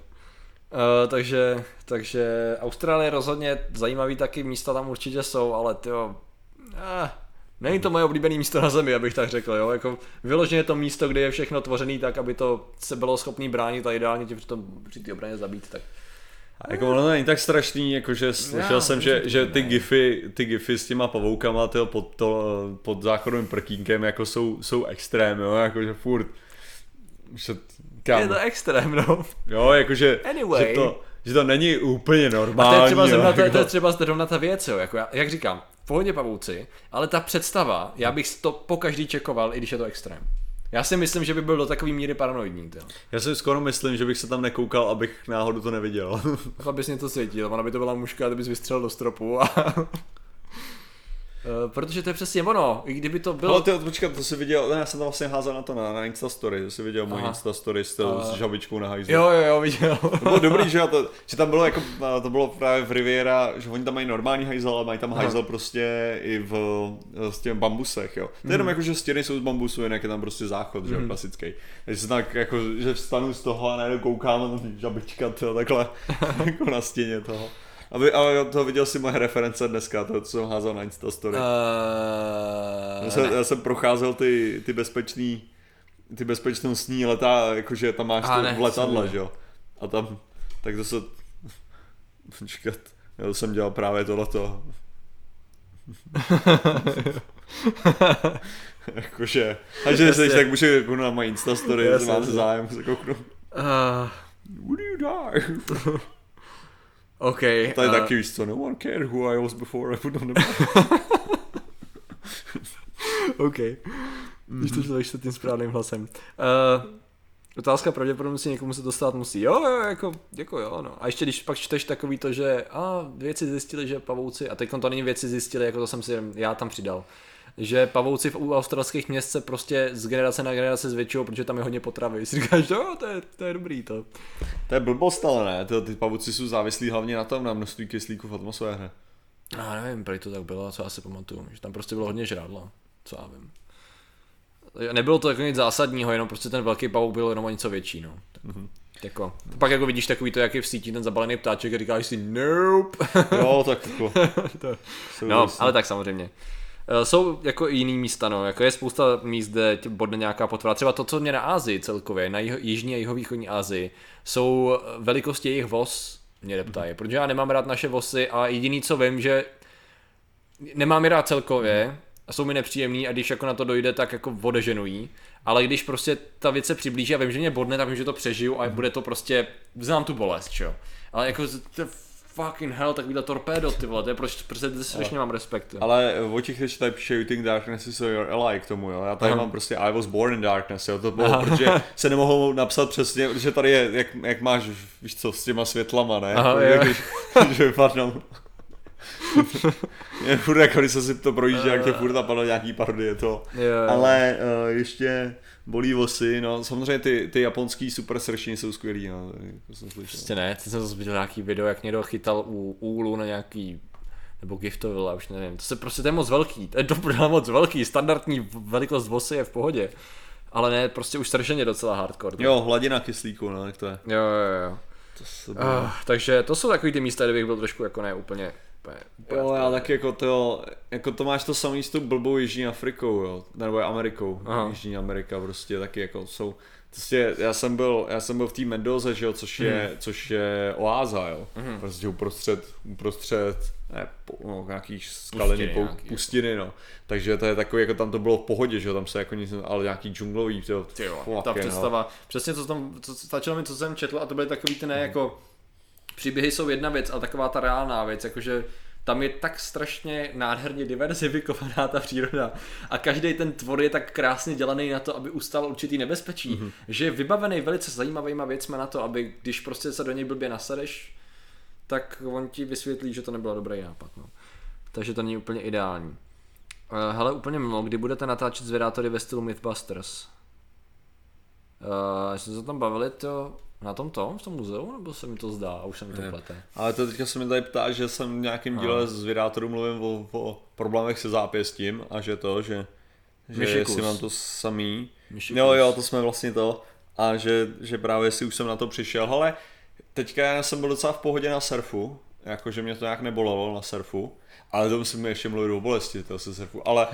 A: Takže Austrálie rozhodně zajímavý taky místa tam určitě jsou, ale tyjo... Není to moje oblíbené místo na zemi, abych tak řekl, jo, jako vyloženě to místo, kde je všechno tvořený tak, aby to se bylo schopný bránit a ideálně tě při té obraně zabít, tak.
B: A jako ono není tak strašný, jakože slyšel jsem, že ty gify s těma pavoukama pod záchodovým prkínkem jako jsou extrém, jo, jakože furt.
A: Je to extrém, no.
B: Jo, jakože
A: anyway.
B: že to není úplně normální.
A: A to je třeba zrovna ta věc, jo, jako jak říkám, v pohodě pavouci, ale ta představa, já bych to po každý čekoval, i když je to extrém. Já si myslím, že by byl do takové míry paranoidní. Tyjo.
B: Já si skoro myslím, že bych se tam nekoukal, abych náhodou to neviděl.
A: Abys mě to světil, ona by to byla mužka, kdybys vystřelil do stropu a... Protože to je přesně ono, i kdyby to bylo...
B: Ale počkat, to jsi viděl, já jsem tam vlastně házel na to na Instastory, to jsi viděl můj Instastory s žabičkou na hajzlu.
A: Jo, viděl.
B: To bylo dobrý, že tam bylo jako, to bylo právě v Riviera, že oni tam mají normální hajzel, ale mají tam hajzel prostě i s těmi bambusech, jo. To je jenom jako, že stěny jsou z bambusu, jinak je tam prostě záchod, že jo, klasický. Takže se tak jako, že vstanu z toho a najednou koukám a tam žabička takhle jako na stěně toho. Ale to viděl si moje reference dneska, to co jsem házal na Instastory. Já jsem procházel ty bezpečnostní leta, jakože tam máš to v letadle, že jo. A tam, tak to se, počkat, já jsem dělal právě tohleto. Jakože, takže se tak můžu kouknout na moje Instastory, jestli máte zájem se kouknout. Would you die?
A: Okay,
B: to je taky, víš co, no one cared who I was before I put on the map.
A: OK. Když to člověk se tím správným hlasem. Otázka pravděpodobně někomu se dostat musí. Jo, jako jo, no. A ještě když pak čteš takový to, že vědci zjistili, že pavouci, a teď to není vědci zjistili, jako to jsem si já tam přidal. že pavouci u australských měst se prostě z generace na generaci zvětšují, protože tam je hodně potravy. Si říkáš, jo, to je dobrý to.
B: To je blbost, ale ne, ty pavouci jsou závislí hlavně na tom, na množství kyslíku v atmosféře.
A: Já nevím, proč to tak bylo, co já si pamatuju, že tam prostě bylo hodně žrádla, co já vím. Nebylo to jako nic zásadního, jenom prostě ten velký pavouk byl jenom o něco větší, no. Jako, pak jako vidíš takový to, jak je v síti ten zabalený ptáček a říkáš si nope.
B: Jo, tak jako.
A: No, ale tak samozřejmě. Jsou jako jiný místa, no, jako je spousta míst, kde tě bodne nějaká potvora. Třeba to, co mě na Asii celkově, na jižní a jihovýchodní Asii, jsou velikosti jejich vos, mě neptají, protože já nemám rád naše vosy a jediný, co vím, že nemám je rád celkově a jsou mi nepříjemný a když jako na to dojde, tak jako odeženují. Ale když prostě ta věc se přiblíží a vím, že mě bodne, tak vím, že to přežiju a bude to prostě, znám tu bolest, čo. Ale jako fucking hell, takovýhle torpédo, ty vole, to je prostě strašně mám respekt. Jo.
B: Ale o těch ještě tady píše You think darkness is your ally k tomu, jo. Já tady mám prostě I was born in darkness, jo, to bylo, protože se nemohou napsat přesně, protože tady je, jak máš, víš co, s těma světlama, ne?
A: Aha,
B: když vypadnou. Je furt jako, když se si to projíždí, jak tě furt napadlo nějaký parodie to.
A: Jo.
B: Ale ještě bolí vosy, no samozřejmě ty japonský super sršiny jsou skvělý, no, to jsem slyšel.
A: Prostě ne, teď jsem zase viděl nějaký video, jak někdo chytal u úlu na nějaký, nebo giftovil, už nevím, to je moc velký, to je dobrá moc velký, standardní velikost vosy je v pohodě, ale ne, prostě už sršeně docela hardcore.
B: Jo, hladina kyslíku, no, jak to je.
A: Jo. Takže to jsou takový ty místa, kde bych byl trošku jako ne úplně
B: jo, já taky jako to máš to samý s tou blbou Jižní Afrikou, jo, nebo Amerikou. Aha. Jižní Amerika prostě taky jako jsou, prostě já jsem byl v té Mendoze, že jo, což je oáza, jo, prostě uprostřed nějakých skalený pustiny, no, takže to je takový, jako tam to bylo v pohodě, že jo, tam se jako nic, ale nějaký džunglový,
A: ta představa, přesně co stačilo mi, co jsem četl a to byly takový ty ne jako příběhy jsou jedna věc, ale taková ta reálná věc, jakože tam je tak strašně nádherně diverzifikovaná ta příroda a každý ten tvor je tak krásně dělaný na to, aby ustál určitý nebezpečí, že je vybavený velice zajímavýma věcma na to, aby když prostě se do něj blbě nasadeš, tak on ti vysvětlí, že to nebyl dobrý nápad. No. Takže to není úplně ideální. Hele, úplně mimo, kdy budete natáčet zvědátory ve stylu Mythbusters? Jsme se tam bavili to na v tom muzeu, nebo se mi to zdá a už se mi to plete?
B: Ale to teďka se mi tady ptá, že jsem v nějakém díle z Vědátorů mluvím o problémech se zápěstím a že jestli mám to samý. Jo, to jsme vlastně to a že právě si už jsem na to přišel, ale teďka já jsem byl docela v pohodě na surfu, jakože mě to nějak nebolelo na surfu, ale to musím ještě mluvit o bolesti toho se surfu, ale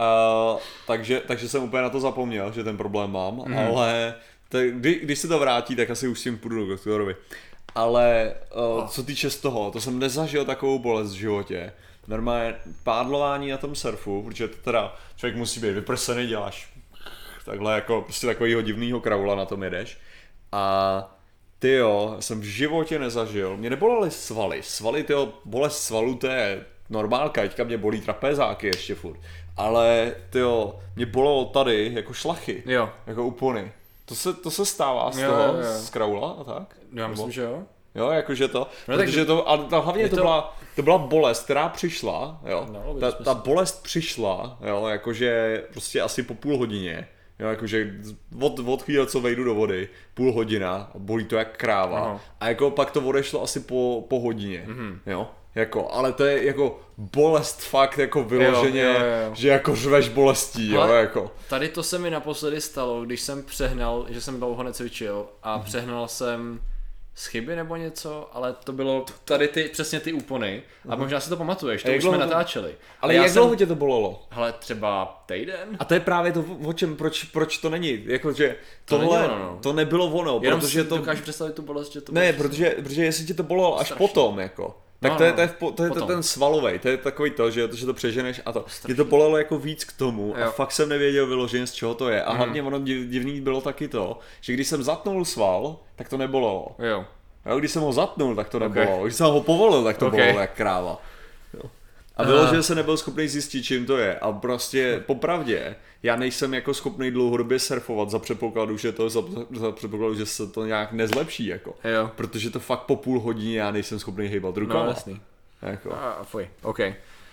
B: takže jsem úplně na to zapomněl, že ten problém mám, ale když se to vrátí, tak asi už s tím půjdu k doktorovi. Ale co týče z toho, to jsem nezažil takovou bolest v životě. Normálně pádlování na tom surfu, protože to teda člověk musí být vyprsený, děláš takhle jako prostě takovýho divnýho kraula na tom jedeš. A tyjo, jsem v životě nezažil, mě nebolely svaly tyjo, bolest svalů to je normálka, teďka mě bolí trapézáky ještě furt. Ale tyjo, mě bolelo tady jako šlachy, jako úpony. To se stává z toho, z kraula a tak?
A: Já myslím, že jo.
B: Jo, jakože to, no, protože to, a hlavně to byla bolest, která přišla, jo, ta bolest přišla, jo, jakože prostě asi po půl hodině, jo, jakože od chvíle, co vejdu do vody, půl hodina, bolí to jak kráva, a jako pak to odešlo asi po hodině, jo. Jako, ale to je jako bolest fakt jako vyloženě, jo. Že jako řveš bolestí, jo, jako.
A: Tady to se mi naposledy stalo, když jsem přehnal, že jsem dlouho necvičil a přehnal jsem z chyby nebo něco, ale to bylo tady přesně ty úpony a možná si to pamatuješ, to už jsme natáčeli.
B: Ale jak dlouho tě to bolelo?
A: Hele, třeba týden.
B: A to je právě to, o čem, proč to není, jakože tohle, to nebylo ono,
A: jenom
B: protože
A: to dokážu představit tu bolest, že to
B: ne, protože jestli ti to bolelo až potom, jako. Tak to je ten svalovej, to je takový to, že to přeženeš a to. Mě to bolelo jako víc k tomu a fakt jsem nevěděl vyloženě, z čeho to je. A hlavně ono divný bylo taky to, že když jsem zatnul sval, tak to nebolelo. Jo, když jsem ho zatnul, tak to nebolelo. Když jsem ho povolil, tak to bolelo jak kráva. Jo. A vyloženě se nebyl schopný zjistit, čím to je. A prostě popravdě, já nejsem jako schopný dlouhodobě surfovat za předpokladu, že že se to nějak nezlepší, jako.
A: Jo.
B: Protože to fakt po půl hodině já nejsem schopný hejbat rukama.
A: No jasný.
B: Jako.
A: Fuj, OK.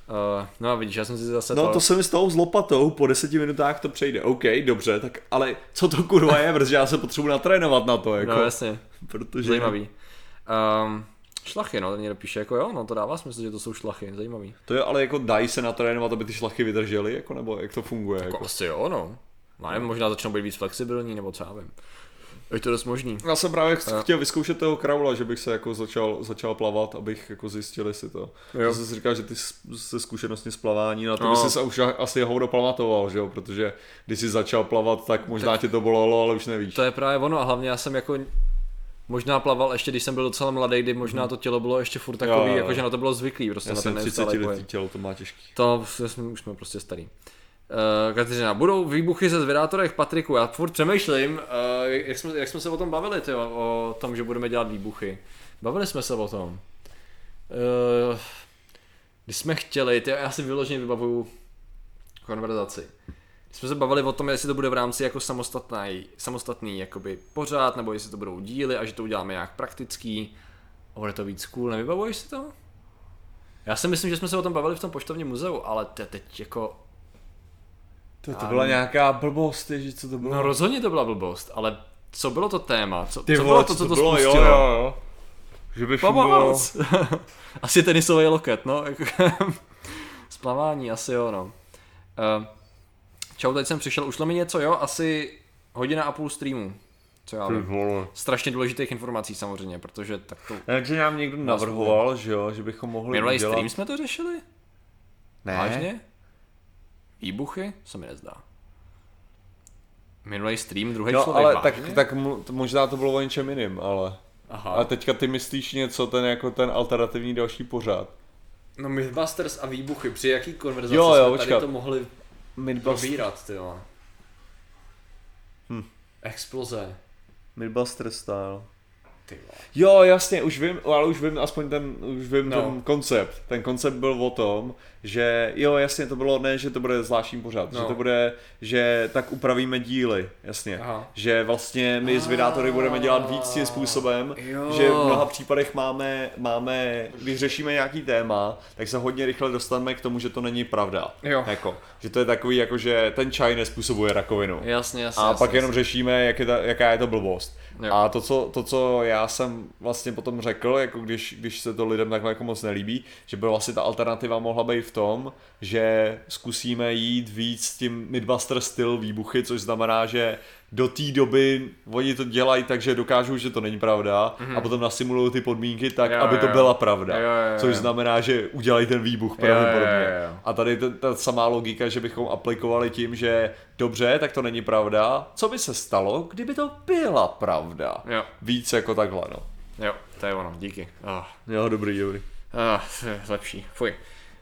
A: No a vidíš, já jsem si zase
B: No to se mi s tou s lopatou, po 10 minutách to přejde. OK, dobře, tak ale co to kurva je, protože já se potřebuji natrénovat na to, jako.
A: No jasně,
B: protože...
A: zajímavý. Šlachy, no, ten někdo píše, jako jo, no to dává smysl, že to jsou šlachy, zajímavý.
B: To je ale jako dají se natrénovat, aby ty šlachy vydržely, jako, nebo jak to funguje?
A: Jako asi jo, no. Nevím, možná začnou být víc flexibilní, nebo co já vím. Je to dost možný.
B: Já jsem právě chtěl vyzkoušet toho kraula, že bych se jako začal plavat, abych jako zjistil, jestli to. Já jsem si říkal, že ty se zkušenostně z plavání, na to by si už asi hovno pamatoval, že jo, protože když jsi začal plavat, tak možná tě to bolelo, ale už nevíš.
A: To je právě ono a hlavně já jsem jako možná plaval ještě, když jsem byl docela mladý, kdy možná to tělo bylo ještě furt takový, jakože na to bylo zvyklý, prostě
B: já
A: na ten
B: 30letý tělo, to má těžký.
A: To už jsme prostě starý. Kateřina, budou výbuchy ze zvědátorech Patriku, já furt přemýšlím, jak jsme se o tom bavili, tyjo, o tom, že budeme dělat výbuchy. Bavili jsme se o tom. Když jsme chtěli, tyjo, já si vyloženě vybavuju konverzaci. Když jsme se bavili o tom, jestli to bude v rámci jako samostatný jakoby pořád, nebo jestli to budou díly a že to uděláme nějak praktický. A bude to víc cool, nevybavuješ si to? Já si myslím, že jsme se o tom bavili v tom poštovním muzeu, ale teď jako...
B: To byla nějaká blbost, že co to bylo?
A: No rozhodně to byla blbost, ale co bylo to téma? Co bylo to, co to spustilo?
B: Jo. Že by fungovalo.
A: Asi tenisový loket, no. Splavání, asi jo, no. Čau, teď jsem přišel, ušlo mi něco, jo, asi 1,5 hodiny streamu. Co já vím. Strašně důležitých informací samozřejmě, protože tak to...
B: Takže nám někdo navrhoval, že jo, že bychom mohli
A: minulý
B: udělat...
A: stream jsme to řešili?
B: Ne.
A: Vážně? Výbuchy? Se mi nezdá. Minulý stream, druhý člověk,
B: ale
A: vážně?
B: tak možná to bylo o něčem jiným, ale...
A: Aha.
B: A teďka ty myslíš něco, ten alternativní další pořád.
A: No Mythbusters a výbuchy, při jaký konverzaci jsme tady to mohli probírat, tyjo. Exploze.
B: Mythbusters style. Jo, jasně, už vím aspoň ten koncept. Ten koncept byl o tom, že jo, jasně, to bylo ne, že to bude zvláštní pořad, že to bude, že tak upravíme díly, jasně. Aha. Že vlastně my z vydátory budeme dělat víc tím způsobem, že v mnoha případech máme, když řešíme nějaký téma, tak se hodně rychle dostaneme k tomu, že to není pravda. Jo. Jako, že to je takový, jako že ten čaj nezpůsobuje rakovinu.
A: Jasně.
B: A pak jenom řešíme, jaká je to blbost. Jo. A to, co já jsem vlastně potom řekl, jako když se to lidem takhle jako moc nelíbí, že by vlastně ta alternativa mohla být v tom, že zkusíme jít víc s tím Mythbuster styl výbuchy, což znamená, že do té doby oni to dělají tak, že dokážou, že to není pravda a potom nasimulují ty podmínky tak, aby to byla pravda. Což znamená, že udělají ten výbuch pravděpodobně. A tady ta samá logika, že bychom aplikovali tím, že dobře, tak to není pravda. Co by se stalo, kdyby to byla pravda? Jo. Víc jako takhle, no.
A: Jo, to je ono, díky.
B: Jo, dobrý.
A: Lepší, fuj.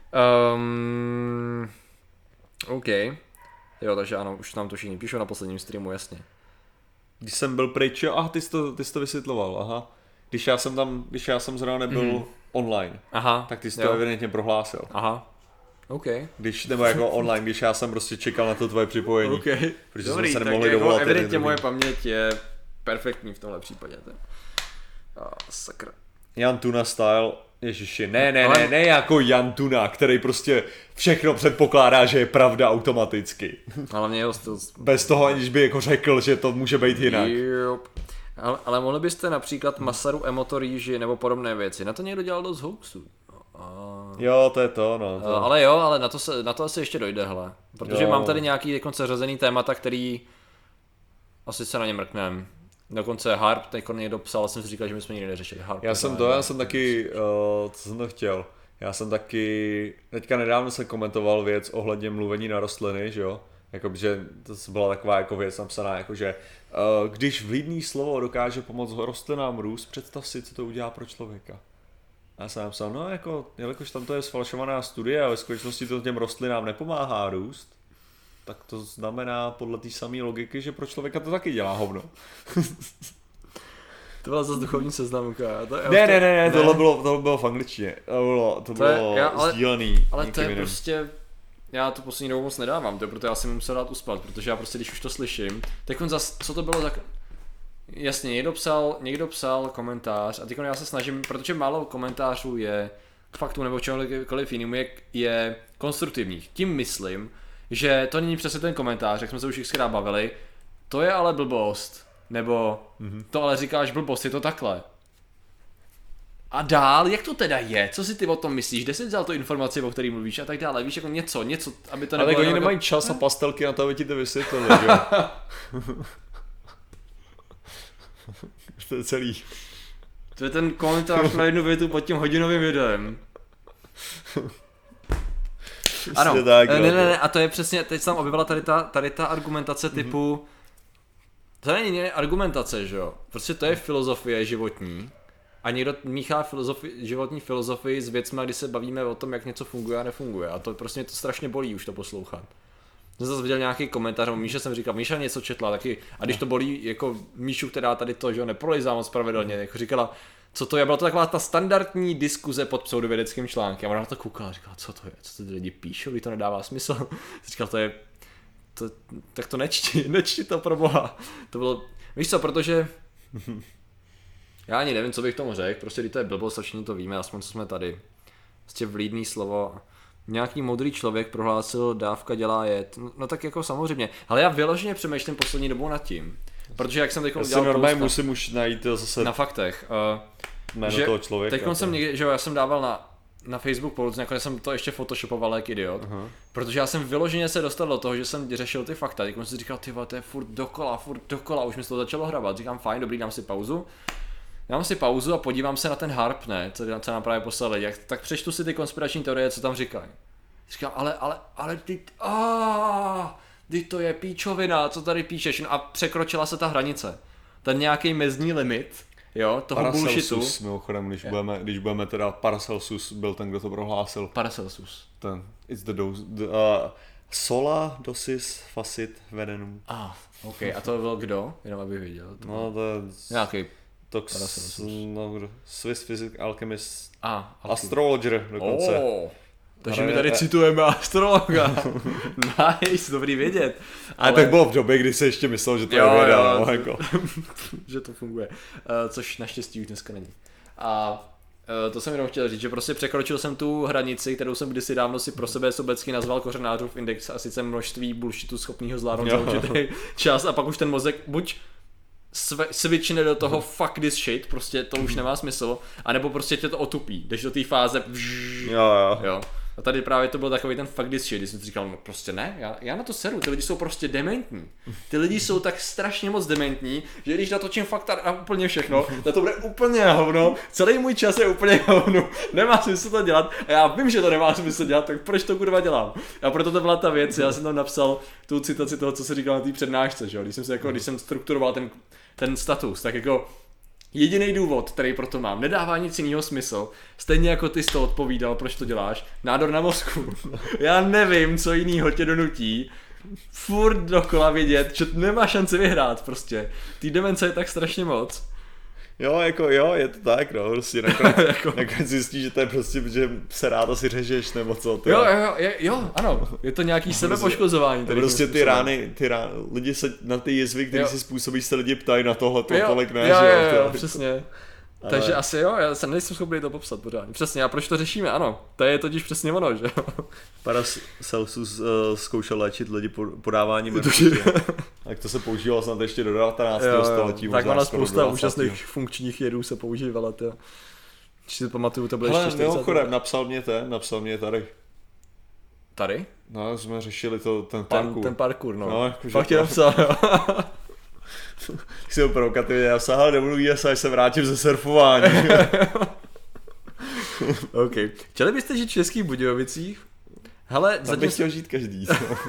A: OK. Jo, takže ano, už nám to všichni píšou na posledním streamu, jasně.
B: Když jsem byl pryč, ty jsi to vysvětloval, aha. Když já jsem zrovna nebyl online, tak ty jsi to evidentně prohlásil.
A: Aha. OK.
B: Nebo jako online, když já jsem prostě čekal na to tvoje připojení.
A: Okay.
B: Protože dobrý, jsme se nemohli dovolat.
A: Evidentně moje paměť je perfektní v tomhle případě. Sakra.
B: Jan Tuna style. Ježiši, ne jako Jan Tuna, který prostě všechno předpokládá, že je pravda automaticky.
A: Ale mě
B: bez toho, aniž by jako řekl, že to může být jinak.
A: Yep. Ale mohli byste například Masaru emotoríži nebo podobné věci. Na to někdo dělal dost hoaxů.
B: Jo, to je to, no. To...
A: Ale na to asi ještě dojde, hele. Protože mám tady nějaký dokonce řazený témata, který asi se na ně mrknem. Dokonce Harp, teď někdo psal, jsem si říkal, že my jsme nikdy neřešili Harp.
B: Já jsem taky, co jsem to chtěl, já jsem taky, teďka nedávno jsem komentoval věc ohledně mluvení na rostliny, že jo, že to byla taková jako věc napsaná, jako že když vlídný slovo dokáže pomoct rostlinám růst, představ si, co to udělá pro člověka. Já jsem napsal, no jako, jelikož tam to je sfalšovaná studie a ve skutečnosti to těm rostlinám nepomáhá růst, tak to znamená podle té samé logiky, že pro člověka to taky dělá hovno.
A: To byla zase duchovní seznamka.
B: Ne, tohle bylo v angličtině. To bylo sdílený.
A: Ale to je prostě, já to poslední dobu moc nedávám, proto já si musel dát uspat, protože já prostě, když už to slyším, tak co to bylo za... Jasně, někdo psal komentář a teď já se snažím, protože málo komentářů je faktů nebo čehokoliv jinému je konstruktivní. Tím myslím, že to není přesně ten komentář, jak jsme se už xkrát bavili, to je ale blbost, nebo to ale říkáš blbost, je to takhle. A dál, jak to teda je? Co si ty o tom myslíš? Kde jsi vzal tu informaci, o který mluvíš a tak dále? Víš, jako něco, aby to nebylo...
B: Ale oni nemají čas a pastelky na to, aby ti to vysvětlili, jo? To je celý.
A: To je ten komentář na jednu větu pod tím hodinovým videem. Ano,
B: tak,
A: ne, a to je přesně, teď se tam objevila tady ta argumentace typu... To není argumentace, že jo? Prostě to je filozofie životní. A někdo míchá životní filozofii s věcmi, kdy se bavíme o tom, jak něco funguje a nefunguje. A to prostě mě to strašně bolí už to poslouchat. Jsem zase viděl nějaký komentář, Míša jsem říkal, Míša něco četla taky. A když to bolí jako Míšu, která tady to, že jo, neprolejzá moc pravidelně, jako říkala, co to je, byla to taková ta standardní diskuze pod pseudovědeckým článkem. A ona na to koukala a říkala, co to je, co ty lidi píšou, to nedává smysl. Říkal, tak to nečti to pro boha. To bylo, víš co, protože... Já ani nevím, co bych tomu řekl, prostě když to je blbost, a všichni to víme, aspoň co jsme tady. Prostě vlídný slovo. Nějaký moudrý člověk prohlásil, dávka dělá jed. No tak jako samozřejmě. Ale já vyloženě přemýšlím poslední dobou nad tím. Protože jak jsem teď udělal
B: normálně musím už najít zase
A: na faktech.
B: Jméno toho člověka.
A: Teď jsem někdy, že jo, já jsem dával na Facebook post, nakonec jsem to ještě photoshopoval jak idiot. Protože já jsem vyloženě se dostal do toho, že jsem řešil ty fakta. Teď jsem si říkal, ty to je furt dokola, už mi to začalo hrabat. Říkám, fajn, dobrý, dám si pauzu a podívám se na ten harp, ne, co nám právě poslali, tak přečtu si ty konspirační teorie, co tam říkají. Říkám, ale ty to je píčovina, co tady píšeš, no a překročila se ta hranice. Ten nějaký mezní limit, jo, toho
B: Paracelsus,
A: bullshitu.
B: Mimochodem, když budeme teda, Paracelsus byl ten, kdo to prohlásil.
A: Paracelsus.
B: Ten, it's the dose, sola dosis facit venenum.
A: Ok, a to byl kdo? Jenom abych věděl.
B: No, to je...
A: Nějaký
B: Swiss physics alchemist,
A: astrologer
B: dokonce.
A: Takže my tady citujeme astrologa. Nice, dobrý vědět.
B: Ale tak bylo v době, kdy se ještě myslel, že to je věda. No, jako.
A: Že to funguje. Což naštěstí už dneska není. A to jsem jenom chtěl říct, že prostě překročil jsem tu hranici, kterou jsem kdysi dávno si pro sebe sobecky nazval kořenářův index, a sice množství bullshitu schopného zvládnout za určitý čas, a pak už ten mozek buď switchne do toho fuck this shit, prostě to už nemá smysl, anebo prostě tě to otupí, jdeš do té fáze jo. A tady právě to byl takový ten fuck this shit, kdy jsem si říkal, no prostě ne, já na to seru, ty lidi jsou prostě dementní. Ty lidi jsou tak strašně moc dementní, že když natočím fakt a úplně všechno, tak to bude úplně hovno, celý můj čas je úplně hovno, nemá smysl to dělat a já vím, že to nemá smysl dělat, tak proč to kurva dělám? A proto to byla ta věc, já jsem tam napsal tu citaci toho, co se říkal na té přednášce, že jo, když jsem strukturoval ten status, tak jako jediný důvod, který proto mám, nedává nic jiného smysl, stejně jako ty jsi to odpovídal, proč to děláš, nádor na mozku. Já nevím, co jinýho tě donutí furt dokola vědět, že nemá šanci vyhrát prostě. Tý demence je tak strašně moc.
B: Jo, je to tak, no, prostě nakonec zjistí, že to je prostě, že se rád asi řežeš, nebo co. Ty
A: Jo, ano, je to nějaký sebepoškozování.
B: Prostě ty rány, lidi se na ty jizvy, které si způsobí, se lidi ptají na tohle, tolik ne,
A: že jo, přesně. Ale... Takže asi jo, já jsem nejsem schopný to popsat pořádně. Přesně, a proč to řešíme, ano, to je totiž přesně ono, že jo.
B: Paracelsus zkoušel léčit lidi podáváním tak to se používalo snad ještě do 19. století.
A: Tak ona spousta úžasných funkčních jedů se používala, jo. Když si pamatuju, to bylo ještě 40.
B: Mimochodem, napsal mě tady.
A: Tady?
B: No, jsme řešili ten parkour.
A: Ten parkour, no.
B: Jako,
A: fakt tě napsal, jo.
B: Tak si ho provokativně napsal, ale nemluví až se vrátím ze surfování.
A: OK. Chtěli byste žít v Českých Budějovicích? Hele,
B: tam bych chtěl žít každý.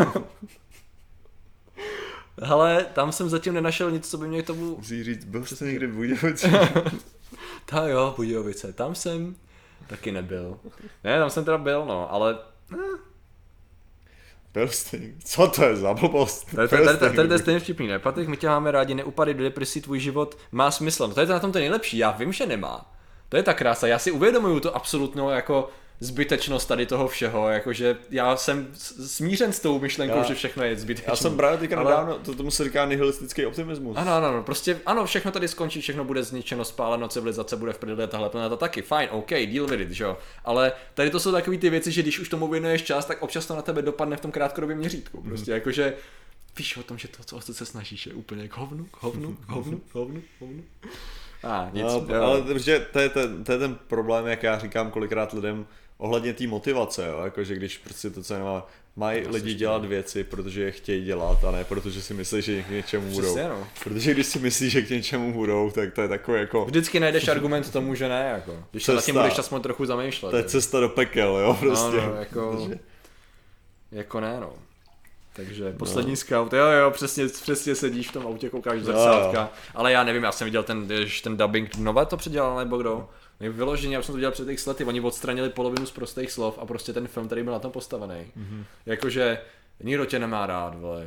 A: Hele, tam jsem zatím nenašel nic, co by mě k tomu...
B: Musíš říct, byl jste někdy v Budějovicích?
A: Tak jo, Budějovice, tam jsem taky nebyl. Ne, tam jsem teda byl, no, ale...
B: Pilsting. Co to je za blbost?
A: To je stejně vtipný, ne? Patrik, my tě máme rádi, neupadej do depresí, tvůj život má smysl. No to je to na tom ten nejlepší, já vím, že nemá. To je ta krása, já si uvědomuju to absolutnou jako zbytečnost tady toho všeho, jakože já jsem smířen s tou myšlenkou, že všechno je zbytečné.
B: Já jsem právě teďka nedávno, tomu se říká nihilistický optimismus.
A: Ano, prostě ano, všechno tady skončí, všechno bude zničeno, spáleno, civilizace bude v prdeli, tahle planeta taky, fajn, OK, deal with it, že jo. Ale tady to jsou takové ty věci, že když už tomu věnuješ čas, tak občas to na tebe dopadne v tom krátkodobém měřítku, prostě jakože víš o tom, že to, co se snažíš, je úplně k hovnu. Nic.
B: No, ale protože to je ten problém, jak já říkám kolikrát lidem ohledně té motivace, jo? Jakože když prostě to, co nemá, mají lidi dělat věci, protože je chtějí dělat a ne protože si myslí, že k něčemu budou.
A: No.
B: Protože když si myslíš, že k něčemu budou, tak to je takové jako...
A: Vždycky najdeš argument tomu, že ne, jako. Když se nad tím budeš aspoň trochu zamýšlet.
B: To je cesta do pekel, jo, prostě.
A: No, jako ne, no. Takže poslední scout, jo, přesně sedíš v tom autě, koukáš zrcátka, ale já nevím, já jsem viděl ten dubbing, Nové to předělal nebo kdo? Vyloženě, já jsem to dělal před x lety, oni odstranili polovinu z prostých slov a prostě ten film, který byl na tom postavený. Jakože nikdo tě nemá rád, vole,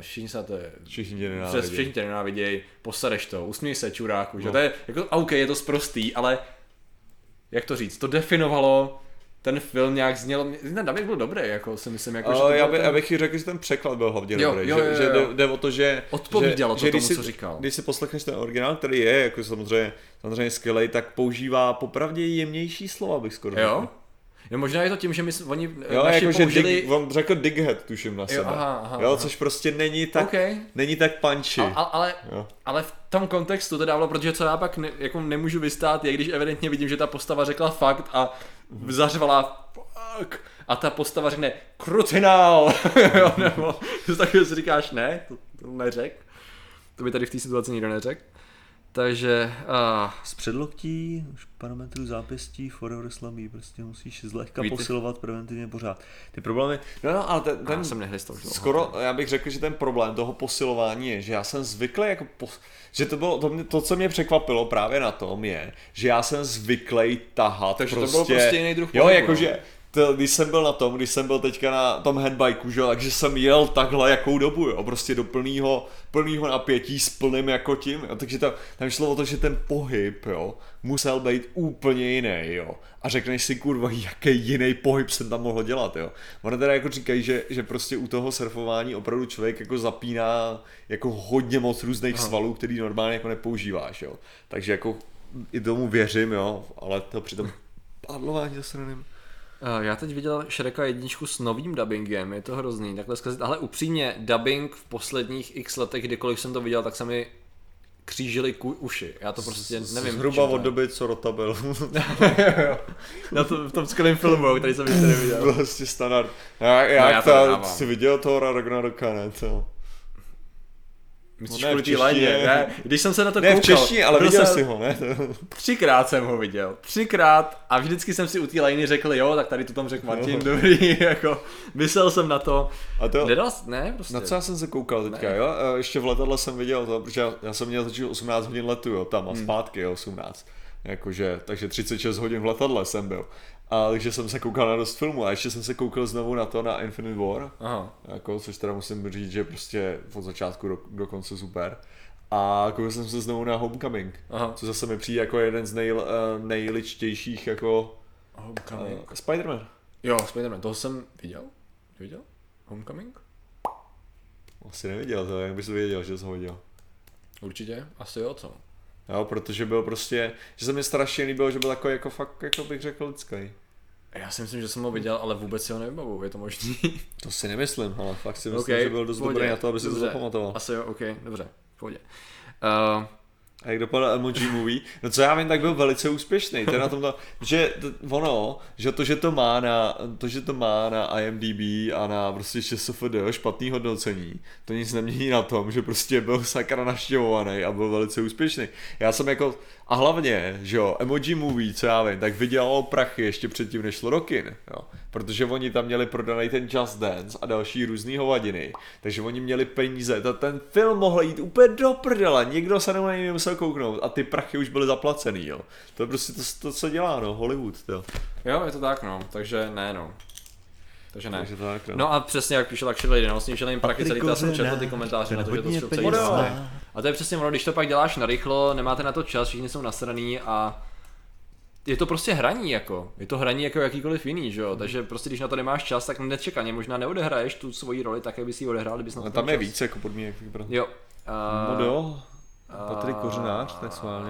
A: všichni tě nenávidějí, posadeš to, usměj se čuráku, že to je, jako, OK, je to sprostý, ale jak to říct, to definovalo ten film nějak zněl, ten dubbing byl dobrý, jako si myslím, jako, že
B: já bych řekl, že ten překlad byl hlavně dobrý, že jde o to, že
A: odpovídalo to tomu, co říkal.
B: Když si poslechneš ten originál, který je jako samozřejmě skvělej, tak používá popravdě jemnější slova, bych skoro řekl.
A: Jo? Jo, možná je to tím, že oni
B: jako
A: použili...
B: on řekl dighead, tuším na sebe. Aha. Což prostě není tak punchy.
A: Ale v tom kontextu to dávalo, protože co já pak jako nemůžu vystát, je když evidentně vidím, že ta postava řekla fakt a zařvala fuck a ta postava řekne krucinál, nebo takový si říkáš ne, to neřek. To by tady v té situaci nikdo neřekl. Takže...
C: Z předloktí, už parametrů zápěstí, forever slabý, prostě musíš zlehka posilovat preventivně pořád. Ty problémy...
B: No, ale ten
A: jsem nehlistal.
B: Skoro, já bych řekl, že ten problém toho posilování je, že já jsem zvyklý jako... Že to bylo, to, co mě překvapilo právě na tom je, že já jsem zvyklý tahat.
A: Takže
B: prostě...
A: to bylo prostě jiný druh
B: pohybu. Jo, jakože... Když jsem byl teďka na tom handbikeu, že, takže jsem jel takhle jakou dobu, jo, prostě do plnýho napětí s plným jako tím, jo, takže tam šlo o to, že ten pohyb, jo, musel být úplně jiný, jo, a řekneš si, kurva, jaký jiný pohyb jsem tam mohl dělat, jo. Ono teda jako říkají, že prostě u toho surfování opravdu člověk jako zapíná jako hodně moc různých svalů, který normálně jako nepoužíváš, jo, takže jako i tomu věřím, jo, ale to přitom pádlování zase nevím.
A: Já teď viděl Shreka 1 s novým dubbingem, je to hrozný, takhle zkazit, ale upřímně dubbing v posledních x letech, kdykoliv jsem to viděl, tak se mi křížily uši, já to prostě nevím.
B: Zhruba od doby, co Rota byl.
A: V tom skvělém filmu, který jsem ještě neviděl.
B: Prostě standard. Jak jsi viděl toho Ragnaroka, ne? To...
A: Myslíš kvůli té léně, ne? Když jsem se na to koukal.
B: Ne v češtině, ale viděl jsi ho, ne?
A: 3krát jsem ho viděl. 3krát a vždycky jsem si u té lény řekl, jo, tak tady to tam řekl Martin, dobrý, jako, myslel jsem na to.
B: A to
A: nedal, ne, prostě.
B: Na co já jsem se koukal teďka, jo? Ještě v letadle jsem viděl to, protože já jsem měl točit 18 hodin letu, jo, tam a zpátky, jo, 18. Jakože, takže 36 hodin v letadle jsem byl. A takže jsem se koukal na dost filmů a ještě jsem se koukal znovu na to, na Infinite War, jako, což teda musím říct, že prostě od začátku do konce super. A koukal jsem se znovu na Homecoming, co zase mi přijde jako jeden z nejličtějších jako Spider-Man.
A: Jo, Spider-Man, toho jsem viděl. Viděl? Homecoming?
B: Asi neviděl to, jak bys věděl, že jsi ho viděl.
A: Určitě, asi jo, co?
B: Jo, protože byl prostě, že se mi strašně líbilo, že byl takový jako fakt, jako bych řekl, lidský.
A: Já si myslím, že jsem ho viděl, ale vůbec si ho nevybavuju, je to možný?
B: To si nemyslím, ale fakt si myslím, že byl dost dobrý na to, aby si to zapamatoval.
A: Asi jo, dobře, v pohodě.
B: A jak dopadl Emoji Movie? No co já vím, tak byl velice úspěšný. Ten na tomto, že to má na IMDb a na prostě ČSFD špatný hodnocení, to nic nemění na tom, že prostě byl sakra navštěvovaný a byl velice úspěšný. Já jsem jako, a hlavně, že jo, Emoji Movie, co já vím, tak vydělalo prachy ještě předtím, než šlo do kin, jo. Protože oni tam měli prodaný ten Just Dance a další různý hovadiny, takže oni měli peníze, ten film mohl jít úplně do prdele, nikdo se na něj nemusel kouknout a ty prachy už byly zaplacený, jo. To je prostě to co dělá, no, Hollywood, jo.
A: Jo, je to tak, no, takže ne, no. Takže ne.
B: Takže tak, no.
A: No a přesně jak píše Luxury Lady, snížili jim prachy celý, já jsem četl ty komentáře na to, že to jsou celý a to je přesně ono, když to pak děláš narychlo, nemáte na to čas, všichni jsou nasraný a je to prostě hraní jako, je to hraní jako jakýkoliv jiný, že jo, takže prostě když na to nemáš čas, tak nečekaně možná neodehraješ tu svoji roli tak, jak bys ji odehrál, kdybys na to
B: tam je
A: čas.
B: víc jako podmínek.
A: Jo.
C: Modo, Patrik Kořenář, tak schválně.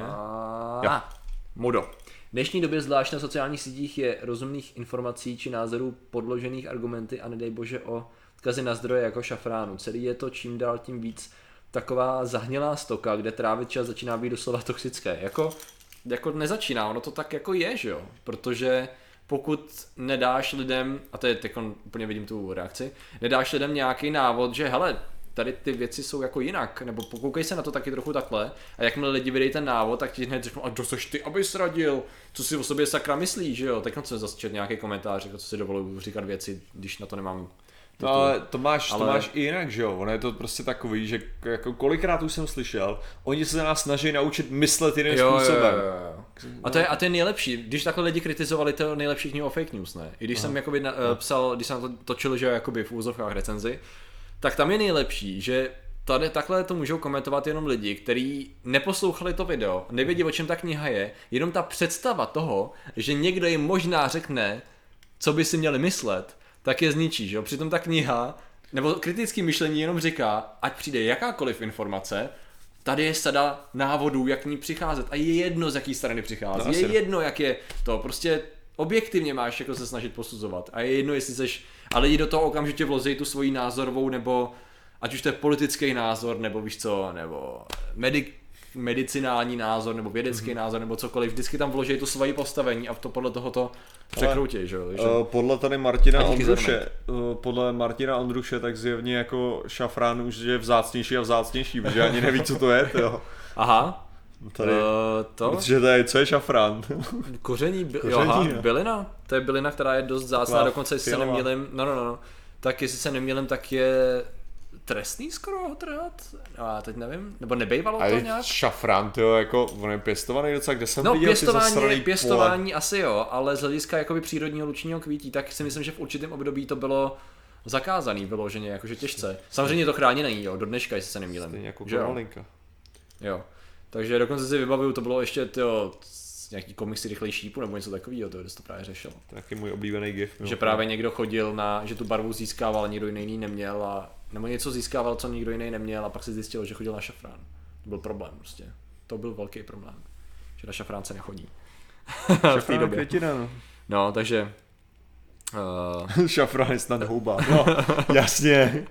A: Modo. V dnešní době zvlášť na sociálních sítích je rozumných informací či názorů podložených argumenty a nedej bože o odkazy na zdroje jako šafránu. Celý je to čím dál tím víc taková zahnělá stoka, kde trávit čas začíná být doslova toxické. Jako nezačíná, ono to tak jako je, že jo? Protože pokud nedáš lidem, a to je teď úplně vidím tu reakci, nedáš lidem nějaký návod, že hele, tady ty věci jsou jako jinak, nebo pokoukej se na to taky trochu takhle a jakmile lidi vydají ten návod, tak ti hned řeknou, a kdo seš ty, abys radil, co si o sobě sakra myslíš, že jo? Tak jsem zase četl nějaký komentář, jako co si dovoluji říkat věci, když na to nemám.
B: No ale to máš i jinak, že jo, ono je to prostě takový, že jako kolikrát už jsem slyšel, oni se nás snaží naučit myslet jiným způsobem.
A: Jo. A to je nejlepší, když takhle lidi kritizovali to nejlepší knihu o fake news, ne? I když jsem jakoby psal, když jsem to točil, že jakoby v úzovkách recenzi, tak tam je nejlepší, že tady takhle to můžou komentovat jenom lidi, kteří neposlouchali to video, nevědí, o čem ta kniha je, jenom ta představa toho, že někdo jim možná řekne, co by si měli myslet, tak je zničí, že jo? Přitom ta kniha, nebo kritické myšlení jenom říká, ať přijde jakákoliv informace, tady je sada návodů, jak k ní přicházet a je jedno, z jaký strany přichází, je jedno, jak je to, prostě objektivně máš jako se snažit posuzovat a je jedno, jestli seš, a lidi do toho okamžitě vloží tu svoji názorovou, nebo ať už to je politický názor, nebo víš co, nebo medicinální názor, nebo vědecký názor, nebo cokoliv, vždycky tam vloží tu svoji postavení a to podle toho to překroutí, že jo?
B: Podle tady podle Martina Ondruše, tak zjevně jako šafrán už je vzácnější a vzácnější, protože ani neví, co to je, jo.
A: Aha.
B: Tady, protože to je, co je šafrán?
A: Koření, bylina. To je bylina, která je dost vzácná, dokonce jestli se nemýlím, tak jestli se nemýlím, tak je trestný skoro ho trhat? Já teď nevím, nebo nebejvalo to nějak?
B: Šafrán, tyjo, jako on je pěstovaný docela, kde jsem viděl
A: pěstování asi jo, ale z hlediska jakoby přírodního lučního kvítí, tak si myslím, že v určitém období to bylo zakázaný vyloženě, jakože těžce. Samozřejmě to chráněný, jo, do dneška, jestli se nemýlím.
B: Stejně jako komalinka.
A: Jo. Takže dokonce si vybavuju, to bylo ještě nějaký komiksy rychlej šípu nebo něco takového, to to právě řešil.
B: Taky můj oblíbený gif.
A: Že právě někdo chodil že tu barvu získával a někdo jiný neměl nebo něco získával, co nikdo jiný neměl a pak se zjistilo, že chodil na šafrán. To byl problém prostě. To byl velký problém. Že na šafrán se nechodí.
B: Šafrán květina, no.
A: No, takže...
B: Šafrán je snad houba, no, jasně.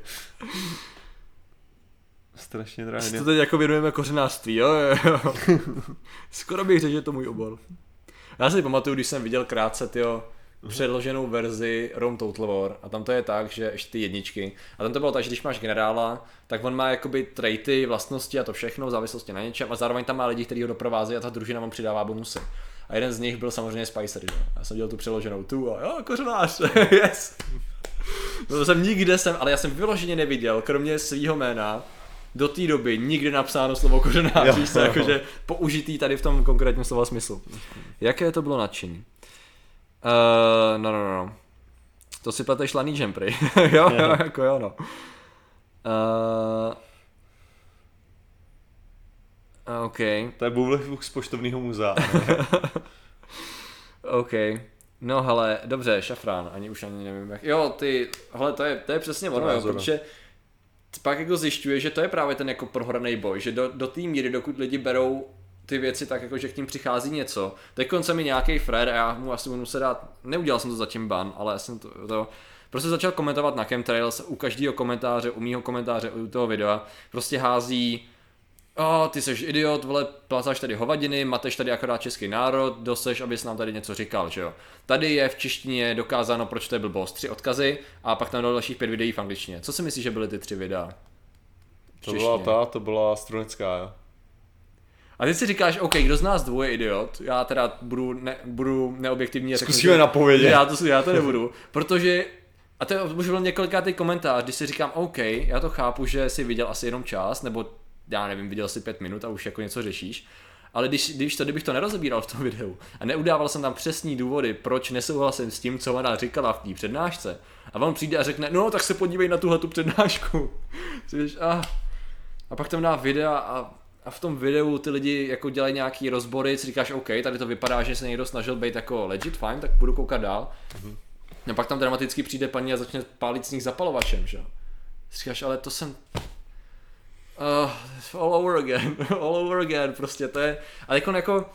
B: Strašně drahé.
A: To teď jako věnujeme kořenářství, jo. Skoro bych řekl, že je to můj obor. Já si pamatuju, když jsem viděl krátce, předloženou verzi Rome Total War a tam to je tak, že ještě ty jedničky a tam to bylo tak, že když máš generála, tak on má jakoby traity, vlastnosti a to všechno v závislosti na něčem a zároveň tam má lidi, kteří ho doprovázejí a ta družina vám přidává bonusy. A jeden z nich byl samozřejmě Spicer, že? Já jsem dělal tu přeloženou a jo, kořenář, yes. No ale já jsem vyloženě neviděl, kromě svýho jména, do té doby nikdy napsáno slovo kořenář, víš co, jakože použitý tady v tom konkrétním slova smyslu. Jaké to bylo nadšení? No. To si pleteš Laný Jempry. jo, jako jo, no. OK.
B: To je bůvlivuk z poštovního muzea.
A: OK. No hele, dobře, šafrán, ani nevím jak. Jo, hele, to je přesně ono, jo, protože pak jako zjišťuje, že to je právě ten jako prohraný boj, že do té míry, dokud lidi berou ty věci tak jako, že k ním přichází něco. Teď konce mi nějaký frér a já mu asi budu muset dát, neudělal jsem to zatím ban, ale já jsem to prostě začal komentovat na chemtrails, u každého komentáře, u mýho komentáře, u toho videa, prostě hází ty seš idiot, vole, plazáš tady hovadiny, mateš tady akorát český národ, doseš, abys nám tady něco říkal, že jo. Tady je v češtině dokázáno, proč to je blbost, 3 odkazy a pak tam dal dalších 5 videí v angličtině. Co si myslíš, že byly ty 3 videa?
B: To byla Strunecká, jo.
A: A ty si říkáš, OK, kdo z nás dvou je idiot, já teda budu neobjektivní.
B: Zkusíme napovědět.
A: Já to nebudu, protože, a to už byl několikátý komentář, když si říkám, OK, já to chápu, že jsi viděl asi jenom část, nebo já nevím, viděl si 5 minut a už jako něco řešíš, ale kdybych to nerozebíral v tom videu a neudával jsem tam přesný důvody, proč nesouhlasím s tím, co ona říkala v té přednášce, a on přijde a řekne, no tak se podívej na tuhletu přednášku. A pak tam dá videa a v tom videu ty lidi jako dělají nějaký rozbory, si říkáš OK, tady to vypadá, že se někdo snažil být jako legit, fajn, tak budu koukat dál. A pak tam dramaticky přijde paní a začne pálit sníh zapalovačem, že jo. Říkáš, ale to jsem... all over again, prostě to je... Ale jako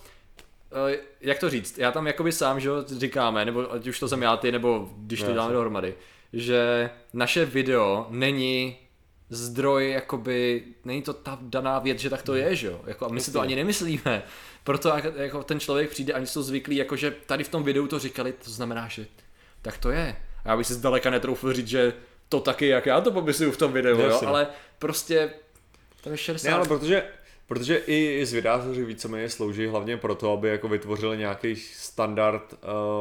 A: jak to říct, já tam jakoby sám, že říkáme, nebo ať už to jsem já, ty, nebo když to děláme dohromady, že naše video není zdroj, jakoby, není to ta daná věc, že tak to je, že jo, jako, a my si to ani nemyslíme, proto jako ten člověk přijde, ani jsou zvyklí, jakože tady v tom videu to říkali, to znamená, že tak to je. A já bych si zdaleka netroufl říct, že to taky, jak já to popisuju v tom videu, jo, ale prostě tam je 60.
B: Ne, ale protože i z videátoři víceméně slouží hlavně proto, aby jako vytvořili nějaký standard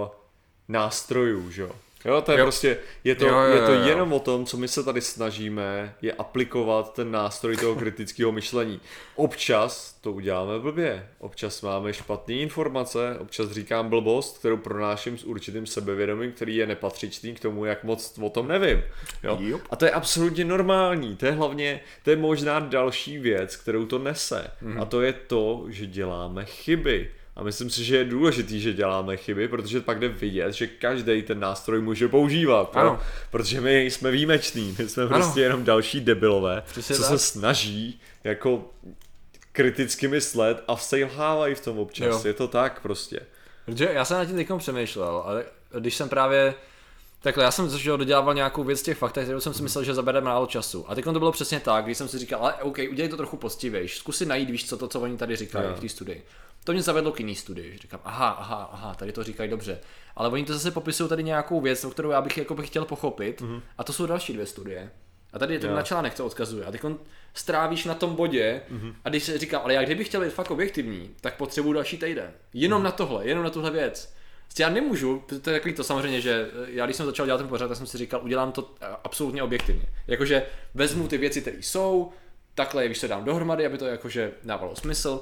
B: nástrojů, že jo. Jo, to je prostě, je to jenom o tom, co my se tady snažíme, je aplikovat ten nástroj toho kritického myšlení. Občas to uděláme blbě, občas máme špatné informace, občas říkám blbost, kterou pronáším s určitým sebevědomím, který je nepatřičný k tomu, jak moc o tom nevím. Jo? A to je absolutně normální, to je možná další věc, kterou to nese. A to je to, že děláme chyby. A myslím si, že je důležitý, že děláme chyby, protože pak jde vidět, že každý ten nástroj může používat. No? Protože my jsme výjimeční, my jsme prostě jenom další debilové, co se snaží jako kriticky myslet a selhávají v tom občas. Je to tak prostě.
A: Protože já jsem na tím teďkom přemýšlel, ale když jsem právě takhle, já jsem dodělával nějakou věc z těch faktech, kterou jsem si myslel, že zabere málo času. A teď to bylo přesně tak, když jsem si říkal, ale OK, udělej to trochu postivějš, zkus si najít, víš co oni tady říkají v té studii. To mě zavedlo k jiný studii, že říkám, aha, tady to říkají dobře. Ale oni to zase popisují tady nějakou věc, o kterou já bych jako chtěl pochopit, a to jsou další 2 studie. A tady ten na článek to odkazuje. A teď strávíš na tom bodě, a když se říkám, ale já kdybych chtěl být fakt objektivní, tak potřebuju další týden. Jenom na tohle, jenom na tuhle věc. Já nemůžu, to je takový to samozřejmě, že já když jsem začal dělat ten pořad, tak jsem si říkal, udělám to absolutně objektivně. Jakože vezmu ty věci, které jsou, takhle je, víš, to dám dohromady, aby to jakože dávalo smysl.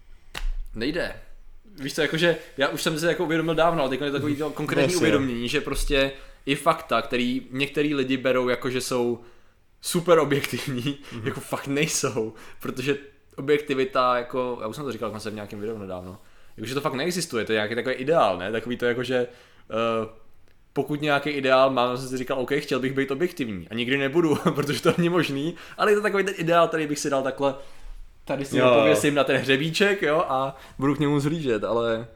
A: Nejde. Víš co, jakože já už jsem si jako uvědomil dávno, ale teď je takový to konkrétní uvědomění, že prostě i fakta, který některý lidi berou jako, že jsou super objektivní, jako fakt nejsou, protože objektivita, jako, já už jsem to říkal v nějakém videu nedávno, jakože to fakt neexistuje, to je nějaký takový ideál, ne, takový to jakože pokud nějaký ideál mám, jsem si říkal, OK, chtěl bych být objektivní a nikdy nebudu, protože to není možný, ale je to takový ten ideál, který bych si dal takhle, tady si ho pověsím na ten hřebíček, jo, a budu k němu zhlížet, ale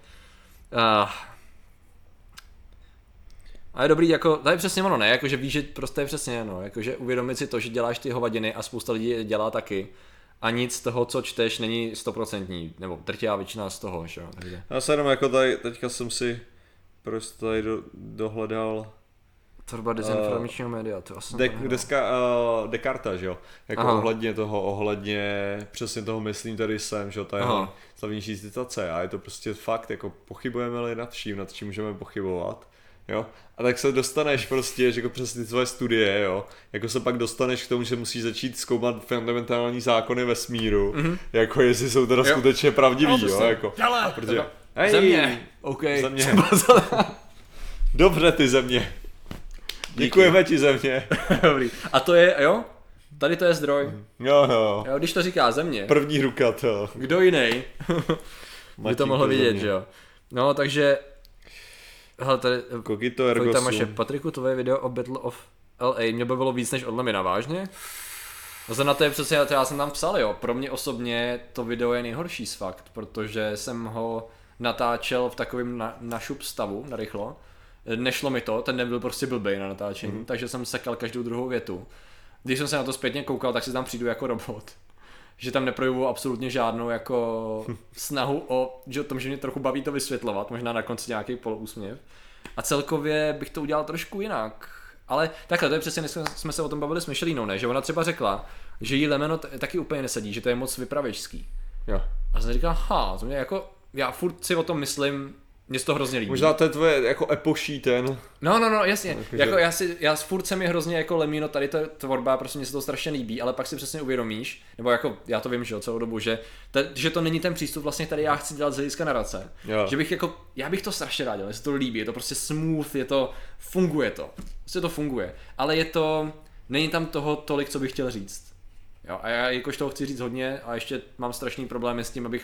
A: a je dobrý, jako, to je přesně ono, ne, jakože víš, že prostě je přesně, no, jakože uvědomit si to, že děláš ty hovadiny a spousta lidí dělá taky a nic z toho, co čteš, není 100%, nebo drtivá většina z toho, že jo.
B: Já se jenom jako tady, teďka jsem si prostě tady dohledal
A: tvorba dezinformačního média, to asi
B: Descartes, že jo, jako ohledně přesně toho myslím tady jsem, že jo, ta jeho slavnější citace a je to prostě fakt, jako pochybujeme-li nad čím můžeme pochybovat, jo, a tak se dostaneš prostě, že jako přesně tvoje studie, jo, jako se pak dostaneš k tomu, že musíš začít zkoumat fundamentální zákony vesmíru, jako jestli jsou teda skutečně pravdivý, jo, jako. Protože,
A: země, OK.
B: Země. Dobře ty země. Děkujeme ti země.
A: Dobrý. A to je, jo? Tady to je zdroj.
B: Jo.
A: Když to říká země.
B: První ruka to.
A: Kdo jiný? By to mohl vidět, že jo. No, takže hele, tady tam máš Patriku, tvoje video o Battle of LA, mě bavilo víc než od Lemina, vážně? No na to je přesně, já jsem tam psal, jo, pro mě osobně to video je nejhorší z fakt, protože jsem ho natáčel v takovém našup stavu, narychlo. Nešlo mi to, ten nebyl prostě blbej na natáčení, takže jsem sekal každou druhou větu. Když jsem se na to zpětně koukal, tak si tam přijdu jako robot. Že tam neprojevuju absolutně žádnou jako snahu o tom, že mě trochu baví to vysvětlovat, možná na konci nějaký poloúsměv. A celkově bych to udělal trošku jinak. Ale takhle, to je přesně, jsme se o tom bavili s Michelinou, ne? Že ona třeba řekla, že jí lemeno taky úplně nesedí, že to je moc vypravěčský.
B: Jo.
A: A jsem říkal, to mě jako, já furt si o tom myslím, mně to hrozně líbí.
B: Možná to je tvoje jako epoší ten.
A: No, jasně. Jako já furt se mi hrozně jako Lemino, tady ta tvorba, prostě mě se to strašně líbí, ale pak si přesně uvědomíš, nebo jako já to vím, že celou dobu, že to není ten přístup vlastně, který já chci dělat z hlediska narace. Že bych jako, já bych to strašně rád dělal, se to líbí, je to prostě smooth, funguje to. Prostě to funguje, ale není tam toho tolik, co bych chtěl říct. Jo, a já jakož toho chci říct hodně a ještě mám strašný problémy s tím, abych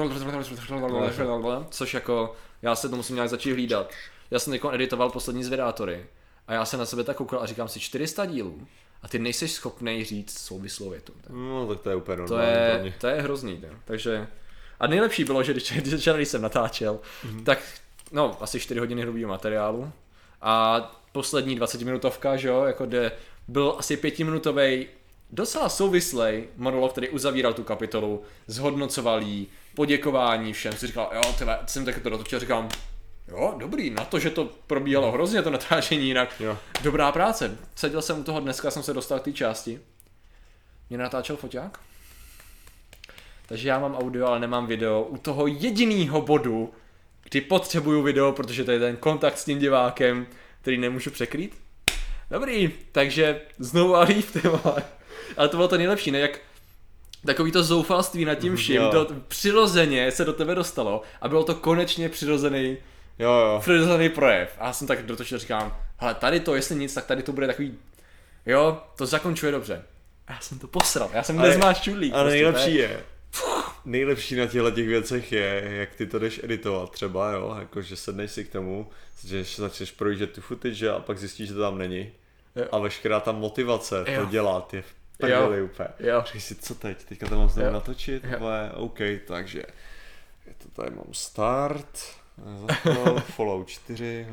A: což jako já se to musím nějak začít hlídat. Já jsem teď editoval poslední Zvědátory a já se na sebe tak koukal a říkám si 400 dílů a ty nejseš schopnej říct souvislou větu.
B: No tak to je úplně normální.
A: To je hrozný, ne? Takže a nejlepší bylo, že když jsem natáčel, tak no asi 4 hodiny hrubýho materiálu a poslední 20-minutovka, že jo, jako kde byl asi 5minutovej docela souvislej monolog, který uzavíral tu kapitolu, zhodnocoval jí, poděkování všem, si říkal, jo, tyhle, jsem taky to dotočil, říkám, jo, dobrý, na to, že to probíhalo hrozně to natáčení jinak, jo. Dobrá práce. Seděl jsem u toho dneska, jsem se dostal k té části, mě natáčel foťák, takže já mám audio, ale nemám video u toho jedinýho bodu, kdy potřebuju video, protože to je ten kontakt s tím divákem, který nemůžu překrýt. Dobrý, takže znovu a líp, ty vole. Ale to bylo to nejlepší, ne? Jak takový to zoufalství nad tím vším, to přirozeně se do tebe dostalo a bylo to konečně přirozený projev. A já jsem tak dotočil, říkám, hele, tady to, jestli nic, tak tady to bude takový, jo, to zakončuje dobře. A já jsem to posral, já jsem nezmáš čudlík.
B: Ale prostě, nejlepší na těchto těch věcech je, jak ty to jdeš editovat třeba, jo, jako že sedneš si k tomu, že začneš projíždět tu footage a pak zjistíš, že to tam není. Jo. A veškerá ta motivace to dělat je v prdeli úplně. Říkáš si, co teď? Teďka to mám znovu natočit? OK, takže to tady mám start, follow 4.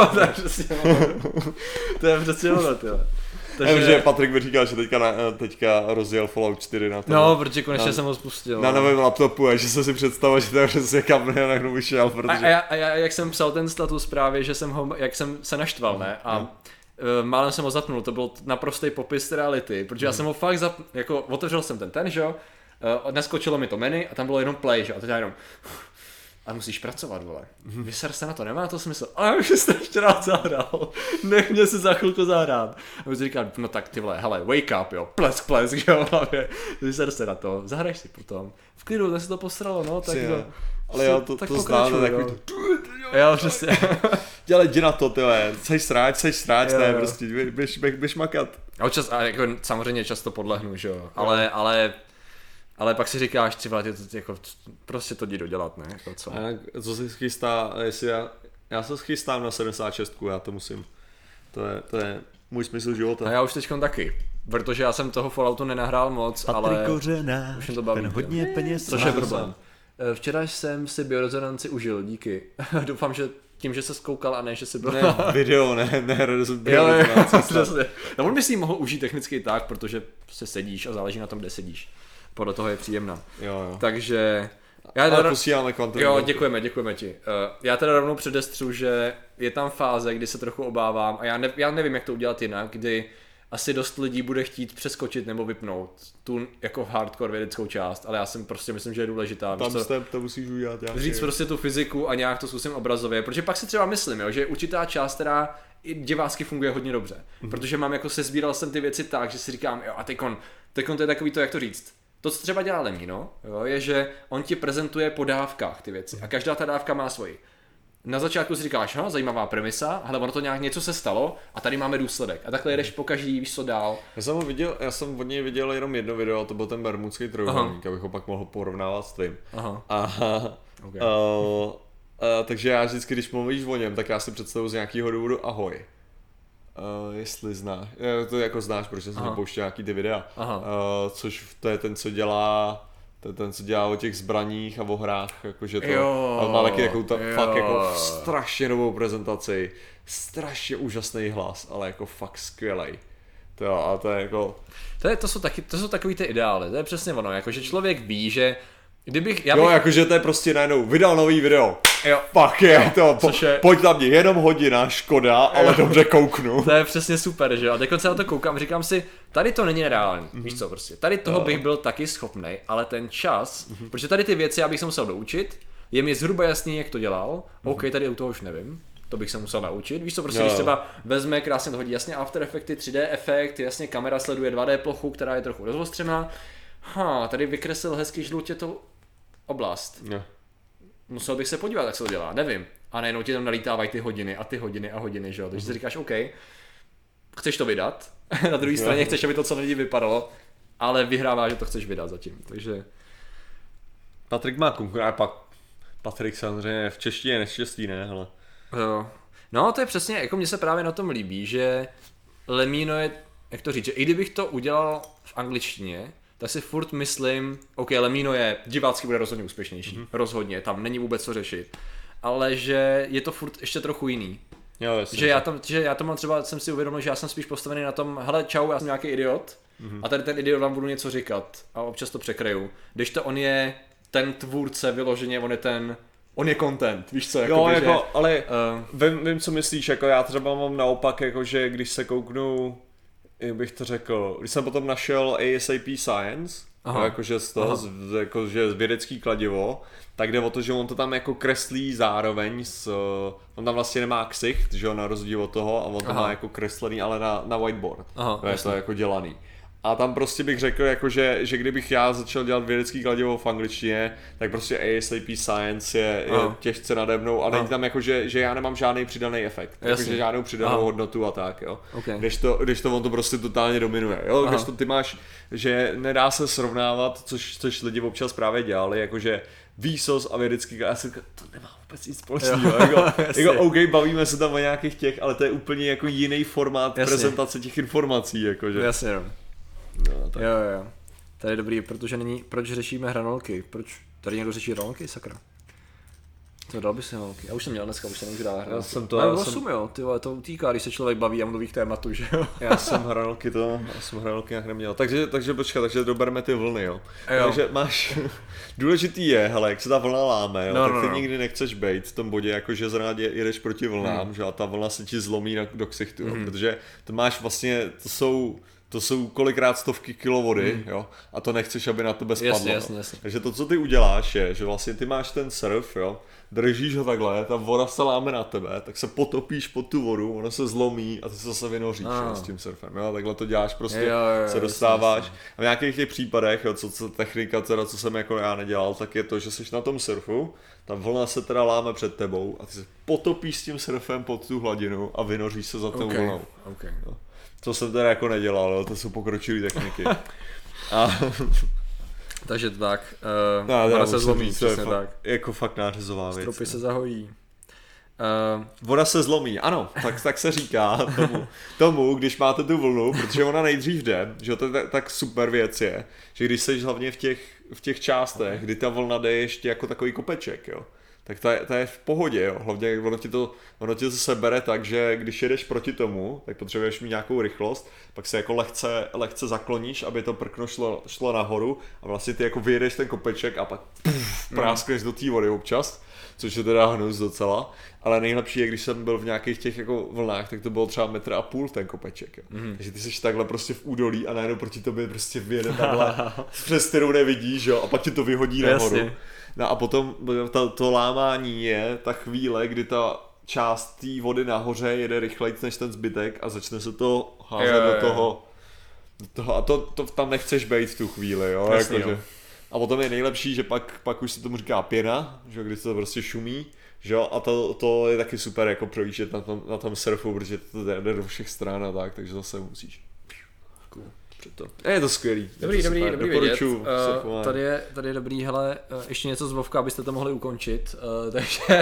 A: To je přesně ono, tyhle.
B: Takže Patrik mi říkal, že teďka rozjel Fallout 4 na to.
A: No, protože konečně jsem ho spustil.
B: Na novém laptopu a že jsem si představil, že to je přesně kam nehnaknu vyšel, protože...
A: A já, jak jsem psal ten status právě, že jsem ho, jak jsem se naštval, ne? A málem jsem ho zapnul, to byl naprostý popis reality, protože já jsem ho fakt jako otevřel jsem ten, že jo? Naskočilo mi to menu a tam bylo jenom play, že jo? A teď já jenom... A musíš pracovat, vole. Vyser se na to, nemá to smysl. Ale už jsi ještě rád zahrál. Nech mě se za chvilku zahrát. A už si říkal, no tak ty vole, hele, wake up, jo, plesk, jo, hlavě. Vyser se na to, zahraješ si potom. V klidu, to si to posralo, no, tak jo.
B: Ale jo, to známe takový to...
A: Jo, přesně.
B: Dělej, jdi na to, tyhle, chceš sráč, ne, prostě, běž makat.
A: A jako samozřejmě často podlehnu, že jo, ale pak si říkáš, třeba jako, prostě to jdi dodělat, ne? Jako co?
B: Co se chystá, jestli já se chystám na 76, já to musím. To je můj smysl života.
A: A já už teďkon taky, protože já jsem toho Falloutu nenahrál moc, ale už mě to baví.
C: Hodně peněz.
A: Což je problém. Včera jsem si biorezonanci užil, díky. Doufám, že tím, že se zkoukal a ne, že si byl...
B: Ne, video, ne, biorezonanci.
A: No on by si ji mohl užít technicky tak, protože se sedíš a záleží na tom, kde sedíš. Podle toho je příjemná.
B: Jo.
A: Takže...
B: Ale posíláme kvantum.
A: Jo, děkujeme ti. Já teda rovnou předestřu, že je tam fáze, kdy se trochu obávám a já nevím, jak to udělat jinak, kdy asi dost lidí bude chtít přeskočit nebo vypnout tu jako hardcore vědeckou část, ale já si prostě myslím, že je důležitá.
B: To musíš udělat.
A: Říct prostě tu fyziku a nějak to zkusím obrazově, protože pak si třeba myslím, jo, že určitá část, která i divácky funguje hodně dobře, protože mám jako sesbíral jsem ty věci tak, že si říkám, jo a tekon to je takový to, jak to říct. To, co třeba dělá Lemino, je, že on ti prezentuje po dávkách ty věci a každá ta dávka má svoji. Na začátku si říkáš, zajímavá premisa, ale ono to nějak něco se stalo a tady máme důsledek. A takhle jdeš po každý, víš co dál.
B: Já jsem od něj viděl jenom jedno video, to byl ten bermudský trojuhelník, abych ho pak mohl porovnávat s tvým. Takže já vždycky, když mluvíš o něm, tak já si představuji z nějakého důvodu ahoj. Jestli znáš, to jako znáš, protože jsem pouštěl nějaký ty videa, což to je ten, co dělá o těch zbraních a o hrách, jakože to, ale má taky takovou fakt jako strašně novou prezentaci, strašně úžasný hlas, ale jako fakt skvělej. To je jako...
A: To jsou takový ty ideály, to je přesně ono, jakože člověk ví, že
B: jakože to je prostě najednou, vydal nový video. Pak je to, pojď na mě, jenom hodina, škoda, ale dobře kouknu.
A: To je přesně super, že jo, a teď se na to koukám, říkám si, tady to není reálný, víš co prostě, tady toho bych byl taky schopnej, ale ten čas, protože tady ty věci já bych se musel doučit, je mi zhruba jasný, jak to dělal, OK, tady u toho už nevím, to bych se musel naučit, víš co, prostě když třeba vezme, krásně to hodí jasně After Effecty, 3D efekt, jasně kamera sleduje 2D plochu, která je trochu rozostřená, tady vykreslil hezky žlutě to oblast. Musel bych se podívat, jak se to dělá, nevím. A najednou ti tam nalítávají ty hodiny a hodiny, že jo. Takže si říkáš, OK, chceš to vydat, na druhé straně chceš, aby to co lidi vypadalo, ale vyhrává, že to chceš vydat zatím, takže...
B: Patrik má konkurenci, pak Patrik samozřejmě v češtině je neštěstí, ne, hele.
A: Jo. No to je přesně, jako mně se právě na tom líbí, že Lemino je, jak to říct, že i kdybych to udělal v angličtině, tak si furt myslím, OK, Lemino je, divácky bude rozhodně úspěšnější, rozhodně, tam není vůbec co řešit, ale že je to furt ještě trochu jiný.
B: Jo, jasně.
A: Že já to mám třeba, jsem si uvědomil, že já jsem spíš postavený na tom, hele čau, já jsem nějaký idiot a tady ten idiot vám budu něco říkat a občas to překryju. Když to on je ten tvůrce vyloženě, on je content, víš co?
B: Jo, jako, že, ale vím, co myslíš, jako já třeba mám naopak, jako že když se kouknu, jak bych to řekl, když jsem potom našel ASAP Science, jakože z toho, jakože z vědecký kladivo, tak jde o to, že on to tam jako kreslí zároveň on tam vlastně nemá ksicht, že jo, na rozdíl od toho, a on to má jako kreslený, ale na whiteboard, je to jako dělaný. A tam prostě bych řekl, jako že kdybych já začal dělat vědecký kladivo v angličtině, tak prostě ASAP Science je těžce nade mnou a není tam jako, že já nemám žádný přidaný efekt, jakože žádnou přidanou hodnotu a tak, jo.
A: Okay.
B: Když to on to prostě totálně dominuje, jo. Když to ty máš, že nedá se srovnávat, což lidi občas právě dělali, jakože výsos a vědecký kladivo, to nemá vůbec nic společného, jako OK, bavíme se tam o nějakých těch, ale to je úplně jako jiný formát prezentace těch informací, jakože.
A: Jasně, no.
B: No, tak.
A: Jo. To je dobrý, protože proč řešíme hranolky? Proč tady někdo řeší hranolky, sakra? To dal by si hranolky. Já už jsem měl dneska, už se nemůžu dát hranolky.
B: Já jsem to...
A: Ale 8, jo, ty vole, to utíká, když se člověk baví a mluví k tématu, že jo?
B: Já jsem hranolky nějak neměl. Takže počkat, takže dobereme ty vlny, jo. Takže máš... Důležitý je, hele, jak se ta vlna láme, jo, tak ty nikdy nechceš bejt v tom bodě, jako že zrovna jedeš proti vlnám, že a ta vlna se ti zlomí do ksichtu, jo, protože to máš vlastně, to jsou kolikrát stovky kilo vody, jo, a to nechceš, aby na tebe spadlo.
A: Jasně.
B: Takže to, co ty uděláš, je, že vlastně ty máš ten surf, jo, držíš ho takhle, ta voda se láme na tebe, tak se potopíš pod tu vodu, ona se zlomí a ty se zase vynoříš s tím surfem, jo, takhle to děláš, prostě se dostáváš. Jasně. A v nějakých těch případech, jo, co technika teda, co jsem jako já nedělal, tak je to, že jsi na tom surfu, ta vlna se teda láme před tebou a ty se potopíš s tím surfem pod tu hladinu a vynoříš se za tou vlnou.
A: Okay.
B: No. To jsem teda jako nedělal, jo? To jsou pokročilé techniky.
A: Takže tak, voda se zlomí, přesně tak.
B: Jako fakt nářezová věc.
A: Stropy se zahojí.
B: Voda se zlomí, ano, tak se říká tomu, když máte tu vlnu, protože ona nejdřív jde, že to je tak super věc je, že když seš hlavně v těch částech, kdy ta vlna jde ještě jako takový kopeček, jo, tak ta je v pohodě, jo. Hlavně ono ti to sebere tak, že když jedeš proti tomu, tak potřebuješ mít nějakou rychlost, pak se jako lehce zakloníš, aby to prkno šlo nahoru a vlastně ty jako vyjedeš ten kopeček a pak práskneš do té vody občas, což je teda hnus docela, ale nejlepší je, když jsem byl v nějakých těch jako vlnách, tak to bylo třeba 1,5 metru ten kopeček, jo. Takže ty jsi takhle prostě v údolí a najednou proti tobě prostě vyjede takhle, přes kterou nevidíš, jo, a pak ti to vyhodí nahoru. Jasně. No a potom to lámání je ta chvíle, kdy ta část té vody nahoře jede rychleji než ten zbytek a začne se to házet do toho a to tam nechceš být v tu chvíli, jo, jasně, jakože. Jo. A potom je nejlepší, že pak už se tomu říká pěna, že když to prostě šumí, že jo, a to je taky super jako projíždět na tom surfu, protože to jde do všech stran a tak, takže zase musíš. Cool. Je to skvělý.
A: Dobrý vědět. Tady je dobrý, hele, ještě něco z Vovka, abyste to mohli ukončit, takže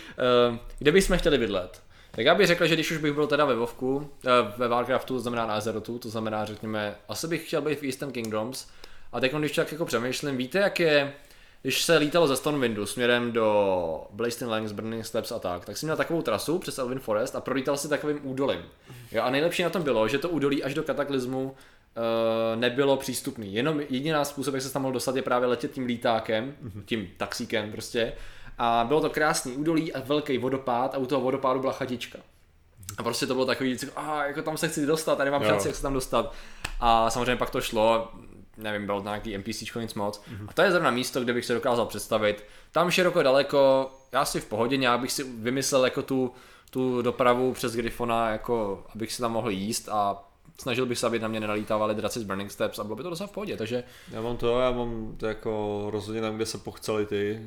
A: kde bychom chtěli bydlet? Tak já bych řekl, že když už bych byl teda ve Vovku, ve Warcraftu, to znamená na Azerotu, to znamená, řekněme, asi bych chtěl být v Eastern Kingdoms, a teď když tak jako přemýšlím, víte jak je, když se lítalo ze Stormwindu směrem do Blasted Lands, Burning Steppes a tak si měl takovou trasu přes Elven Forest a prolítal si takovým údolím. Jo, a nejlepší na tom bylo, že to údolí až do Kataklizmu nebylo přístupný. Jediná způsob, jak se tam mohl dostat, je právě letět tím lítákem, tím taxíkem prostě. A bylo to krásný údolí a velký vodopád a u toho vodopádu byla chatička. A prostě to bylo takový, jako tam se chci dostat a nemám šanci, jak se tam dostat. A samozřejmě pak to šlo, nevím, bylo to nějaký NPCčko, nic moc. A to je zrovna místo, kde bych se dokázal představit. Tam široko daleko, já si v pohodě, nějak bych si vymyslel jako tu dopravu přes Gryfona, jako abych si tam mohl jíst a snažil bych se, aby na mě nenalítávali draci z Burning Steppes a bylo by to docela v pohodě, takže...
B: Já mám to jako rozhodně tam, kde se pochceli ty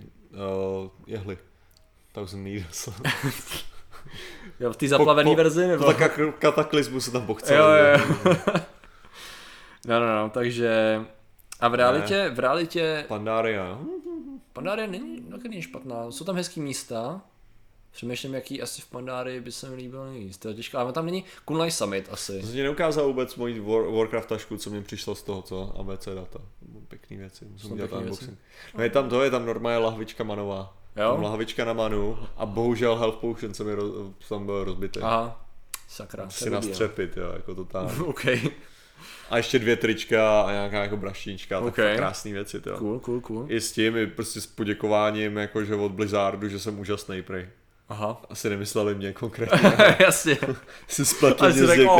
B: jehly. Thousand Needles.
A: Jo, v té zaplavené verzi nebo?
B: Po kataklizmu se tam pochceli.
A: Jo. No. no, takže... A v realitě...
B: Pandaria
A: není špatná, jsou tam hezký místa. Přemýšlím, jaký asi v Pandarii by se mi líbilo nejvíc. To je těžké, ale tam není Kunlai Summit asi.
B: To mě neukázal vůbec moji Warcraft tašku, co mi přišlo z toho, co ABC data. Pěkný věci, musím dělat unboxing. No je tam normálně lahvička manová. Tam lahvička na manu a bohužel Health Potion se mi tam byl rozbitý.
A: Aha, sakra.
B: Si nastřepit, jo, jako totálně.
A: Okay.
B: A ještě 2 trička a nějaká jako brašnička, tak krásný věci, jo.
A: Cool.
B: I s tím, i prostě s poděkováním, jakože od Blizzardu, že jsem úžasný prej.
A: Aha.
B: Asi nemysleli mě konkrétně.
A: Jasně.
B: Si spletli mě s děkem.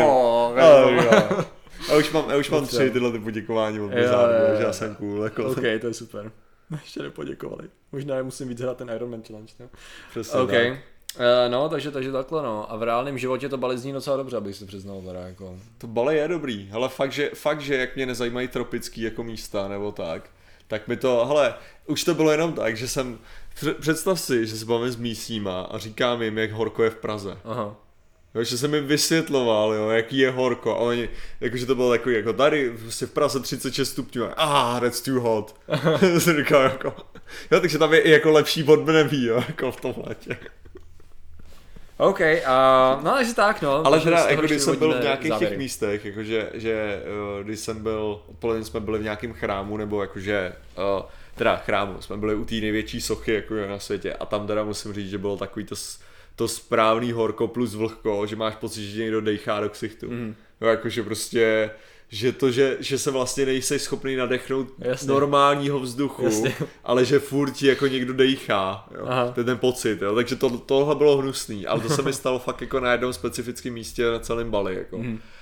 B: Já už mám 3 tyhle ty poděkování od Blizzardu, že já jsem cool. Jako.
A: Ok, to je super. Ještě nepoděkovali. Možná je musím víc hrát ten Iron Man Challenge. No?
B: Přesně
A: tak. No, takže takhle no. A v reálném životě to Bali zní docela dobře, abych si přiznal teda jako.
B: To Bali je dobrý, ale fakt, že jak mě nezajímají tropický jako místa nebo tak mi to, hele, už to bylo jenom tak, že jsem, představ si, že se bavím s místníma a říkám jim, jak horko je v Praze.
A: Aha.
B: Jo, že jsem jim vysvětloval, jo, jaký je horko a oni, jakože to bylo takový, jako tady prostě v Praze 36 stupňů a that's too hot. Jsem říkal jako, jo, takže tam je i jako lepší podnebí, jo, jako v tom létě.
A: OK, no takže tak no.
B: Ale teda, jako když jsem byl v nějakých těch místech, jakože, že když jsem byl, odpoledne jsme byli v nějakém chrámu, nebo jakože, teda chrámu, jsme byli u té největší sochy jako na světě a tam teda musím říct, že bylo takový to správný horko plus vlhko, že máš pocit, že někdo dejchá do ksichtu. Jo, jakože prostě, že se vlastně nejsi schopný nadechnout normálního vzduchu, ale že furt ti jako někdo dejchá, jo. To je ten pocit, jo. Takže tohle bylo hnusný, ale to se mi stalo fakt jako na jednom specifickém místě na celém Bali, jako.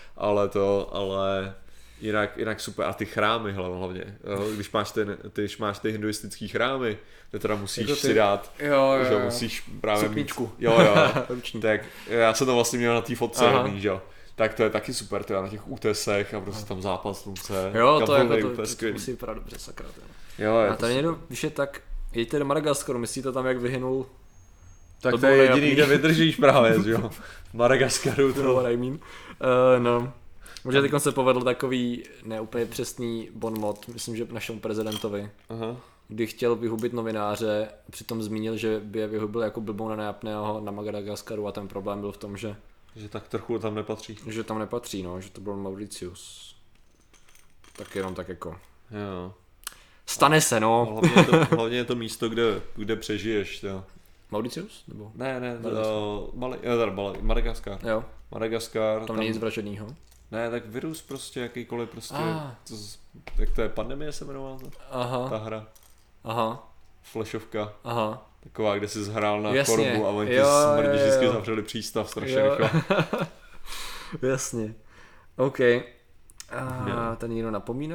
B: Ale jinak super. A ty chrámy hlavně, jo. Když máš ty hinduistický chrámy, ty teda musíš si dát, že musíš právě
A: supíčku.
B: Jo, tak já jsem to vlastně měl na té fotce, že jo. Tak to je taky super, teda na těch útesech a prostě tam západ slunce.
A: Jo, to musí vypadat dobře, sakra.
B: Jo,
A: a tady někdo, když je tak, jeďte do Madagaskaru, myslíte tam, jak vyhynul?
B: Tak to je jediný, kde vydržíš právě, jo. V Madagaskaru to.
A: What I mean. No. Možná teď se povedl takový neúplně přesný bon mot, myslím, že našemu prezidentovi. Kdy chtěl vyhubit novináře, přitom zmínil, že by je vyhubil jako blbou nenajapného na Madagaskaru a ten problém byl v tom, že
B: tak trochu tam nepatří.
A: Že tam nepatří, no, že to byl Mauritius. Tak jenom tak jako.
B: Jo.
A: Stane se, no.
B: Hlavně je to místo, kde přežiješ, jo.
A: Mauritius? Nebo?
B: Ne, Madagaskar.
A: Jo.
B: Madagaskar.
A: Tam není nic vražednýho.
B: Ne, tak virus prostě, jakýkoliv prostě, jak to je, Pandemie se jmenovala ta hra. Flashovka. Taková, kde jsi zhrál na chorobu a oni ti smrdí vždycky zavřeli přístav strašně rychle.
A: Jasně. OK. Tady někdo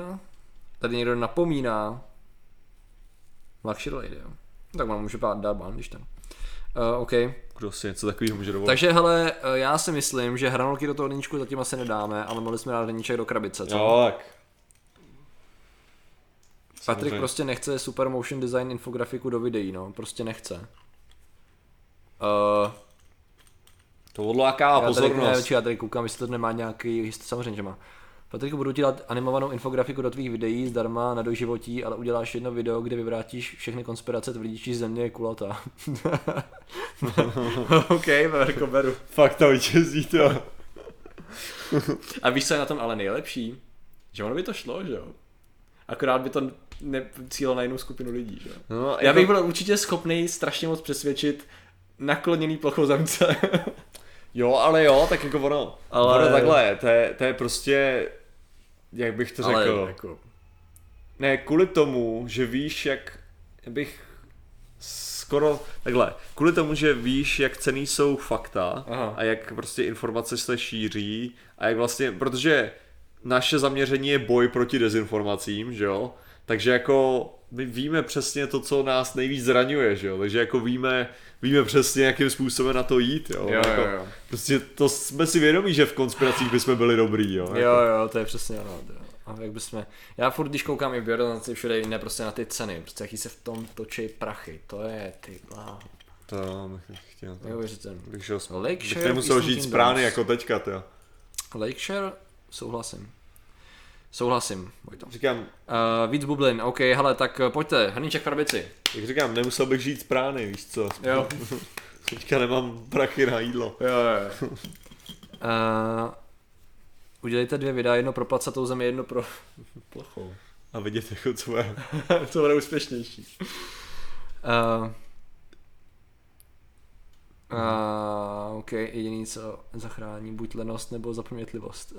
A: napomíná. Luxury Lady, jo. Tak mám může dát ban, když tam. OK.
B: Kdo si něco takového může dovolit?
A: Takže hele, já si myslím, že hranolky do toho hníčku zatím asi nedáme, ale mohli jsme dát hníček do krabice, co?
B: Jo, tak.
A: Patrik prostě nechce super motion design infografiku do videí, no, prostě nechce.
B: To odláká pozornost.
A: Já tady koukám, jestli to nemá nějaký, samozřejmě, že má. Patriku, budu ti dát animovanou infografiku do tvých videí zdarma na doživotí, ale uděláš jedno video, kde vyvrátíš všechny konspirace tvrdíš, že země je kulatá. OK, beru.
B: Fakt to vítězí to.
A: A víš, co je na tom ale nejlepší? Že ono by to šlo, že jo? Akorát by to necílilo na jinou skupinu lidí, že jo?
B: No,
A: já bych byl určitě schopný strašně moc přesvědčit nakloněný plochozemce.
B: Jo, tak jako ono takhle, to je prostě, jak bych to řekl,
A: jako...
B: ne, kvůli tomu, že víš, jak bych skoro, takhle, kvůli tomu, že víš, jak cenný jsou fakta a jak prostě informace se šíří a jak vlastně, protože naše zaměření je boj proti dezinformacím, že jo, takže jako my víme přesně to, co nás nejvíc zraňuje, že jo, takže jako víme přesně, jakým způsobem na to jít, jo.
A: Jo.
B: Prostě to jsme si vědomí, že v konspiracích bychom byli dobrý, jo.
A: Jo, to je přesně ono. A jak bychom, já furt, když koukám i v biodonaci všude jiné, prostě na ty ceny, prostě jaký se v tom točí prachy, to je ty bláho.
B: To bych chtěl.
A: Lakeshare
B: bych nemusel žít z prány jako teďka, jo.
A: Lakeshare, souhlasím. Souhlasím, Vojto.
B: Říkám...
A: Víc bublin, ok, hele, tak pojďte, hrníček v krabici.
B: Jak říkám, nemusel bych žít z prány, víš co?
A: Jo.
B: Teďka nemám prachy na jídlo.
A: Jo. Udělejte 2 videa, jedno pro placatou zemi, jedno pro plochou.
B: A vidět, jako co bude.
A: Co bude úspěšnější. Ok, jediný, co zachrání, buď lenost nebo zapamětlivost.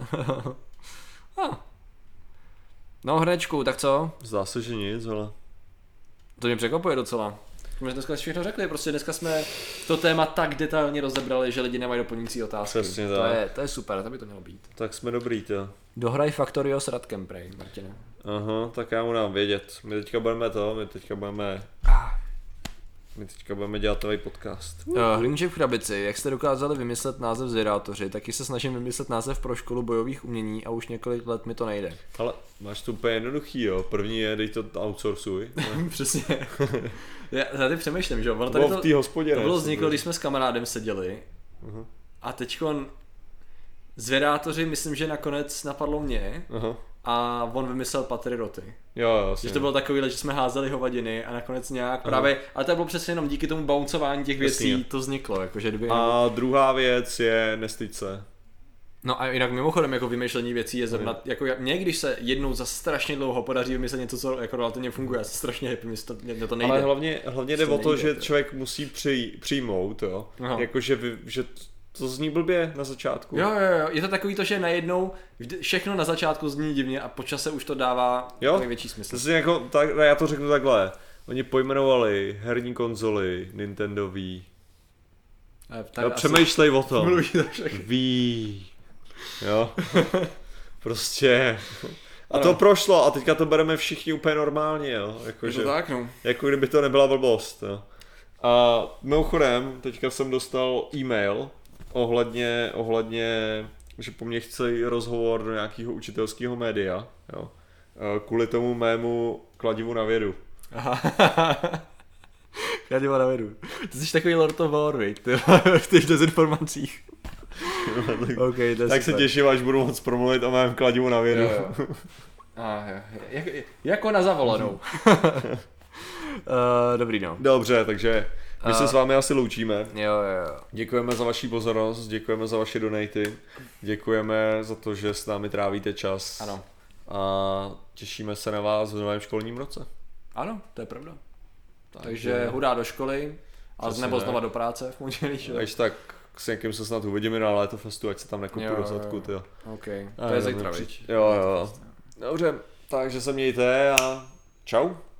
A: No, hrnečku, tak co?
B: Zdá se, že nic, ale...
A: To mě překvapuje docela. My jsme dneska všechno řekli, prostě dneska jsme to téma tak detailně rozebrali, že lidi nemají doplňující otázky.
B: Přesně tak.
A: To je super, to by to mělo být.
B: Tak jsme dobrý, to.
A: Dohraj Factorio s Radkem, prej, Martine.
B: Aha, tak já mu dám vědět. My teďka budeme dělat takový podcast.
A: Hrníček v krabici, jak jste dokázali vymyslet název Zvědátoři, taky se snažím vymyslet název pro školu bojových umění a už několik let mi to nejde.
B: Ale máš to úplně jednoduchý, jo. První je, dej to outsourcuj.
A: Přesně. Já teď přemýšlím, že jo.
B: To v té hospodě.
A: To bylo vzniklo, když jsme s kamarádem seděli. A teďkon Zvědátoři, myslím, že nakonec napadlo mě. A on vymyslel patrioty.
B: Jo,
A: že to bylo takový, že jsme házeli hovadiny a nakonec nějak právě, ale to bylo přesně jenom díky tomu bouncování těch věcí to vzniklo. Jakože
B: a druhá věc je nestyď se.
A: No a jinak mimochodem jako vymýšlení věcí je zrovna, jako mě když se jednou za strašně dlouho podaří vymyslet něco, co jako relativně funguje, já jsem strašně happy, mě to nejde.
B: Ale hlavně jde o to, že člověk musí přijmout, jo. Jakože že to zní blbě na začátku.
A: Jo, je to takový to, že najednou všechno na začátku zní divně a po čase už to dává největší smysl.
B: Jako, tak, já to řeknu takhle, oni pojmenovali herní konzoly, Nintendový. Přemýšlej o tom. Ví. Jo. Prostě. A to prošlo a teďka to bereme všichni úplně normálně, jo.
A: Jakože, tak, no.
B: Jako kdyby to nebyla blbost, jo. A mimochodem, teďka jsem dostal e-mail ohledně, že po mně chce rozhovor do nějakého učitelského média, jo. Kvůli tomu mému kladivu na vědu.
A: Kladivu na vědu. Ty jsi takový Lord of War, v těch dezinformacích. Okay,
B: tak se těším, až budu moc promluvit o mém kladivu na vědu.
A: Jo. Jako na zavolanou. Dobrý, no.
B: Dobře, takže my se s vámi asi loučíme.
A: Jo.
B: Děkujeme za vaši pozornost, děkujeme za vaše donaty, děkujeme za to, že s námi trávíte čas.
A: Ano.
B: A těšíme se na vás v novém školním roce.
A: Ano, to je pravda. Takže hurá do školy, nebo znova do práce v pondělí.
B: Až tak s někým se snad uvidíme na Létofestu, ať se tam nekupu do sadku, jo.
A: Ok, to je zítra,
B: Jo. Dobře, takže se mějte a čau.